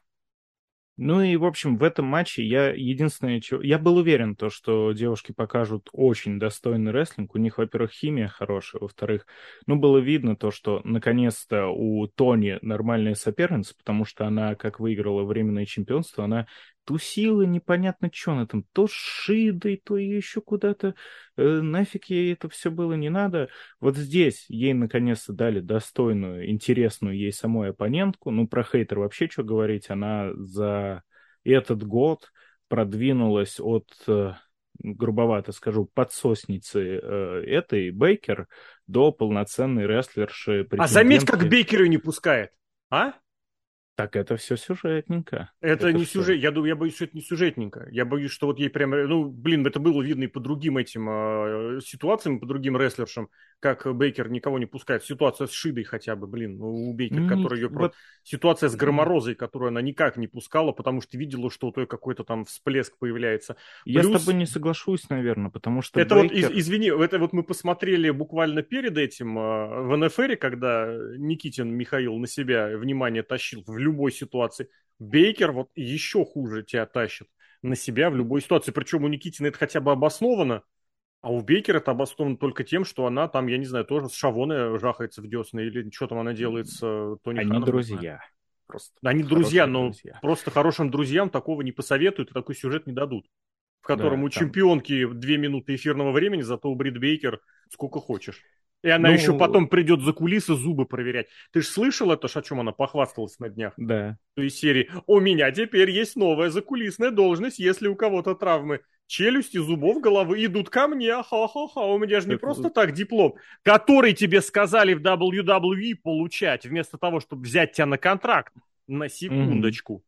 Ну и, в общем, в этом матче я единственное, чего... Я был уверен, то, что девушки покажут очень достойный рестлинг. У них, во-первых, химия хорошая, во-вторых, ну, было видно то, что наконец-то у Тони нормальная соперница, потому что она, как выиграла временное чемпионство, она тусила непонятно что, она там то с Шидой, то ее еще куда-то. Э, нафиг ей это все было не надо. Вот здесь ей наконец-то дали достойную, интересную ей самой оппонентку. Ну, про Хейтер вообще что говорить, она за этот год продвинулась от, э, грубовато скажу, подсосницы э, этой Бейкер до полноценной рестлерши,
А заметь, как
претендентки.
Бейкер ее не пускает. А?
Так это все сюжетненько.
Это
Это
не
что?
сюжет, я думаю, я боюсь, что это не сюжетненько. Я боюсь, что вот ей прям, ну, блин, это было видно и по другим этим э, ситуациям, по другим рестлершам, как Бейкер никого не пускает. Ситуация с Шидой хотя бы, блин, ну, у Бейкер,
М,
которая ее просто...
Вот
Ситуация с
м,
Громорозой, которую она никак не пускала, потому что видела, что у той какой-то там всплеск появляется.
я с тобой
Плюс
не соглашусь, наверное, потому что
это вот, из-
Бейкер...
извини, это вот мы посмотрели буквально перед этим э, в эн эф эр, когда Никитин Михаил на себя внимание тащил в любой ситуации. Бейкер вот еще хуже тебя тащит на себя в любой ситуации. Причем у Никитина это хотя бы обосновано, а у Бейкера это обосновано только тем, что она там, я не знаю, тоже с Шавоной жахается в десны, или что там она делает с э, Тони
Они
Ханом, не знаю.
друзья. Просто
Они друзья,
хорошие
но
друзья.
просто хорошим друзьям такого не посоветуют и такой сюжет не дадут, в котором
Да,
у
там.
чемпионки две минуты эфирного времени, зато у Брит Бейкер сколько хочешь. И она еще
Ну,
потом придет за кулисы зубы проверять. Ты же слышал это, ж, о чем она похвасталась на днях?
да.
То есть серии «У меня теперь есть новая закулисная должность, если у кого-то травмы челюсти, зубов, головы идут ко мне, ха-ха-ха, у меня же не
Это-
просто так диплом, который тебе сказали в дабл ю дабл ю и получать, вместо того, чтобы взять тебя на контракт. На
Мгм.
секундочку.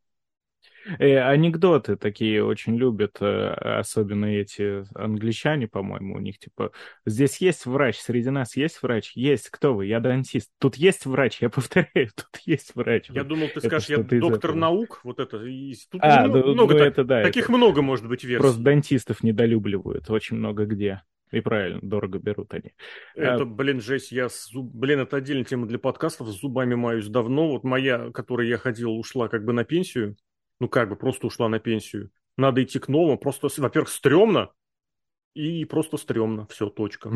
Э, анекдоты такие очень любят, э, особенно эти англичане, по-моему, у них типа здесь есть врач, среди нас есть врач, есть, кто вы? Я дантист. Тут есть врач, я повторяю, тут есть врач.
Я
Вот
думал, ты
это
скажешь, я
что-то из
доктор
этого.
наук, вот это. И тут
А,
много,
ну,
много
ну
так,
это да,
таких
это
много может быть
просто
версий.
дантистов недолюбливают, очень много где. И правильно, дорого берут они. А,
Это, блин, жесть, я с зуб... блин, это отдельная тема для подкастов, с зубами маюсь давно. Вот моя, которой я ходил, ушла как бы на пенсию. Ну, как бы просто ушла на пенсию. Надо идти к новому. Просто, во-первых, стрёмно. И просто стрёмно. Все, точка.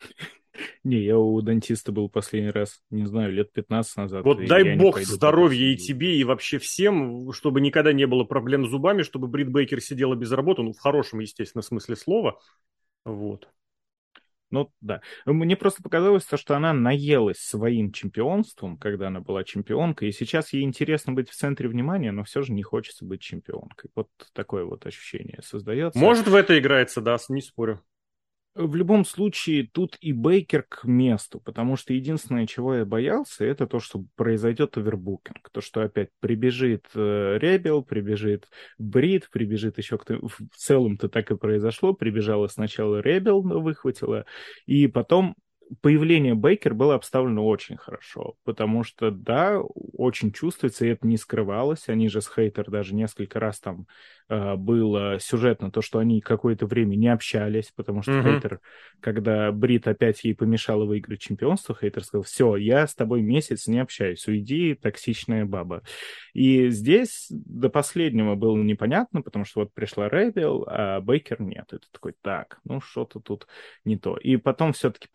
не, я у дантиста был последний раз, не знаю, лет пятнадцать назад,
Вот
и
дай
я не
бог
пойду пока все
здоровья и
будут.
тебе, и вообще всем, чтобы никогда не было проблем с зубами, чтобы Брит Бейкер сидела без работы, ну, в хорошем, естественно, смысле слова. Вот.
Ну, да. Мне просто показалось то, что она наелась своим чемпионством, когда она была чемпионкой, и сейчас ей интересно быть в центре внимания, но все же не хочется быть чемпионкой. Вот такое вот ощущение создается.
Может, в это играется, да, не спорю.
В любом случае, тут и Бейкер к месту, потому что единственное, чего я боялся, это то, что произойдет овербукинг. То, что опять прибежит э, Ребел, прибежит Брит, прибежит еще кто. В целом-то так и произошло. Прибежала сначала Ребел, выхватила, и потом появление Бейкер было обставлено очень хорошо, потому что, да, очень чувствуется, и это не скрывалось. Они же с Хейтер даже несколько раз там э, было сюжетно то, что они какое-то время не общались, потому что
Угу.
Хейтер, когда Брит опять ей помешала выиграть чемпионство, Хейтер сказал: все, я с тобой месяц не общаюсь, уйди, токсичная баба. И здесь до последнего было непонятно, потому что вот пришла Ребел, а Бейкер нет. Это такой, так, ну что-то тут не то. И потом все-таки появляется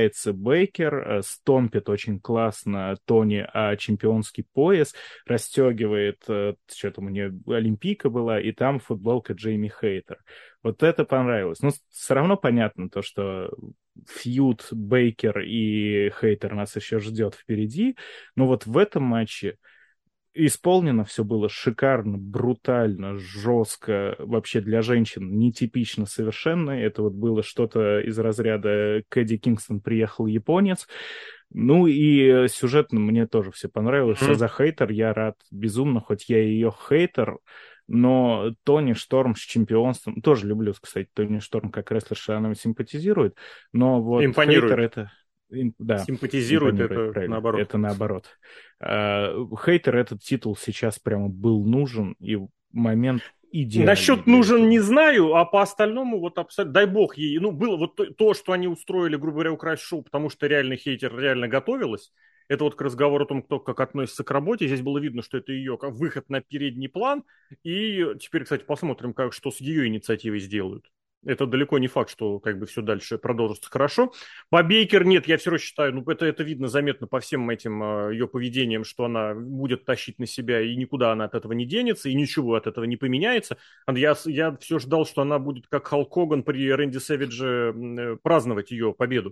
появляется Бейкер, э, стомпит очень классно Тони о чемпионский пояс, расстегивает, э, что там у нее, Олимпийка была, и там футболка Джейми Хейтер. Вот это понравилось. Но все равно понятно то, что фьюд Бейкер и Хейтер нас еще ждет впереди, но вот в этом матче исполнено все было шикарно, брутально, жестко, вообще для женщин нетипично совершенно. Это вот было что-то из разряда «Кэдди Кингстон приехал японец». Ну и сюжетно мне тоже все понравилось. А
Мгм.
за Хейтер я рад безумно, хоть я и ее хейтер, но Тони Шторм с чемпионством... Тоже люблю, кстати, Тони Шторм как рестлерша, она мне симпатизирует, но вот Хейтер
Импонирует.
это... им- Да,
Симпатизирует
импонирует,
это
правильно.
наоборот.
Это наоборот. А, Хейтер этот титул сейчас прямо был нужен, и момент идеальный
Насчет
для
нужен не
этого.
знаю, а по остальному вот абсолютно, дай бог ей, ну было вот то, то, что они устроили, грубо говоря, украсть шоу, потому что реально хейтер реально готовилась. Это вот к разговору о том, кто как относится к работе. Здесь было видно, что это ее как выход на передний план. И теперь, кстати, посмотрим, как, что с ее инициативой сделают. Это далеко не факт, что как бы все дальше продолжится хорошо. По Бейкер нет, я все равно считаю, ну это, это видно заметно по всем этим э, ее поведениям, что она будет тащить на себя, и никуда она от этого не денется, и ничего от этого не поменяется. Я, я все ждал, что она будет как Халк Хоган при Рэнди Сэвидже э, праздновать ее победу.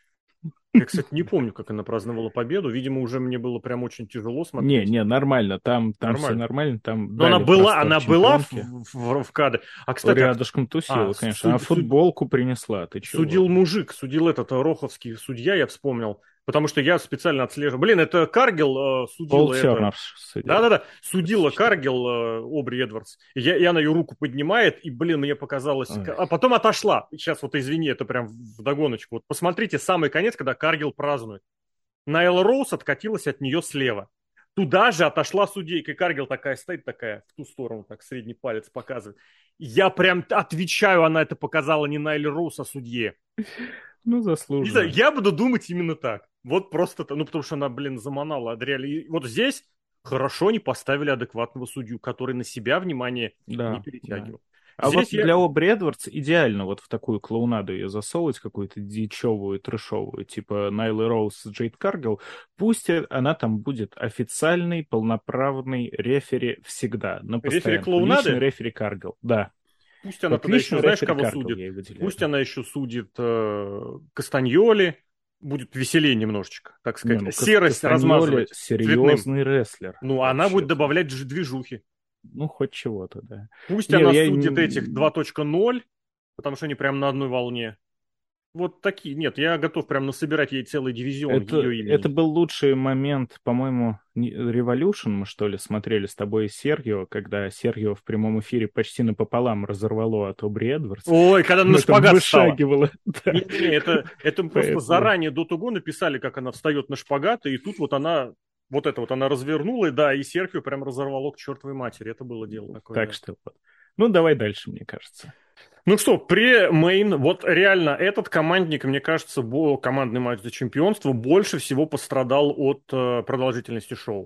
Я, кстати, не помню, как она праздновала победу. Видимо, уже мне было прям очень тяжело
Не,
смотреть.
не, нормально, там, там все
Нормально.
нормально, там
Но она
дали
была,
простор
она была в,
чемпионке.
в, в кадре. А, кстати, а,
Рядышком
а,
тусила, конечно. А
суд, суд,
футболку принесла, ты чего?
судил мужик, судил этот э, роховский судья, я вспомнил. Потому что я специально отслеживал. Блин, это Каргил э,
Пол
судила это.
Тернер судил.
Да-да-да, судила Каргил э, Обри Эдвардс. И, я, и она ее руку поднимает, и, блин, мне показалось...
Ой.
А потом отошла. Сейчас вот, извини, это прям вдогоночку. Вот посмотрите самый конец, когда Каргил празднует. Найла Роуз откатилась от нее слева. Туда же отошла судейка. И Каргил такая стоит, такая в ту сторону, так средний палец показывает. Я прям отвечаю, она это показала не Найле Роуз, а судье.
Ну,
Не знаю,
заслуженно.
я буду думать именно так. Вот просто, ну, потому что она, блин, заманала Адриэль. И вот здесь хорошо не поставили адекватного судью, который на себя внимание не
Да, да.
перетягивал.
А вот
Здесь я...
для Обри Эдвардс идеально вот в такую клоунаду ее засовывать, какую-то дичевую, трэшовую, типа Найлы Роуз с Джейд Каргил. Пусть она там будет официальный, полноправный рефери всегда, на
Рефери
постоянку. Личный
клоунады,
рефери Каргил, да.
пусть она
Вот
тогда еще,
личный
знаешь,
рефери
кого
Каргил
судит?
я и выделяю.
Пусть она еще судит э, Кастаньоли, будет веселее немножечко, так
Не,
сказать.
ну Кас-
Серость
Кастаньоли
размазывать цветным.
серьезный рестлер
Ну, а она будет
вообще-то.
добавлять ж- движухи.
Ну, хоть чего-то, да.
Пусть
Не,
она
я...
судит этих
н-
два точка ноль, потому что они прям на одной волне. Вот такие. Нет, я готов прям насобирать ей целый дивизион
Это,
ее
это
имени.
был лучший момент, по-моему, не- Revolution мы, что ли, смотрели с тобой и Сергио, когда Сергио в прямом эфире почти напополам разорвало от Обри Эдвардс.
Ой, когда она на
Ну, там
шпагат встала.
вышагивала. Да.
Не-не-не, это, это просто
Поэтому
заранее до того написали, как она встает на шпагат, и тут вот она, вот это вот она развернула, и да, и Серхио прям разорвало к чертовой матери. Это было дело такое,
так
да.
что вот. Ну, давай дальше, мне кажется.
Ну что, пре-мейн, вот реально этот командник, мне кажется, бо- командный матч за чемпионство больше всего пострадал от э, продолжительности шоу.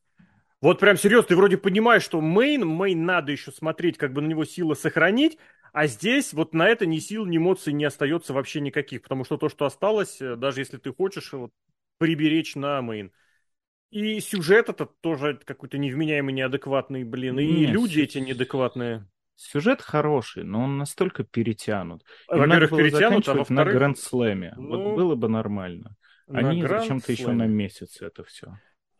Вот прям серьезно, ты вроде понимаешь, что мейн, мейн надо еще смотреть, как бы на него силы сохранить, а здесь вот на это ни сил, ни эмоций не остается вообще никаких, потому что то, что осталось, э, даже если ты хочешь вот, приберечь на мейн. И сюжет этот тоже какой-то невменяемый, неадекватный, блин, и
Не,
люди
сю-
эти неадекватные.
сюжет хороший, но он настолько перетянут. Им надо
Во-первых,
было
перетянут, а
заканчивать на
во-вторых,
Гранд-слэме. Вот
ну,
было бы нормально.
на
Они зачем-то еще на
Гранд-слэме.
месяц это все.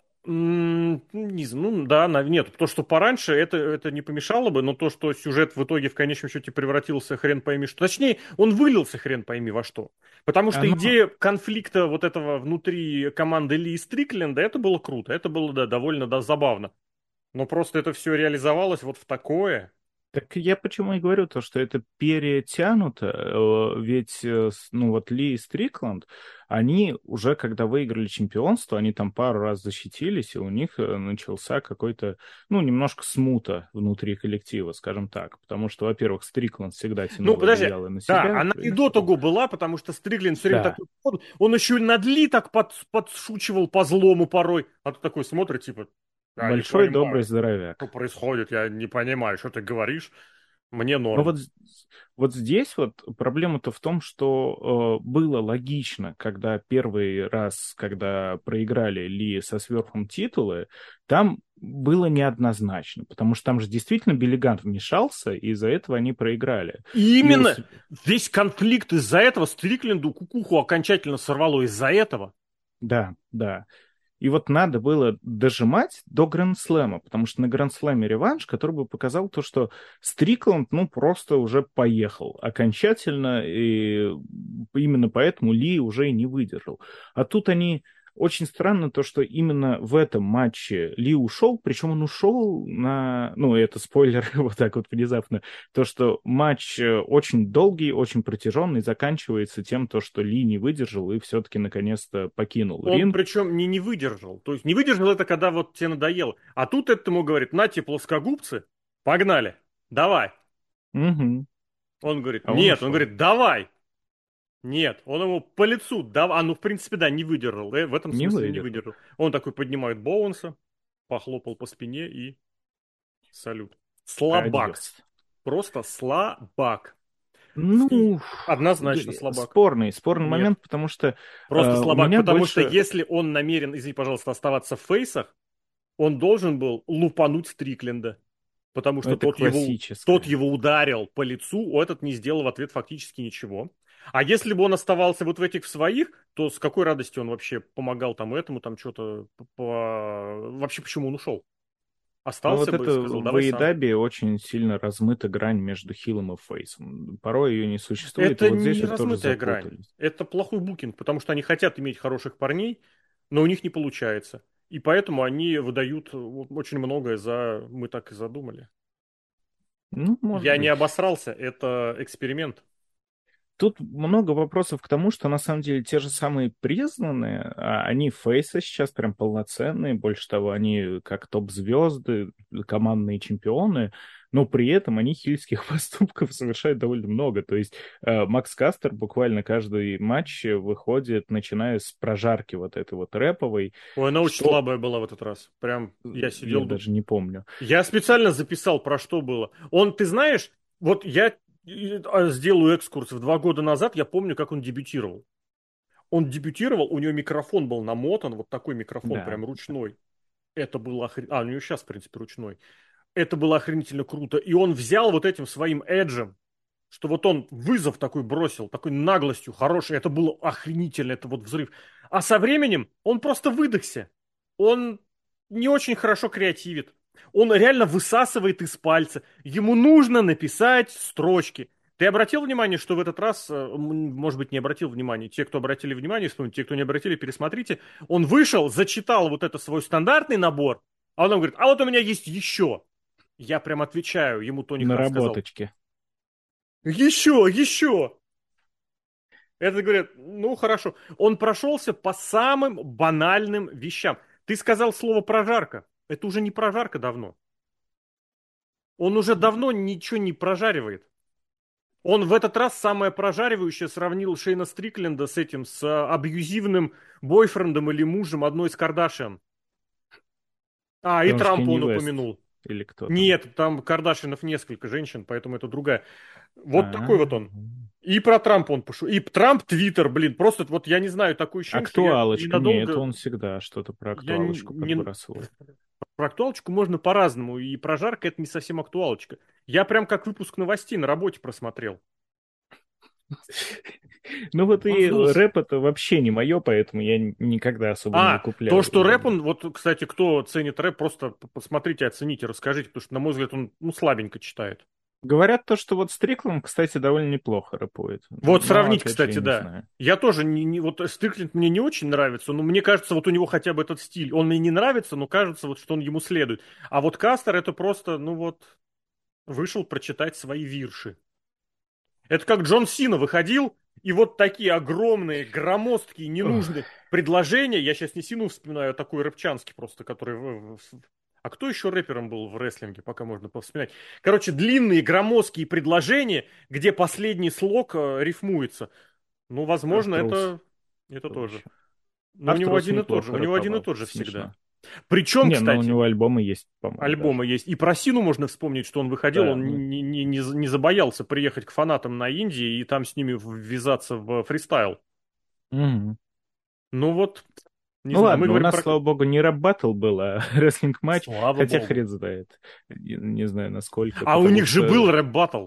М, Не знаю, ну да, на- нет, то, что пораньше, это, это не помешало бы, но то, что сюжет в итоге в конечном счете превратился хрен пойми что. Точнее, он вылился хрен пойми во что. Потому что
Оно
идея конфликта вот этого внутри команды Ли и Стрикленда, это было круто, это было, да, довольно, да, забавно. Но просто это все реализовалось вот в такое.
Так я почему и говорю то, что это перетянуто, э, ведь, э, с- ну вот Ли и Стрикланд, они уже, когда выиграли чемпионство, они там пару раз защитились, и у них э, начался какой-то, ну, немножко смута внутри коллектива, скажем так, потому что, во-первых, Стрикланд всегда
Ну,
тянул
подожди,
одеяло на
да,
себя,
она и
и
до
что?
того была, потому что Стриклин все время
Да,
такой, он, он еще и над Ли так под, подшучивал по злому порой, а ты такой смотрит, типа, я не
большой добрый
понимаю, что
здоровяк.
происходит, я не понимаю, что ты говоришь. Мне
Но
норм.
вот, з- вот здесь вот проблема-то в том, что э, было логично, когда первый раз, когда проиграли Ли со сверхом титулы, там было неоднозначно, потому что там же действительно Биллиган вмешался, и из-за этого они проиграли.
И
И у,
именно
С-
весь конфликт из-за этого Стрикленду кукуху окончательно сорвало из-за этого.
да, да. И вот надо было дожимать до Гранд-слэма, потому что на Гранд-слэме реванш, который бы показал то, что Стрикланд, ну, просто уже поехал окончательно, и именно поэтому Ли уже и не выдержал. А тут они... Очень странно то, что именно в этом матче Ли ушел, причем он ушел на... Ну, это спойлер, вот так вот внезапно. То, что матч э, очень долгий, очень протяженный, заканчивается тем, то, что Ли не выдержал и все-таки наконец-то покинул
Он
ринг.
причем не, не выдержал. То есть не выдержал это, когда вот тебе надоело. А тут этому говорит, на тебе плоскогубцы, погнали, давай.
Угу.
Он говорит,
А он
нет, он
ушел.
говорит, давай. Нет, он ему по лицу дав... А, ну, в принципе, да, не выдержал. Э, В этом
Не
смысле не
выдержал.
выдержал. Он такой поднимает Боунса, похлопал по спине и салют. Слабак.
Адьос.
Просто слабак. И
Ну,
однозначно
г-
слабак.
спорный, спорный
Нет,
момент, потому что э,
просто
у
слабак.
меня
Потому что
больше...
если он намерен, извини, пожалуйста, оставаться в фейсах, он должен был лупануть Стрикленда. Потому
Ну,
что
это
тот его, тот
классическое.
его ударил по лицу, а этот не сделал в ответ фактически ничего. А если бы он оставался вот в этих в своих, то с какой радостью он вообще помогал там этому, там что-то... по- Вообще, почему он ушел?
Но
Остался
вот
бы,
это
сказал,
в
давай сам.
Эйдабе очень сильно размыта грань между хилом и фейсом. Порой ее не существует, и
Это
вот здесь
не
вот тоже
размытая грань.
запутались.
Это плохой букинг, потому что они хотят иметь хороших парней, но у них не получается. И поэтому они выдают э, очень многое за «мы так и задумали».
Ну, может
Я не
быть.
обосрался, это эксперимент.
Тут много вопросов к тому, что на самом деле те же самые признанные, а, они фейсы сейчас прям полноценные, больше того, они как топ-звезды, командные чемпионы, но при этом они хильских поступков совершают довольно много. То есть э, Макс Кастер буквально каждый матч выходит, начиная с прожарки вот этой вот рэповой,
Ой, она очень
что
слабая была в этот раз. Прям
э,
я
я
сидел, ду-
даже не помню.
я специально записал, про что было. Он, ты знаешь, вот я э, а, сделаю экскурс. В два года назад я помню, как он дебютировал. Он дебютировал, у него микрофон был намотан, вот такой микрофон
Да.
прям ручной. Это было охрен... А, у него сейчас, в принципе, ручной. Это было охренительно круто. И он взял вот этим своим эджем, что вот он вызов такой бросил, такой наглостью хороший. Это было охренительно, это вот взрыв. А со временем он просто выдохся. Он не очень хорошо креативит. Он реально высасывает из пальца. Ему нужно написать строчки. Ты обратил внимание, что в этот раз, э, м, может быть, не обратил внимания. Те, кто обратили внимание, вспомните, те, кто не обратили, пересмотрите. Он вышел, зачитал вот это свой стандартный набор, а он нам говорит, а вот у меня есть еще. Я прям отвечаю, ему Тони Хан сказал,
Наработочки.
еще, еще. Это говорят, ну хорошо. Он прошелся по самым банальным вещам. Ты сказал слово прожарка. Это уже не прожарка давно. Он уже давно ничего не прожаривает. Он в этот раз самое прожаривающее сравнил Шейна Стрикленда с этим, с а, абьюзивным бойфрендом или мужем одной из Кардашиан. А, и
Потому что
Трампа
Кенни
он
Вест
упомянул.
или кто там.
Нет, там Кардашинов несколько женщин, поэтому это другая. Вот такой
А,
вот он. И про Трампа он пошел. И Трамп Твиттер, блин, просто вот я не знаю, такое ощущение, что я
актуалочка. Не, это
ненадолго...
он всегда что-то про
Я
актуалочку
не...
подбрасывает.
Про актуалочку можно по-разному, и прожарка это не совсем актуалочка. Я прям как выпуск новостей на работе просмотрел.
Ну вот и
Мазнулся.
рэп это вообще не мое, поэтому я н- никогда особо не
А, то,
выкуплял
что
из
рэп,
этого.
он, вот, кстати, кто ценит рэп, просто п- посмотрите, оцените, расскажите, потому что, на мой взгляд, он, ну, слабенько читает.
Говорят то, что вот Стрикланд, кстати, довольно неплохо рэпует.
Вот
Но,
сравнить,
опять же, я
кстати,
не
да.
знаю.
Я тоже, не, не- вот Стрикленд мне не очень нравится, но мне кажется, вот у него хотя бы этот стиль. Он мне не нравится, но кажется, вот, что он ему следует. А вот Кастер это просто, ну вот, вышел прочитать свои вирши. Это как Джон Сина выходил, и вот такие огромные, громоздкие,
Ох,
ненужные предложения. Я сейчас не Сину вспоминаю, а такой рэпчанский просто, который... в- в- А кто еще рэпером был в рестлинге, пока можно повспоминать? Короче, длинные, громоздкие предложения, где последний слог э, рифмуется. Ну, возможно,
Артрус.
это, это
Кто
тоже.
еще?
Но у него
Артрус
один и тот же.
неплохо
У него один и
рэповал.
тот же
Смешно.
всегда. Причем,
Не, но у
кстати,
него альбомы есть, по-моему, даже.
альбомы есть. И про Сину можно вспомнить, что он выходил,
Да,
он
ну,
не, не, не, не забоялся приехать к фанатам на Индии и там с ними ввязаться в фристайл.
мгм.
Ну вот, не
Ну
знаю, мы
ладно, у
говорим
нас,
про...
слава богу, не рэп-баттл был, а рестлинг-матч,
Слава
хотя
богу.
хрен знает. Не, не знаю, насколько,
А у
потому
них же был
что
рэп-баттл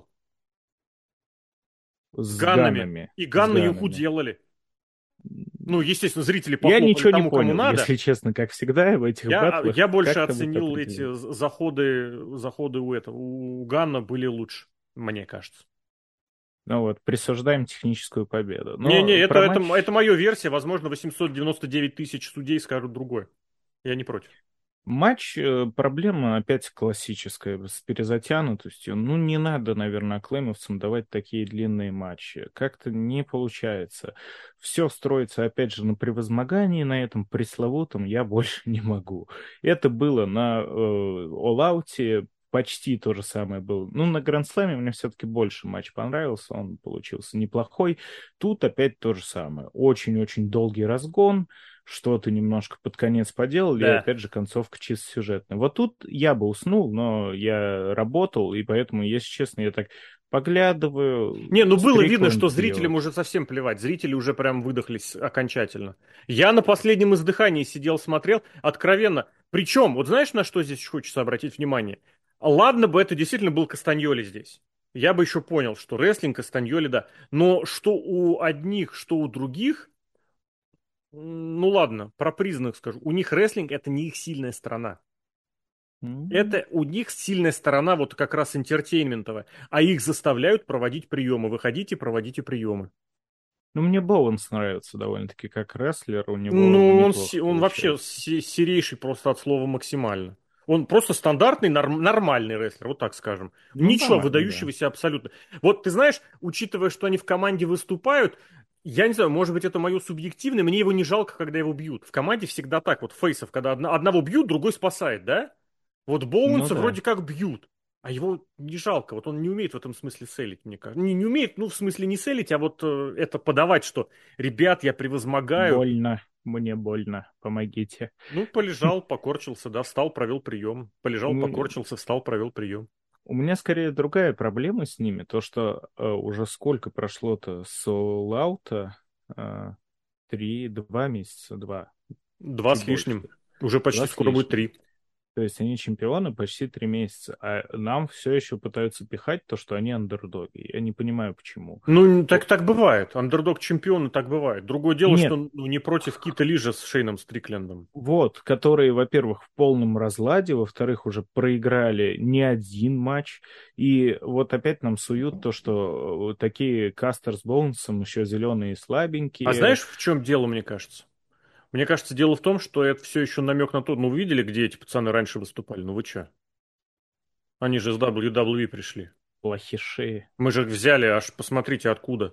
с
с
Ганнами.
Ганами,
И
с
Ганны их
Ганами.
уделали. Ну, естественно, зрители
Я
похлопали
ничего не
тому, кому
понял,
надо.
если честно, как всегда в этих
Я,
батлах,
я больше
как там это
оценил эти
определяют.
заходы, заходы у этого. У Ганна были лучше, мне кажется.
Ну вот, присуждаем техническую победу.
Не-не,
Но
это,
про
это, это
матч.
моя версия. Возможно, восемьсот девяносто девять тысяч судей скажут другое. Я не против.
Матч, э, проблема опять классическая, с перезатянутостью. Ну, не надо, наверное, клеймовцам давать такие длинные матчи. Как-то не получается. Все строится, опять же, на превозмогании, на этом пресловутом «я больше не могу». Это было на э, All Out, почти то же самое было. Ну, на Гранд Слэме мне все-таки больше матч понравился, он получился неплохой. Тут опять то же самое. Очень-очень долгий разгон, что-то немножко под конец поделали, и
Да.
опять же концовка чисто сюжетная. Вот тут я бы уснул, но я работал, и поэтому, если честно, я так поглядываю,
Не, ну было видно,
Стрикланд
что зрителям
бьет.
уже совсем плевать. Зрители уже прям выдохлись окончательно. Я на последнем издыхании сидел, смотрел, откровенно. Причем, вот знаешь, на что здесь хочется обратить внимание? Ладно бы это действительно был Кастаньоли здесь. Я бы еще понял, что рестлинг Кастаньоли, да. Но что у одних, что у других, м, ну ладно, про признанных скажу. У них рестлинг это не их сильная сторона.
М.
Это у них сильная сторона вот как раз интертейментовая. А их заставляют проводить приемы. Выходите, проводите приемы.
Ну, мне Боуэнс нравится довольно-таки как рестлер, у него
Ну, он,
неплохо
си- он вообще
получается.
си- серейший просто от слова максимально. Он просто стандартный, норм- нормальный рестлер, вот так скажем.
Ну,
Ничего
нормально, да.
выдающегося абсолютно. Вот ты знаешь, учитывая, что они в команде выступают, я не знаю, может быть, это мое субъективное, мне его не жалко, когда его бьют. В команде всегда так, вот фейсов, когда одна- одного бьют, другой спасает, да? Вот
Ну
Боунса
да.
вроде как бьют, а его не жалко. Вот он не умеет в этом смысле селить, мне кажется. Не, не умеет, ну, в смысле не селить, а вот э, это подавать, что, ребят, я превозмогаю.
Больно. Мне больно. Помогите.
Ну, полежал, покорчился, да, встал, провел прием. Полежал, покорчился, встал, провел прием.
У меня скорее другая проблема с ними, то что э, уже сколько прошло-то с All Out, э, три, два месяца, два,
Два
чуть
с
больше,
лишним. Уже почти
два с
скоро будет
лишним.
три.
То есть они чемпионы почти три месяца, а нам все еще пытаются пихать то, что они андердоги. Я не понимаю, почему.
Ну, так,
О,
так бывает. Андердог чемпионы так бывает. Другое дело,
нет,
что ну, не против Кита Лижа с Шейном Стриклендом.
вот, которые, во-первых, в полном разладе, во-вторых, уже проиграли не один матч, и вот опять нам суют то, что э, такие Кастер с Боунсом еще зеленые и
А
слабенькие.
знаешь, в чем дело, мне кажется? Мне кажется, дело в том, что это все еще намек на то, ну, вы видели, где эти пацаны раньше выступали? Ну, вы че? Они же из дабл ю дабл ю и пришли.
Плохиши.
Мы же их взяли, аж посмотрите откуда.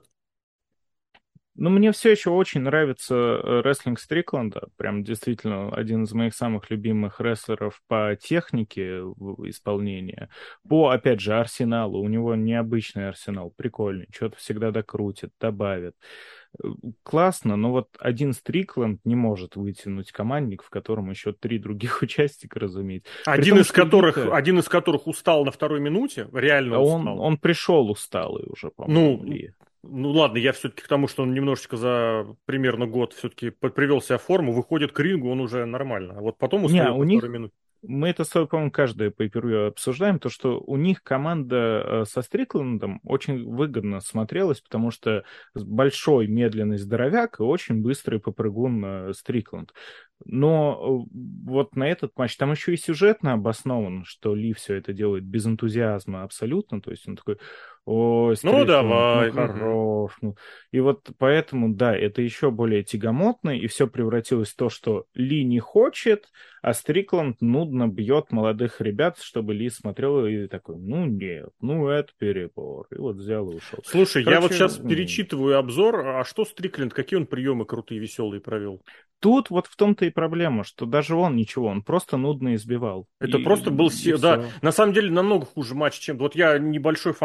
Ну, мне все еще очень нравится э, рестлинг Стрикланда. Прям действительно один из моих самых любимых рестлеров по технике в- исполнения. По, опять же, арсеналу. У него необычный арсенал, прикольный. Что-то всегда докрутит, добавит. Э, Классно, но вот один Стрикланд не может вытянуть командник, в котором еще три других участника, разумеется. При
Один
том,
из
что
которых,
Лита,
один из которых устал на второй минуте, реально
а он,
устал.
он пришел усталый уже, по-моему,
Ну,
Ли.
ну ладно, я все-таки к тому, что он немножечко за примерно год все-таки привел себя в форму, выходит к рингу, он уже нормально. А вот потом
Не,
устает
у
на второй
них
минуте.
мы это, с тобой, по-моему, каждое pay обсуждаем, то, что у них команда э, со Стрикландом очень выгодно смотрелась, потому что большой медленный здоровяк и очень быстрый попрыгун э, Стрикланд. Но э, вот на этот матч там еще и сюжетно обосновано, что Ли все это делает без энтузиазма абсолютно, то есть он такой: о,
Ну,
Стрикланд, ну
давай. Мгм.
хорош, ну. И вот поэтому, да, это еще более тягомотно, и все превратилось в то, что Ли не хочет, а Стрикланд нудно бьет молодых ребят, чтобы Ли смотрел и такой: ну нет, ну это перебор. И вот взял и ушел.
Слушай, я вот
Короче,
сейчас
м,
перечитываю обзор, а что Стрикленд, какие он приемы крутые, веселые провел?
тут вот в том-то и проблема, что даже он ничего, он просто нудно избивал.
Это
И,
просто был,
и
се- да,
все.
на самом деле намного хуже матч, чем... Вот я небольшой фанат, но это был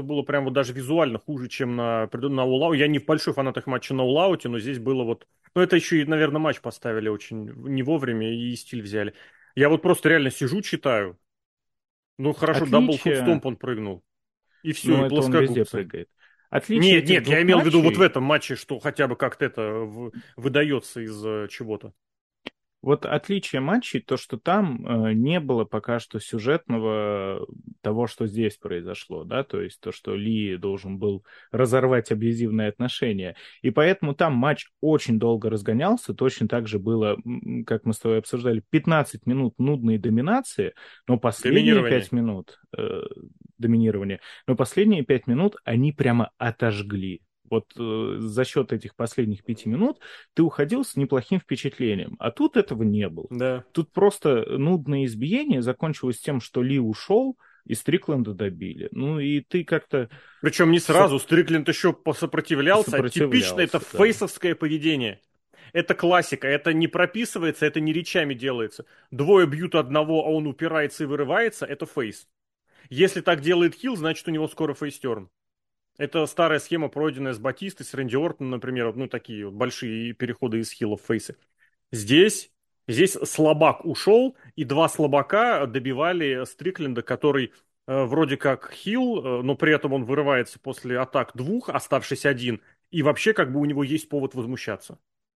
было прям вот даже визуально хуже, чем на, пред- на All Out. Я не большой фанат их матча на All Out, но здесь было вот... Ну, это еще и, наверное, матч поставили очень не вовремя и стиль взяли. Я вот просто реально сижу, читаю. Ну, хорошо, дабл
Отличие,
футстомп он прыгнул. И все, и
ну, это он везде
плоскогубцы.
прыгает. Отличие
Нет,
этих
нет, я
двух
имел в виду вот в
матчей.
этом матче, что хотя бы как-то это в- выдается из э, чего-то.
Вот отличие матчей, то, что там э, не было пока что сюжетного того, что здесь произошло, да, то есть то, что Ли должен был разорвать абьюзивные отношения. И поэтому там матч очень долго разгонялся, точно так же было, м, как мы с тобой обсуждали, пятнадцать минут нудной доминации, но последние
Доминирование.
пять минут э, доминирования, но последние пять минут они прямо отожгли. Вот э, за счет этих последних пяти минут ты уходил с неплохим впечатлением. А тут этого не было.
Да.
Тут просто нудное избиение закончилось тем, что Ли ушел, и Стрикленда добили. Ну и ты как-то
Причем не
со-
сразу. Стрикленд еще посопротивлялся. А типично это
сопротивлялся, да.
фейсовское поведение. Это классика. Это не прописывается, это не речами делается. Двое бьют одного, а он упирается и вырывается. Это фейс. Если так делает хил, значит у него скоро фейстерн. Это старая схема, пройденная с Батистой, с Рэнди Ортоном, например. Ну, такие вот большие переходы из хила в фейсы. Здесь, здесь слабак ушел, и два слабака добивали Стрикленда, который э, вроде как хил, э, но при этом он вырывается после атак двух, оставшись один, и вообще как бы у него есть повод возмущаться.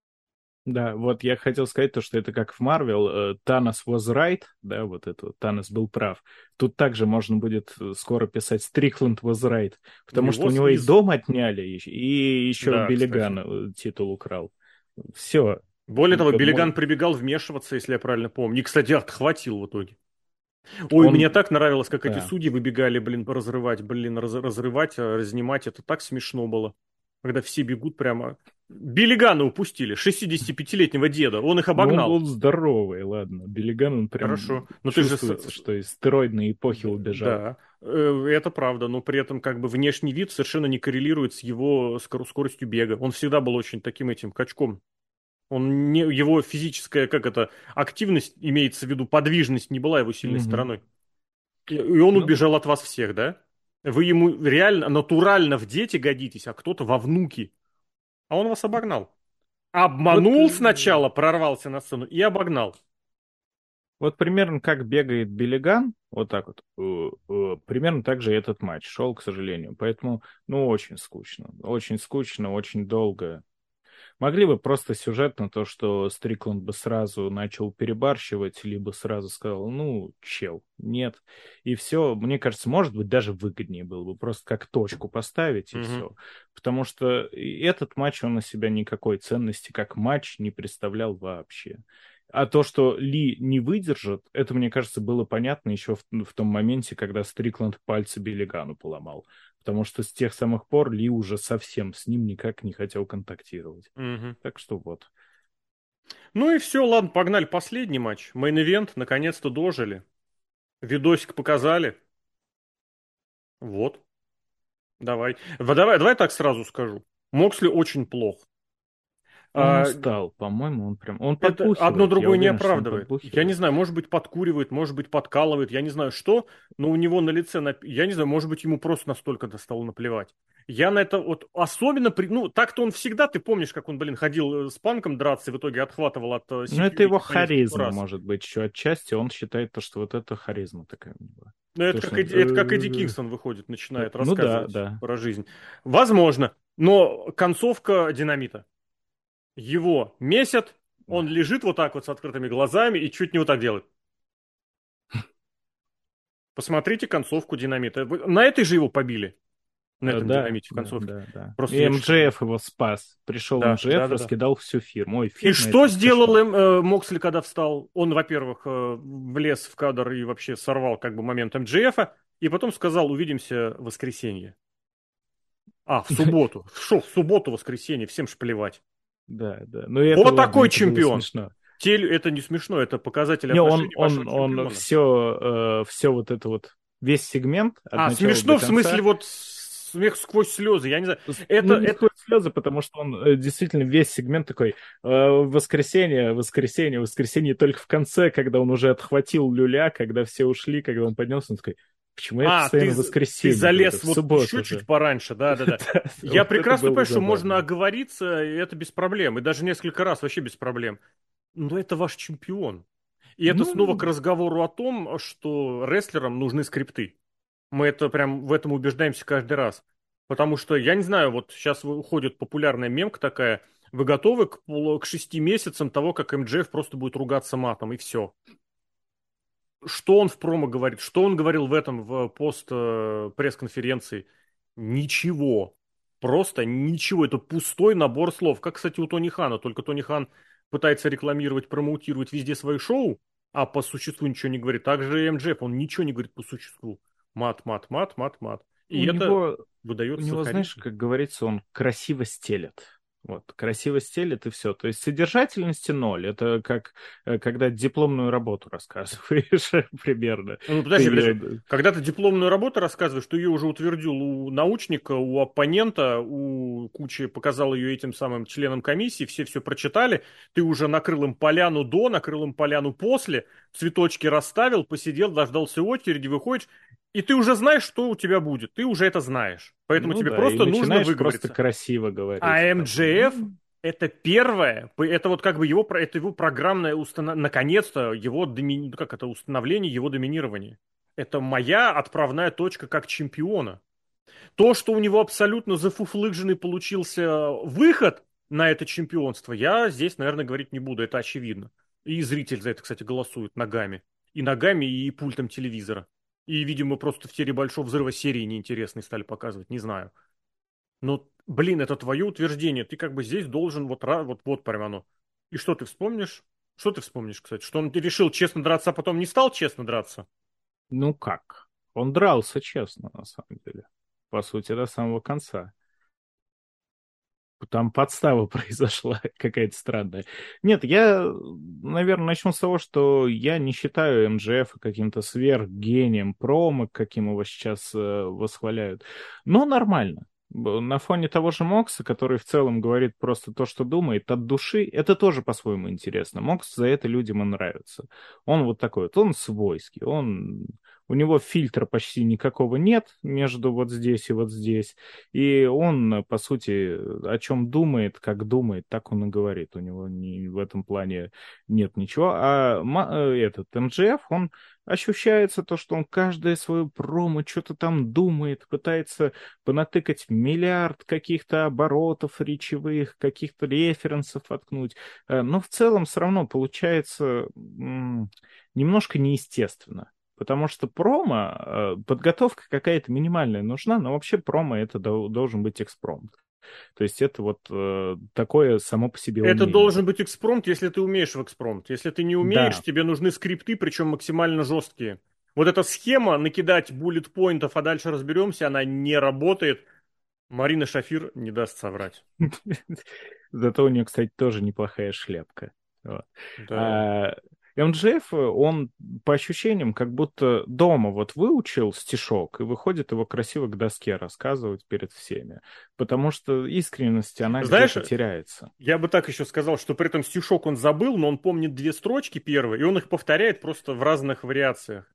Да, вот я хотел сказать то, что это как в Марвел, э, Танос was right, да, вот это вот, Танос был прав. Тут также можно будет э, скоро писать Стрикленд was right,
У
потому что
него
у него и
слиз.
дом отняли, и и еще
Да, кстати.
Биллиган э, титул украл. Все.
Более того, Биллиган прибегал вмешиваться, если я правильно помню. И, кстати, отхватил в итоге. Ой, мне
Он,
так нравилось, как эти
да.
судьи выбегали, блин, разрывать, блин, раз- разрывать, э, разнимать. Это так смешно было. Когда все бегут прямо. Биллигана упустили, шестидесятипятилетнего деда. Он их
Ну, он,
обогнал.
он здоровый, ладно. Биллиган, он прям
Хорошо. Но ты же... с-
чувствуется,
с-
что из стероидной эпохи
д-
убежал.
Да, э, это правда. Но при этом как бы внешний вид совершенно не коррелирует с его скор- скоростью бега. Он всегда был очень таким этим качком. Он не, его физическая, как это, активность, имеется в виду подвижность, не была его сильной
Мгм.
стороной. И и он
Ну,
убежал от вас всех, да? Вы ему реально, натурально в дети годитесь, а кто-то во внуки. А он вас обогнал.
вот,
Обманул
э,
сначала, прорвался на сцену и обогнал.
вот примерно как бегает Биллиган, вот так вот, э, э, примерно так же и этот матч шел, к сожалению. Поэтому, ну, очень скучно. Очень скучно, очень долго. Могли бы просто сюжетно то, что Стрикланд бы сразу начал перебарщивать, либо сразу сказал, ну, чел, нет. И все, мне кажется, может быть, даже выгоднее было бы просто как точку поставить, и
Мгм.
все. Потому что и этот матч, он на себя никакой ценности как матч не представлял вообще. А то, что Ли не выдержит, это, мне кажется, было понятно еще в, в том моменте, когда Стрикланд пальцы Биллигану поломал. Потому что с тех самых пор Ли уже совсем с ним никак не хотел контактировать.
Мгм.
Так что вот.
Ну и все, ладно, погнали последний матч. Мейн-ивент, наконец-то дожили. Видосик показали. Вот, давай. В- Давай, давай так сразу скажу. Моксли очень плох.
Он
А,
устал, по-моему, он прям... Он
Это одно
подбухивает, я
другое не
уверен, что он
оправдывает. Я не
подбухивает.
знаю, может быть, подкуривает, может быть, подкалывает, я не знаю что, но у него на лице, нап- я не знаю, может быть, ему просто настолько достало наплевать. Я на это вот особенно, при... ну, так-то он всегда, ты помнишь, как он, блин, ходил э, с панком драться и в итоге отхватывал от э,
Ну, это его
секьюрити по нескольку
харизма,
раз.
может быть, еще отчасти. Он считает то, что вот это харизма такая у него.
Ну,
То,
это
что
как,
он...
Эдди, это как Эдди
э,
Кингстон выходит,
э,
начинает
Ну да,
рассказывать
да.
про жизнь. Возможно, но концовка динамита. Его месят, он лежит вот так вот с открытыми глазами и чуть не вот так делает. Посмотрите концовку динамита. Вы- На этой же его побили. На
Э,
этом
Да,
динамите в
да,
концовке.
да, да. И
Просто я в шоке.
эм джей эф его спас. Пришел
Да, да,
эм джей эф,
да, да.
раскидал всю фирму. Ой,
И
фирма
что
это
сделал
кошмар.
эм, э, Моксли, когда встал? Он, во-первых, э, влез в кадр и вообще сорвал как бы момент эм джей эф, и потом сказал, увидимся в воскресенье. А, в субботу. Шо, в субботу, воскресенье, всем ж плевать.
Да, да. Ну и это
Вот
ладно,
такой
это было
чемпион.
смешно.
Тель, это не смешно, это показатель
Не, он,
отношений вашего
он, он
чемпиона.
все, э, все вот это вот, весь сегмент от
А,
начала до
смешно в смысле
конца,
вот смех сквозь слезы, я не знаю.
с-
Это,
ну, не
это,
сквозь слезы, потому что он э, действительно весь сегмент такой, э, воскресенье, воскресенье, воскресенье, только в конце, когда он уже отхватил люля, когда все ушли, когда он поднялся, он такой, Почему я
А, ты,
постоянно в
з- ты
воскресенье говорю?
залез
В
вот
субботу
еще чуть
же.
пораньше, да-да-да.
Да,
Я
вот это
прекрасно
было
понимаю, что можно
забавно.
оговориться, и это без проблем. И даже несколько раз вообще без проблем. Но это ваш чемпион. И это снова к
Ну,
разговору о том, что рестлерам нужны скрипты. Мы это прям в этом убеждаемся каждый раз. Потому что, я не знаю, вот сейчас уходит популярная мемка такая. Вы готовы к, полу- к шести месяцам того, как эм джей эф просто будет ругаться матом, и все. Что он в промо говорит? Что он говорил в этом, в пост э, пресс-конференции? Ничего. Просто ничего. Это пустой набор слов. Как, кстати, у Тони Хана. Только Тони Хан пытается рекламировать, промоутировать везде свои шоу, а по существу ничего не говорит. Также и эм джей эф, он ничего не говорит по существу. Мат, мат, мат, мат, мат.
у
И это
него, у
выдается за
него, знаешь,
харизму.
как говорится, он красиво стелет. Вот, красиво стелет и все. То есть содержательности ноль. Это как э, когда дипломную работу рассказываешь примерно.
Ну,
Ты
подожди, подожди.
ее...
Когда ты дипломную работу рассказываешь, ты ее уже утвердил у научника, у оппонента, у кучи, показал ее этим самым членам комиссии, все все прочитали, ты уже накрыл им поляну до, накрыл им поляну после, цветочки расставил, посидел, дождался очереди, выходишь, и ты уже знаешь, что у тебя будет, ты уже это знаешь. Поэтому
Ну
тебе
да, и
просто нужно
начинаешь просто
выговориться.
красиво
А
говорить. Там,
эм джей эф
ну,
это первое, п- это вот как бы его, про- это его программное установ... наконец-то его доми... как это, установление его доминирования. Это моя отправная точка как чемпиона. То, что у него абсолютно зафуфлыженный получился выход на это чемпионство, я здесь, наверное, говорить не буду, это очевидно. И зритель за это, кстати, голосует ногами. И ногами, и пультом телевизора. И, видимо, просто в теории Большого Взрыва серии неинтересные стали показывать, не знаю. Ну, блин, это твое утверждение. Ты как бы здесь должен вот, ра- вот, вот прям оно. И что ты вспомнишь? Что ты вспомнишь, кстати? Что он решил честно драться, а потом не стал честно драться?
ну как? Он дрался честно, на самом деле. По сути, до самого конца. Там подстава произошла какая-то странная. Нет, я, наверное, начну с того, что я не считаю эм джей эф каким-то сверхгением промо, каким его сейчас э, восхваляют. Но нормально. Б- На фоне того же Мокса, который в целом говорит просто то, что думает, от души, это тоже по-своему интересно. Мокс за это людям и нравится. Он вот такой вот, он свойский, он... У него фильтра почти никакого нет между вот здесь и вот здесь. И он, по сути, о чем думает, как думает, так он и говорит. У него ни, в этом плане нет ничего. А ма- э, этот эм джей эф, он ощущается то, что он каждое свое промо что-то там думает, пытается понатыкать миллиард каких-то оборотов речевых, каких-то референсов воткнуть. Э, Но в целом все равно получается м, немножко неестественно. Потому что промо, э, подготовка какая-то минимальная нужна, но вообще промо это дол- должен быть экспромт. То есть это вот э, такое само по себе
Это
умение.
должен быть экспромт, если ты умеешь в экспромт. Если ты не умеешь,
Да,
тебе нужны скрипты, причем максимально жесткие. Вот эта схема, накидать буллет-поинтов, а дальше разберемся, она не работает. Марина Шафир не даст соврать.
зато у нее, кстати, тоже неплохая шляпка. Вот.
Да.
А эм джей эф, он по ощущениям как будто дома вот выучил стишок и выходит его красиво к доске рассказывать перед всеми. Потому что искренность, она
Знаешь,
где-то теряется.
я бы так еще сказал, что при этом стишок он забыл, но он помнит две строчки первые, и он их повторяет просто в разных вариациях.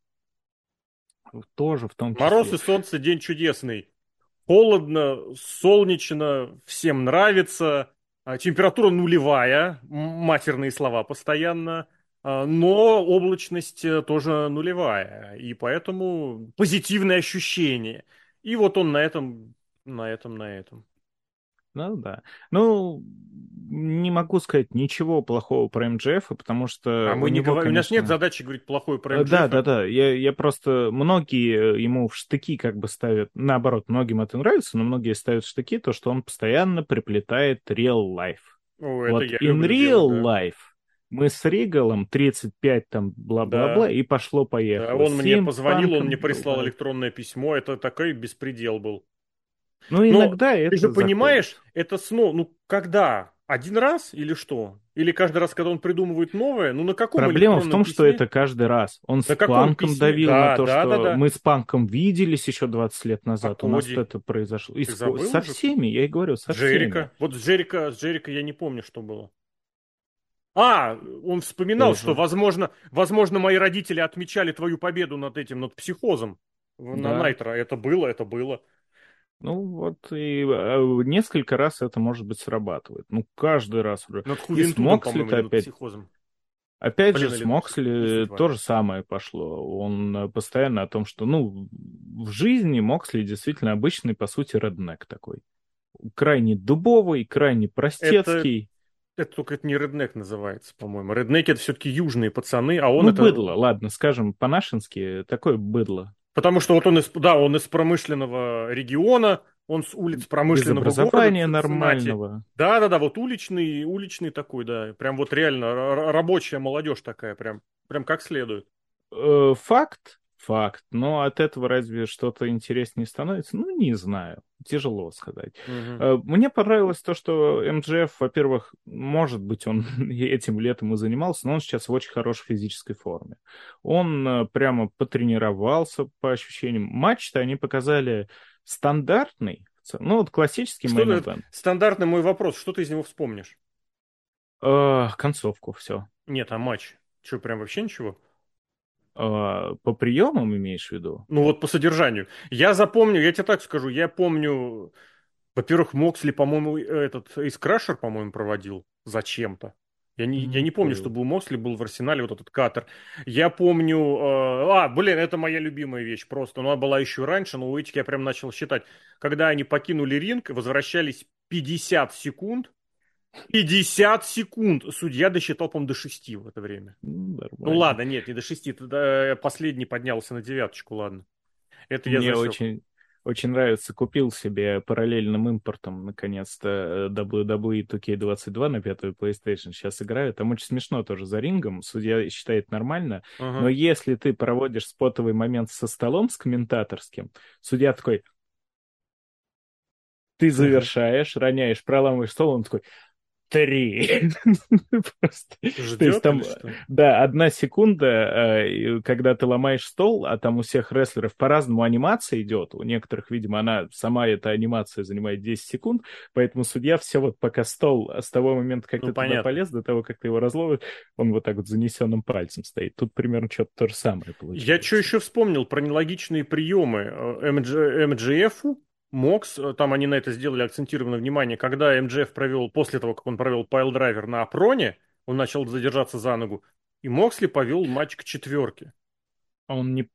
Тоже в том
Мороз
числе.
и солнце, день чудесный. Холодно, солнечно, всем нравится. А, температура нулевая, м- матерные слова постоянно. А, но облачность э, тоже нулевая. И поэтому позитивное ощущение. И вот он на этом, на этом, на этом.
Ну да. Ну, не могу сказать ничего плохого про эм джей эф, потому
А
что у
мы не
него,
говорим, у нас нет
конечно...
задачи говорить плохое про
Э, Да,
эм джей эф.
да, да. Я, я просто... Многие э, ему в штыки как бы ставят... Наоборот, многим это нравится, но многие ставят в штыки то, что он постоянно приплетает real life.
О, это
Вот
я
in
люблю делать,
real
да.
life мы с Ригалом тридцать пять там бла-бла-бла
Да.
и
Да,
пошло-поехало.
он
С
мне
CM
позвонил, он
Панком
мне прислал
бывает.
электронное письмо. Это такой беспредел был.
Ну,
Но
иногда
ты же
это
понимаешь,
заходит.
это снова, ну когда? Один раз или что? Или каждый раз, когда он придумывает новое? Ну на каком
Проблема в
электронном
том, что
письме?
это каждый раз. Он с
На каком
Панком
письме?
давил на
Да,
то,
да, да,
что
да.
мы с Панком виделись еще двадцать лет
А
назад. У нас
Коди?
вот это произошло. И
Ты
с Ко-
забыл
со
уже?
всеми, я и говорю, со всеми.
Джерика. Вот с Джерика, с Джерика я не помню, что было. А, он вспоминал, что,
Тоже.
возможно, возможно, мои родители отмечали твою победу над этим, над психозом. на
Да.
Найтро. Это было, это было.
Ну вот и э, несколько раз это, может быть, срабатывает. Ну, каждый раз уже.
Над
И с
Хувентудом, по-моему,
Моксли-то
или над
опять.
Психозом.
Опять же,
Блин,
с
или над Психозом. Не суть
Моксли то
важно.
же самое пошло. Он э, постоянно о том, что, ну, в жизни Моксли действительно обычный, по сути, реднек такой. Крайне дубовый, крайне
Это,
простецкий.
это только это не реднек называется, по-моему. Реднеки это все-таки южные пацаны, а он
Ну,
это...
быдло, ладно, скажем по-нашенски, такое быдло.
Потому что вот он из, да, он из промышленного региона, он с улиц
Без
промышленного города
образования
Цинциннати.
нормального.
Да-да-да, вот уличный, уличный такой, да. Прям вот реально р- рабочая молодежь такая, прям, прям как следует.
Э, факт, факт. Но от этого разве что-то интереснее становится? Ну, не знаю. Тяжело сказать.
Мгм.
Э, Мне понравилось то, что эм джей эф, во-первых, может быть, он и этим летом и занимался, но он сейчас в очень хорошей физической форме. Он э, прямо потренировался по ощущениям. Матч-то они показали стандартный, ну, вот классический
Что ты,
мейн-эвент.
стандартный мой вопрос, что ты из него вспомнишь?
Э, концовку, все.
Нет, а матч? Что, прям вообще ничего?
По приемам имеешь в виду?
Ну вот по содержанию. Я запомню, я тебе так скажу, я помню, во-первых, Моксли, по-моему, этот Эйс Крашер, по-моему, проводил зачем-то. Я не, я
М,
не помню,
был.
чтобы у Моксли был в арсенале вот этот катер. Я помню... э, а, блин, это моя любимая вещь просто. Но она была еще раньше, но у этих я прям начал считать. Когда они покинули ринг, возвращались пятьдесят секунд. пятьдесят секунд! Судья досчитал, по-моему, до шести в это время.
М,
Ну
Нормально.
ладно, нет, не до шести. Тогда последний поднялся на девяточку, ладно. Это я
Мне
засек.
очень, очень нравится. Купил себе параллельным импортом, наконец-то, э, дабл ю дабл ю и ту кей двадцать два на пятую PlayStation. Сейчас играю. Там очень смешно тоже за рингом. Судья считает нормально. Но
Ага.
если ты проводишь спотовый момент со столом, с комментаторским, судья такой, ты завершаешь, роняешь, проламываешь стол, он такой, три. Просто. То есть
Ждет или
там,
что?
да, одна секунда, э, и когда ты ломаешь стол, а там у всех рестлеров по-разному анимация идет. У некоторых, видимо, она сама эта анимация занимает десять секунд, поэтому судья все вот пока стол с того момента, как
Ну,
ты туда
понятно.
полез, до того, как ты его разловишь, он вот так вот занесенным пальцем стоит. Тут примерно что-то то же самое
Я что
получается.
еще вспомнил про нелогичные приемы э, эм джи эм джи эф, Мокс, э, там они на это сделали акцентированное внимание, когда эм джи эф провел, после того, как он провел пайл-драйвер на Апроне, он начал задержаться за ногу, и Моксли повел матч к четверке.
А он не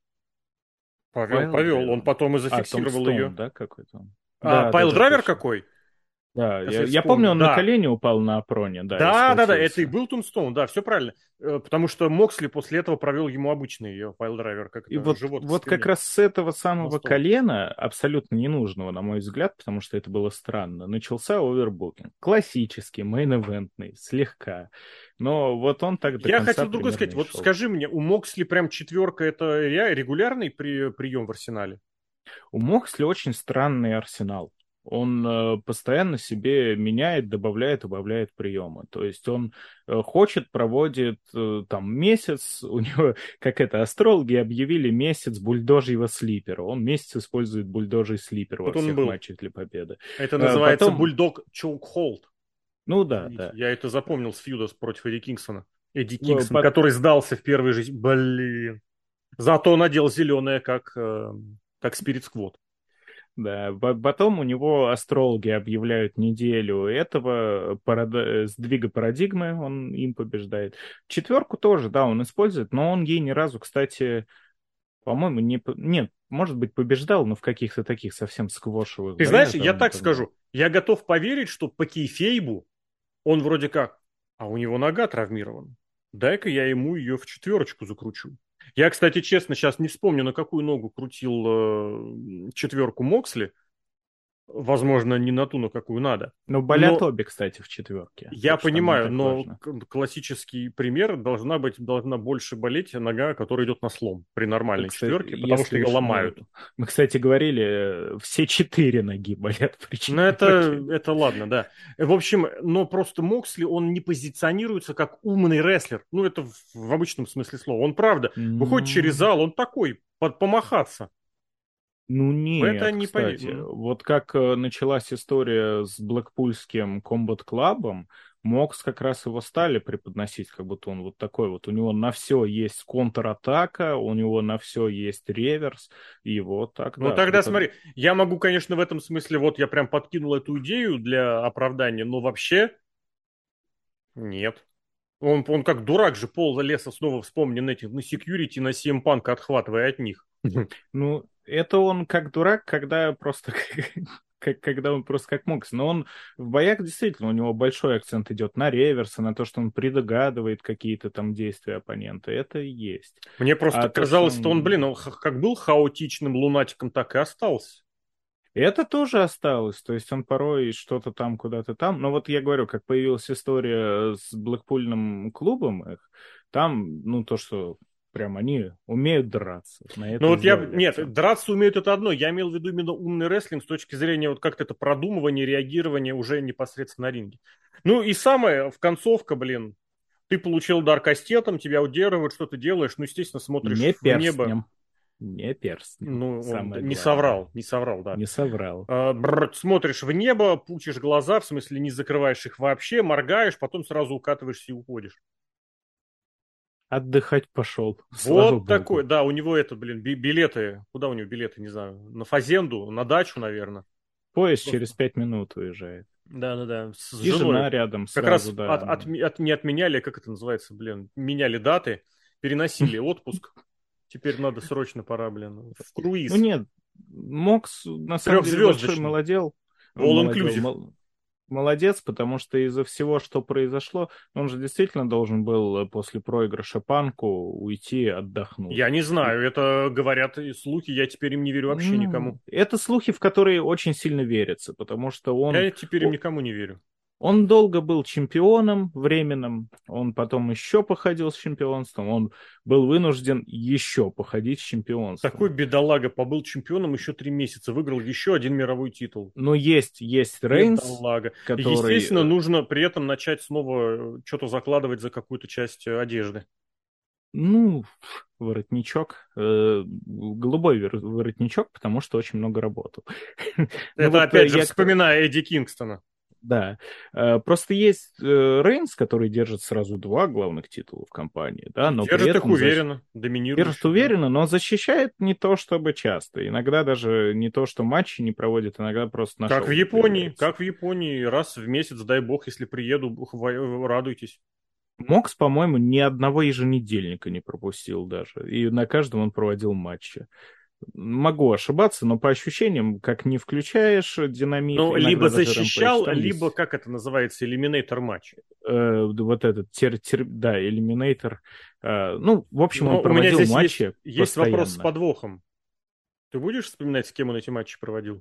Повел,
Пайл
повел, он
драйвер?
потом и
А,
зафиксировал ее.
Томстоун, да, какой-то он?
А
Да, да, да,
пайл-драйвер
точно.
какой?
Да,
Сейчас
я,
я
я помню,
вспомню.
он на
Да,
колени упал на Апроне, да, и
да, да, да, это и
схватился.
был Тумстоун, да, все правильно. Э, Потому что Моксли после этого провел ему обычный ее пайл-драйвер, как
И
это,
вот,
живот к
вот как
спине
раз с этого
на
самого
стол.
колена, абсолютно ненужного, на мой взгляд, потому что это было странно, начался овербукинг. Классический, мейн-эвентный, слегка. Но вот он так до
Я
конца
хотел другое
примерно
сказать.
и
Вот
шел.
скажи мне, у Моксли прям четверка это ре- регулярный при, прием в арсенале?
У Моксли очень странный арсенал. Он э, постоянно себе меняет, добавляет, убавляет приемы. То есть он э, хочет, проводит э, там месяц, у него, как это, астрологи объявили месяц бульдожьего слипера. Он месяц использует бульдожий слипер во
Вот он
всех
был.
матчах для победы.
Это
Э,
называется
потом,
бульдог chokehold.
ну да,
Извините,
да.
я это запомнил с фьюда против Эдди Кингсона. Эдди
Э,
Кингсон,
пот-
который сдался в первой жизни. Блин. Зато надел зеленое, как, э, как Спирит Сквот.
Да, по- потом у него астрологи объявляют неделю этого парад- сдвига парадигмы, он им побеждает. Четверку тоже, да, он использует, но он ей ни разу, кстати, по-моему, не... по- Нет, может быть, побеждал, но в каких-то таких совсем сквошевых
Ты знаешь,
боях
я так
давно-давно.
скажу, я готов поверить, что по кейфейбу он вроде как, а у него нога травмирована. Дай-ка я ему ее в четверочку закручу. Я, кстати, честно, сейчас не вспомню, на какую ногу крутил э, четверку Моксли. Возможно, не на ту, на какую надо.
Ну, болят
Но
обе, кстати, в четверке,
я
так что там не
понимаю,
так
но
важно.
к- классический пример должна быть, должна больше болеть нога, которая идет на слом при нормальной
Кстати,
четверке, потому что
если
ее
уж мы...
ломают.
Мы, кстати, говорили, э, все четыре ноги болят при
Ну, это,
четверке.
это ладно, да. В общем, но просто Моксли, он не позиционируется как умный рестлер. Ну, это в, в обычном смысле слова. Он, правда, выходит через
Ну,
зал, он такой, под, помахаться.
Ну
В это
нет,
не
кстати.
поверю.
Вот как э, началась история с Блэкпульским Комбат Клабом, Мокс как раз его стали преподносить, как будто он вот такой вот. У него на все есть контратака, у него на все есть реверс, и вот так,
Ну,
да.
тогда
препод-
смотри, я могу, конечно, в этом смысле, вот я прям подкинул эту идею для оправдания, но вообще нет. Он, он как дурак же пол леса снова вспомнил этих на секьюрити, на си эм Punk, отхватывая от них.
Ну, это он как дурак, когда просто как, когда он просто как Мокс. Но он в боях действительно, у него большой акцент идет на реверсы, на то, что он предугадывает какие-то там действия оппонента. Это и есть.
Мне просто
А то, что
казалось, что он, блин,
он...
он х- как был хаотичным лунатиком, так и остался.
Это тоже осталось, то есть он порой что-то там, куда-то там. Но вот я говорю, как появилась история с Блэкпульным клубом их, там, ну, то, что прям они умеют драться. На
Ну
это и
вот я,
сделали
нет,
акцент.
драться умеют это одно. Я имел в виду именно умный рестлинг с точки зрения вот как-то это продумывания, реагирования уже непосредственно на ринге. Ну и самое, в концовка, блин, ты получил удар кастетом, тебя удерживают, что ты делаешь, ну, естественно, смотришь
Не
в небо.
перстнем. Не перстнем.
Ну, он
Самое
не
главное.
соврал, не соврал, да.
Не соврал.
А, бррр, смотришь в небо, пучишь глаза, в смысле не закрываешь их вообще, моргаешь, потом сразу укатываешься и уходишь.
Отдыхать пошел. Слава
Вот
богу.
такой, да, у него это, блин, би- билеты, куда у него билеты, не знаю, на фазенду, на дачу, наверное.
Поезд через
Просто.
пять минут уезжает.
Да-да-да, с
И жена
женой.
рядом
Как раз
сразу, да.
от,
Она...
от- от- не отменяли, как это называется, блин, меняли даты, переносили отпуск. Теперь надо срочно пора, блин, в
Ну
круиз.
нет, Мокс на самом деле большой
Трехзвездочный.
молодел.
All
Молодел.
inclusive.
мол- Молодец, потому что из-за всего, что произошло, он же действительно должен был э, после проигрыша Панку уйти отдохнуть.
Я не
И,
знаю, это говорят и слухи, я теперь им не верю вообще
ну,
никому.
это слухи, в которые очень сильно верится, потому что он,
Я теперь им никому не верю.
Он долго был чемпионом временным, он потом еще походил с чемпионством, он был вынужден еще походить с
Такой
чемпионством.
бедолага побыл чемпионом еще три месяца, выиграл еще один мировой титул.
Но есть, есть Рейнс,
Бедолага. И,
который,
естественно,
э,
нужно при этом начать снова что-то закладывать за какую-то часть э, одежды.
ну, воротничок, э, голубой вер- воротничок, потому что очень много работал. Ну
Это,
вот э,
опять же,
я
вспоминая Эдди Кингстона.
Да. Э, Просто есть э, Рейнс, который держит сразу два главных титула в компании, да,
И
но при
держит их
этом защ-
уверенно,
держит
доминирующе, да.
уверенно, но защищает не то чтобы часто. Иногда даже не то, что матчи не проводит, иногда просто на
Как
шоу
в
не
Японии,
появляется.
как в Японии, раз в месяц, дай бог, если приеду, хва- радуйтесь.
Мокс, по-моему, ни одного еженедельника не пропустил даже. И на каждом он проводил матчи. Могу ошибаться, но по ощущениям, как не включаешь динамит,
Ну,
иногда
либо
даже Rampage,
защищал,
там
либо,
есть
как это называется, элиминейтор матч.
э, вот этот, тер, тер- да, Eliminator. Э, ну, в общем, он
Но у меня
проводил
здесь есть,
матчи
есть вопрос с
постоянно.
подвохом. Ты будешь вспоминать, с кем он эти матчи проводил?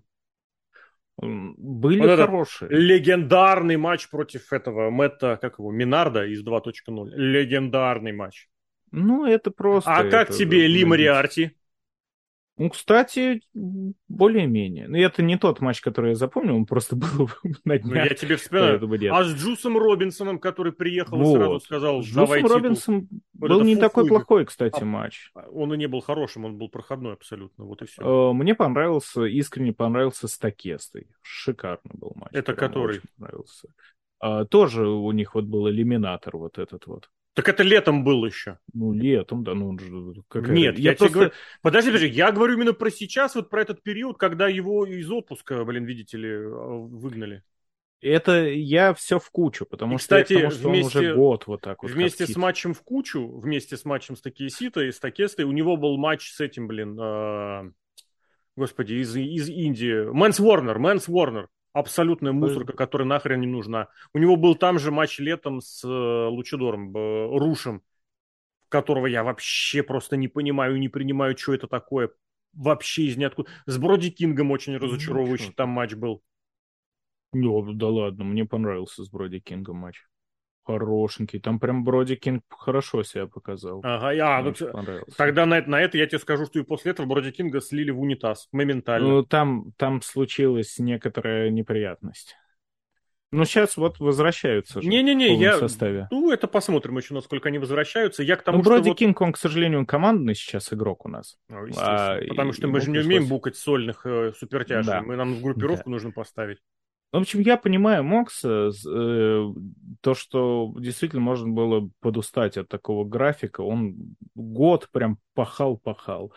М, Были
Вот этот
хорошие.
легендарный матч против этого Мэтта, как его, Минарда из два точка ноль. Легендарный матч.
Ну, это просто,
А как
это
тебе Ли
набить.
Мориарти?
Ну, кстати, м, более-менее. Ну, это не тот матч, который я запомнил, он просто был на
Ну, я
днях,
тебе вспоминаю.
поэтому нет.
А с Джусом Робинсоном, который приехал и сразу
Вот.
сказал,
С
давай
Джусом
титул.
Робинсом
Вот
был
это
не такой
фу-фу.
плохой, кстати,
А
матч.
он и не был хорошим, он был проходной абсолютно. Вот и все.
Э, Мне понравился, искренне понравился с Такестой. Шикарный был матч.
Это
Прям
который?
очень понравился. А, тоже у них вот был элиминатор вот этот вот.
Так это летом был еще.
Ну, летом, да, ну, он же какая...
Нет, я,
Я
тебе
просто...
говорю... Подожди, подожди, я говорю именно про сейчас, вот про этот период, когда его из отпуска, блин, видите ли, э, выгнали.
Это я все в кучу, потому
И,
что я к
кстати,
тому, что он уже
вместе,
год вот так вот
вместе с
коптит.
матчем в кучу, вместе с матчем с Такесито и с Такестой, у него был матч с этим, блин, э, господи, из, из Индии. Мэнс Уорнер, Мэнс Уорнер. Абсолютная мусорка, которая нахрен не нужна. У него был там же матч летом с э, Лучидором, э, Рушем, которого я вообще просто не понимаю и не принимаю, что это такое. Вообще из ниоткуда. С Броди Кингом очень разочаровывающий
Ну,
там матч был.
ну, да ладно, мне понравился с Броди Кингом матч. Хорошенький. Там прям Броди Кинг хорошо себя показал.
Ага, я,
Мне
ну,
очень понравился.
тогда на это, на это я тебе скажу, что и после этого Броди Кинга слили в унитаз моментально.
Ну, там, там случилась некоторая неприятность. Ну, сейчас вот возвращаются же в
Не-не-не,
полном
я...
составе.
Ну, это посмотрим еще, насколько они возвращаются. Я к тому,
Ну,
что
Броди
вот...
Кинг, он, к сожалению, командный сейчас игрок у нас.
Ну,
А,
естественно. Потому
и
что мы
ему
же не умеем
пришлось...
букать сольных э, супертяжей.
Да,
Мы, нам в
да.
группировку нужно поставить.
В общем, я понимаю Мокса, с- э, то, что действительно можно было подустать от такого графика. Он год прям пахал-пахал.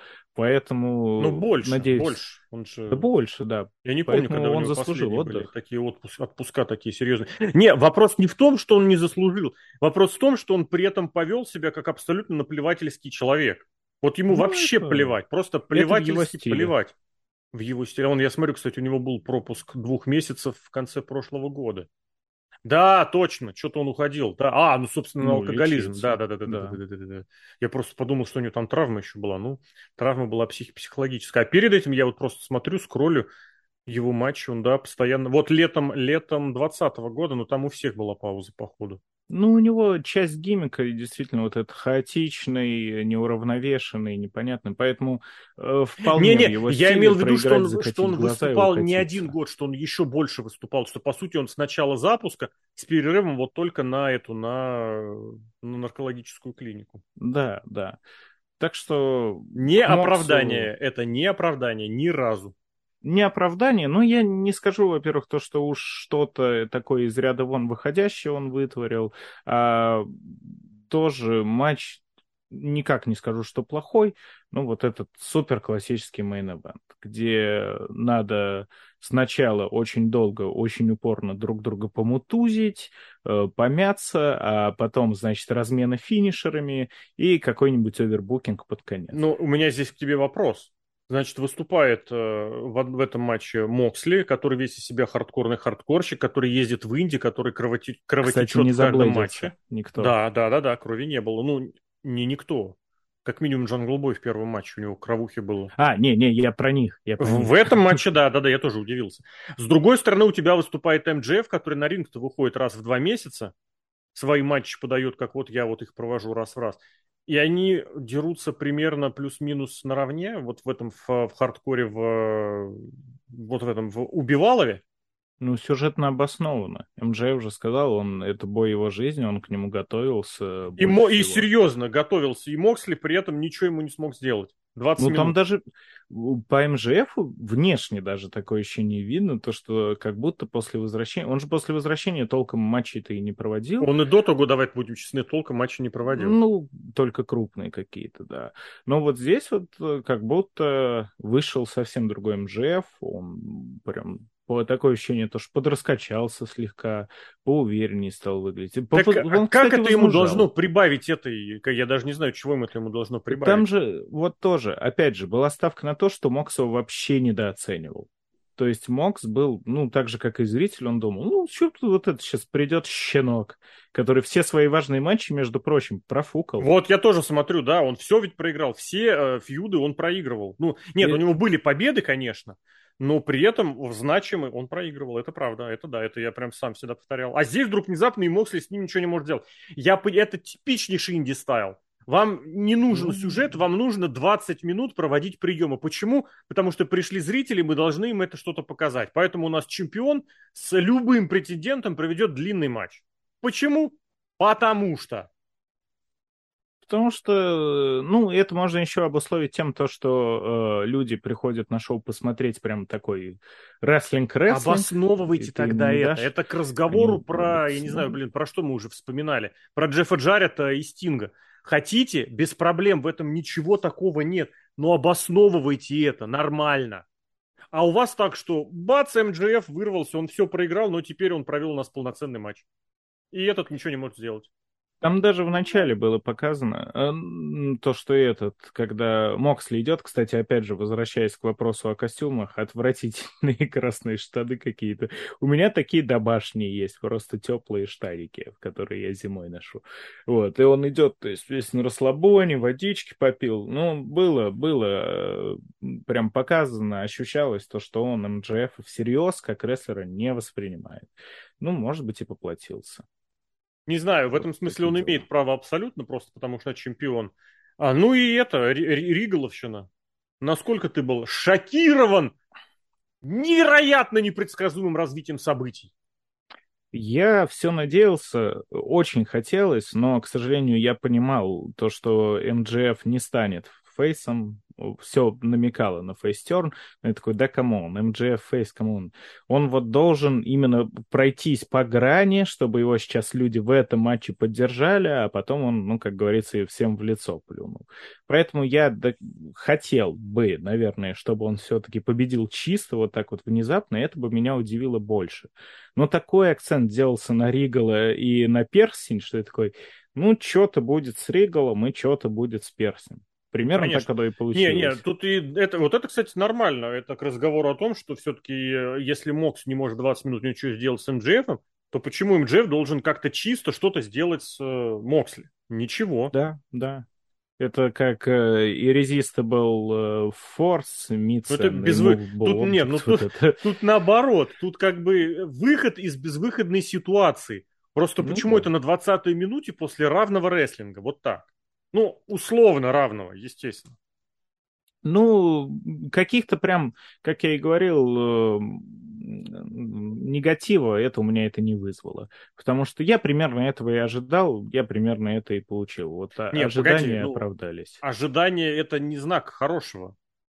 Ну,
Поэтому,
больше,
надеюсь,
больше. Он
да
же...
больше, да.
Я не помню, когда
Поэтому
у
он
него
заслужил
последние были
отдых.
такие отпуск, отпуска такие серьезные. Не, вопрос не в том, что он не заслужил. Вопрос в том, что он при этом повел себя как абсолютно наплевательский человек. Вот ему
Ну,
вообще
это,
плевать, просто
это в его
плевательски
стиле.
плевать в его стиле. Он, я смотрю, кстати, у него был пропуск двух месяцев в конце прошлого года. Да, точно, что-то он уходил. Да. А, ну, собственно, на
Ну,
алкоголизм. Да,
лечиться,
да, да, да, да, да,
да.
да, да, да, да. Я просто подумал, что у него там травма еще была. Ну, травма была псих- психологическая. А перед этим я вот просто смотрю, скроллю его матчи, он, да, постоянно. Вот летом, летом двадцатого года, но там у всех была пауза, походу.
Ну, у него часть гиммика действительно вот этот хаотичный, неуравновешенный, непонятный. Поэтому э, вполне в
Не-не,
его
я
стиле
имел в виду, что
проиграть,
он, что
закатить
он
глаза и
выступал не один
укатиться.
год, что он еще больше выступал, что, по сути, он с начала запуска с перерывом вот только на эту, на, на наркологическую клинику.
Да, да. Так что
Не
к Моксу
оправдание, это не оправдание ни разу.
не оправдание, но я не скажу, во-первых, то, что уж что-то такое из ряда вон выходящее он вытворил. А, тоже матч никак не скажу, что плохой, но вот этот супер классический мейн-эвент, где надо сначала очень долго, очень упорно друг друга помутузить, э, помяться, а потом, значит, размены финишерами и какой-нибудь овербукинг под конец.
Ну, у меня здесь к тебе вопрос. Значит, выступает э, в, в этом матче Моксли, который весь из себя хардкорный хардкорщик, который ездит в Инди, который кровоте-
Кстати,
кровотечет
не
в каждом
заблейдился
матче.
никто.
Да, да, да, да, крови не было. Ну, не никто. Как минимум Джангл Бой в первом матче, у него кровухи было.
А, не-не, я про них, я про
В, в
них.
этом матче, да, да, да, я тоже удивился. С другой стороны, у тебя выступает эм джей эф, который на ринг-то выходит раз в два месяца, свои матчи подает, как вот я вот их провожу раз в раз. И они дерутся примерно плюс-минус наравне, вот в этом, в, в хардкоре, в, вот в этом, в Убивалове.
Ну, сюжетно обоснованно. эм джей уже сказал, он, это бой его жизни, он к нему готовился
И,
больше
Мо- и
всего.
серьезно готовился, и Моксли при этом ничего ему не смог сделать. двадцать
Ну, там
минут.
даже у- по эм джей эф внешне даже такое еще не видно, то, что как будто после возвращения... Он же после возвращения толком матчей-то и не проводил.
Он и до того, давайте будем честны, толком матча не проводил.
Ну, только крупные какие-то, да. Но вот здесь вот э, как будто вышел совсем другой эм джей эф, он прям по такое ощущение, то, что подраскачался слегка, поувереннее стал выглядеть. По-
Так а
Он,
как
кстати,
это ему должно
возмужал.
прибавить этой, я даже не знаю, чего ему это ему должно
Там
прибавить.
же, вот тоже, опять же, была ставка на то, что Мокс его вообще недооценивал. То есть Мокс был, ну, так же, как и зритель, он думал, ну, что тут вот это сейчас придет щенок, который все свои важные матчи, между прочим, профукал.
Вот я тоже смотрю, да, он все ведь проиграл, все э, фьюды он проигрывал. Ну, нет, у
И
него были победы, конечно, но при этом в значимый он проигрывал, это правда, это да, это я прям сам всегда повторял. А здесь вдруг внезапно и Моксли с ним ничего не может делать. Я, пон- это типичнейший инди-стайл. Вам не нужен
ну,
сюжет, вам нужно двадцать минут проводить приемы. Почему? Потому что пришли зрители, мы должны им это что-то показать. Поэтому у нас чемпион с любым претендентом проведет длинный матч. Почему? Потому что.
потому что, ну, это можно еще обусловить тем, то, что э, люди приходят на шоу посмотреть прям такой рестлинг-рестлинг, и
Обосновывайте
ты им
тогда
не
это.
дашь,
Это к
они
разговору про, я
будут,
не знаю,
ну,
блин, про что мы уже вспоминали. Про Джеффа Джаррета и Стинга. Хотите, без проблем, в этом ничего такого нет. Но обосновывайте это нормально. А у вас так, что бац, эм джей эф вырвался, он все проиграл, но теперь он провел у нас полноценный матч. И этот ничего не может сделать.
там даже в начале было показано э, м, то, что этот, когда Моксли идет, кстати, опять же, возвращаясь к вопросу о костюмах, отвратительные красные штаны какие-то. У меня такие домашние есть, просто теплые штаники, которые я зимой ношу. Вот, и он идет, то есть весь на расслабоне, водички попил. Ну, было, было э, прям показано, ощущалось то, что он эм джей эф всерьез, как рестлера, не воспринимает. Ну, может быть, и поплатился.
Не знаю, в
Вот
этом смысле
такие
он
дела.
имеет право абсолютно, просто потому что чемпион. А, ну и это, Ри- Ри- Риголовщина. Насколько ты был шокирован невероятно непредсказуемым развитием событий.
Я все надеялся, очень хотелось, но, к сожалению, я понимал то, что эм джей эф не станет фейсом, все намекало на фейстерн. Я такой, да, камон, эм джей эф фейс, камон. Он вот должен именно пройтись по грани, чтобы его сейчас люди в этом матче поддержали, а потом он, ну, как говорится, и всем в лицо плюнул. Поэтому я да, хотел бы, наверное, чтобы он все-таки победил чисто вот так вот внезапно, и это бы меня удивило больше. Но такой акцент делался на Ригала и на Персень, что я такой, ну, что-то будет с Ригалом и что-то будет с Персем. Примерно так
Конечно.
оно и
Не, не,
получилось.
тут и это, вот это, кстати, нормально. Это к разговору о том, что все-таки, если Мокс не может двадцать минут ничего сделать с эм джей эф, то почему эм джей эф должен как-то чисто что-то сделать с э, Моксли? Ничего.
Да, да. Это как э, Irresistible э, Force
Ну, это
meets an
без вы... Тут
Immovable
нет,
Object.
ну
Вот
тут,
это.
тут наоборот. Тут как бы выход из безвыходной ситуации. Просто
Ну
почему это
да.
на двадцатой минуте после равного рестлинга? Вот так. Ну, условно равного, естественно.
Ну, каких-то прям, как я и говорил, э, негатива это у меня это не вызвало. Потому что я примерно этого и ожидал, я примерно это и получил. Вот а-
Не, погоди,
ожидания
ну,
оправдались.
ожидание это не знак хорошего.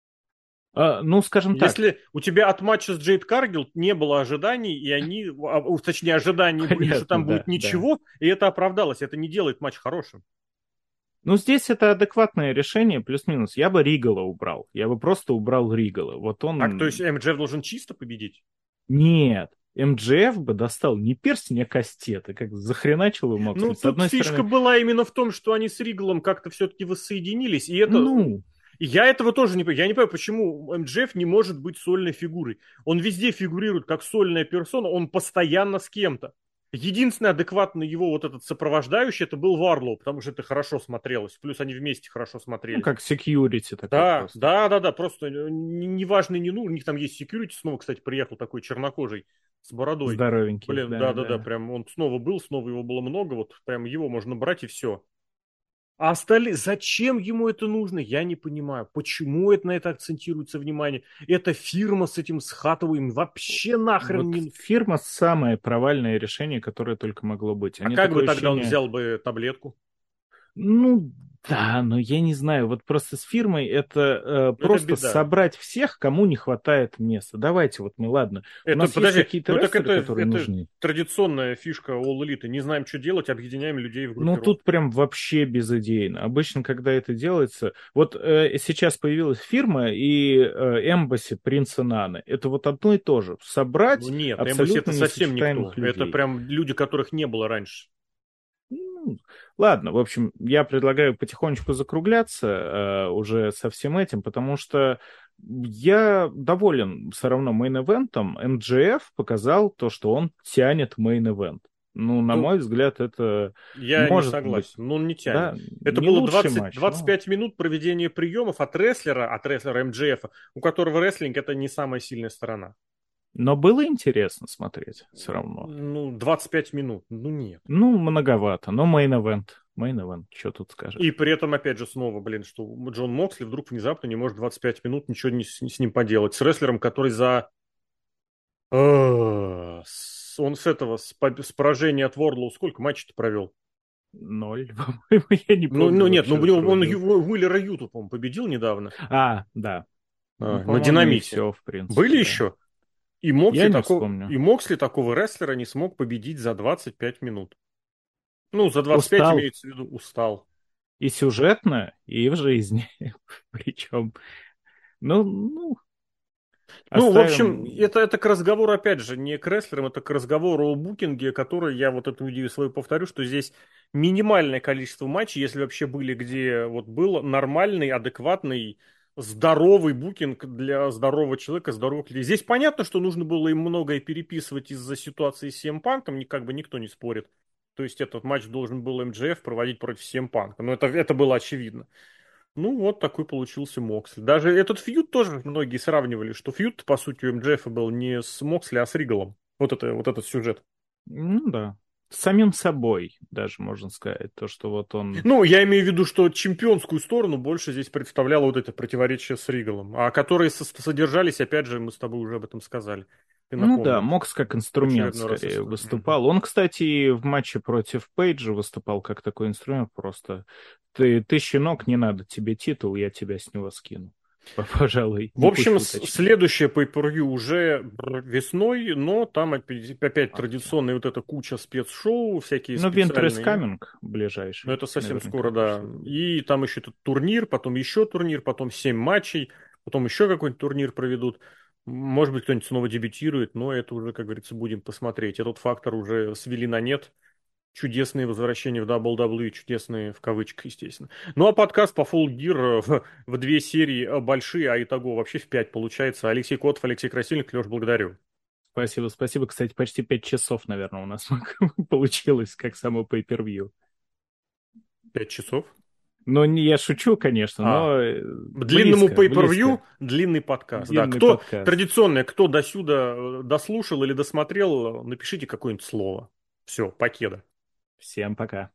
А, ну, скажем так,
Если у тебя от матча с Джейд Каргил не было ожиданий, и они, а, у- точнее, ожиданий были, что
понятно,
там
да,
будет
да.
ничего, и это оправдалось. Это не делает матч хорошим.
Ну, здесь это адекватное решение, плюс-минус. Я бы Ригала убрал. Я бы просто убрал Ригала. Вот
Так, то есть
он...
эм джей эф должен чисто победить?
Нет. эм джей эф бы достал не перстень, а кастет. И как захреначил его
Ну,
Моксли. С
тут
одной
фишка
стороны,
была именно в том, что они с Риглом как-то все-таки воссоединились, и это...
ну,
И я этого тоже не понимаю. Я не понимаю, почему эм джей эф не может быть сольной фигурой. Он везде фигурирует как сольная персона, он постоянно с кем-то. Единственный адекватный его вот этот сопровождающий, это был Варлоу, потому что это хорошо смотрелось. Плюс они вместе хорошо
ну,
смотрелись.
как секьюрити такой
Да,
просто.
да, да, да, просто неважно, не, не нужно. У них там есть секьюрити, снова, кстати, приехал такой чернокожий с бородой.
Здоровенький,
Блин,
да,
да, да, да,
да.
прям он снова был, снова его было много, вот прям его можно брать и все. А остальные, зачем ему это нужно, я не понимаю. Почему это на это акцентируется внимание? Эта фирма с этим, с Хатовым, вообще нахрен
Вот
не...
фирма самое провальное решение, которое только могло быть.
А
Они
как бы
такое
тогда он
ощущение...
взял бы таблетку?
Ну, да, но я не знаю, вот просто с фирмой это э,
Ну, это
просто
беда.
собрать всех, кому не хватает места. Давайте вот мы, ладно, у
Это,
нас есть
подожди,
какие-то
ну так
рестлеры,
это,
которые
это
нужны.
традиционная фишка All Elite. Не знаем, что делать, объединяем людей в
Ну, тут
группировку.
прям вообще безыдейно. Обычно, когда это делается... Вот э, сейчас появилась фирма и э, Эмбасси Принца Наны. Это вот одно и то же.
Ну
Собрать
нет, Эмбасси
абсолютно
это совсем никто.
несочетаемых
Это
людей.
прям люди, которых не было раньше.
Ну, ладно, в общем, я предлагаю потихонечку закругляться э, уже со всем этим, потому что я доволен все равно мейн-эвентом. эм джей эф показал то, что он тянет мейн-эвент. Ну, на
Ну,
мой взгляд, это
я не
может быть,
согласен. Но он не тянет.
да,
Это
не
было
лучший
двадцать
матч, но...
двадцать пять минут проведения приемов от рестлера, от рестлера эм джей эф, у которого рестлинг это не самая сильная сторона.
Но было интересно смотреть все равно.
Ну, двадцать пять минут. Ну, нет.
Ну, многовато, но мейн-эвент. Мейн-эвент, что тут
И
скажешь?
при этом, опять же, снова, блин, что Джон Моксли вдруг внезапно не может двадцать пять минут ничего не с, с ним поделать. С рестлером, который за... Э, с- Он с этого, с, по- с поражения от Ворлоу сколько матчей-то провел?
Ноль, по-моему, я не
Ну, ну
помню
нет, ну
вообще,
у него- он
проводил.
Ю- Уиллера Юту, по-моему, победил недавно.
А, да. Ну,
А, на
по-моему, и
Динамите.
все, в принципе,
Были
да.
еще? И Моксли,
Я не
такого,
вспомню.
и Моксли такого рестлера не смог победить за двадцать пять минут. Ну, за двадцать пять
Устал
имеется в виду устал.
и сюжетно, и в жизни. Причем, ну, ну,
Ну, в общем,
оставим...
это, это к разговору, опять же, не к рестлерам, это к разговору о букинге, который, я вот эту идею свою повторю, что здесь минимальное количество матчей, если вообще были, где вот был нормальный, адекватный, здоровый букинг для здорового человека, здоровых людей. Здесь понятно, что нужно было им многое переписывать из-за ситуации с си эм Punk, как бы никто не спорит. То есть этот матч должен был эм джей эф проводить против си эм Punk. Но это, это было очевидно. Ну, вот такой получился Моксли. Даже этот фьюд тоже многие сравнивали, что фьюд, по сути, у эм джей эф был не с Моксли, а с Ригалом. Вот, это, вот этот сюжет.
Ну, да. С самим собой, даже можно сказать. То, что вот он...
Ну, я имею в виду, что чемпионскую сторону больше здесь представляло вот это противоречие с Ригалом, а которые со- содержались, опять же, мы с тобой уже об этом сказали. Ты
Ну да,
напомнил
Мокс как
в
инструмент
очередной раз
скорее
историю. Мгм.
выступал. Он, кстати, в матче против Пейджа выступал как такой инструмент просто. Ты, ты щенок, не надо тебе титул, я тебя с него скину. Пожалуй,
В
не
общем,
пущу
с-
уточнять.
следующее pay-per-view уже бр- весной, но там опять, опять
Марте.
традиционная вот эта куча спецшоу, всякие
Ну, Winter is
специальные.
Coming
Но
ближайший,
это совсем скоро,
наверняка
да.
тоже будет.
И там еще этот турнир, потом еще турнир, потом семь матчей, потом еще какой-нибудь турнир проведут. Может быть, кто-нибудь снова дебютирует, но это уже, как говорится, будем посмотреть. Этот фактор уже свели на нет. Чудесные возвращения в дабл ю дабл ю и, чудесные в кавычках, естественно. Ну, а подкаст по Full Gear в, в две серии э, большие, а итого вообще в пять получается. Алексей Котов, Алексей Красильник, Леш, благодарю.
Спасибо, спасибо. Кстати, почти пять часов, наверное, у нас получилось, как само pay-per-view.
Пять часов?
Но не я шучу, конечно,
А,
но э,
длинному
близко,
pay-per-view
близко.
длинный подкаст. Да,
Длинный
кто
подкаст.
традиционное, кто досюда э, дослушал или досмотрел, напишите какое-нибудь слово. Все, покеда.
Всем пока.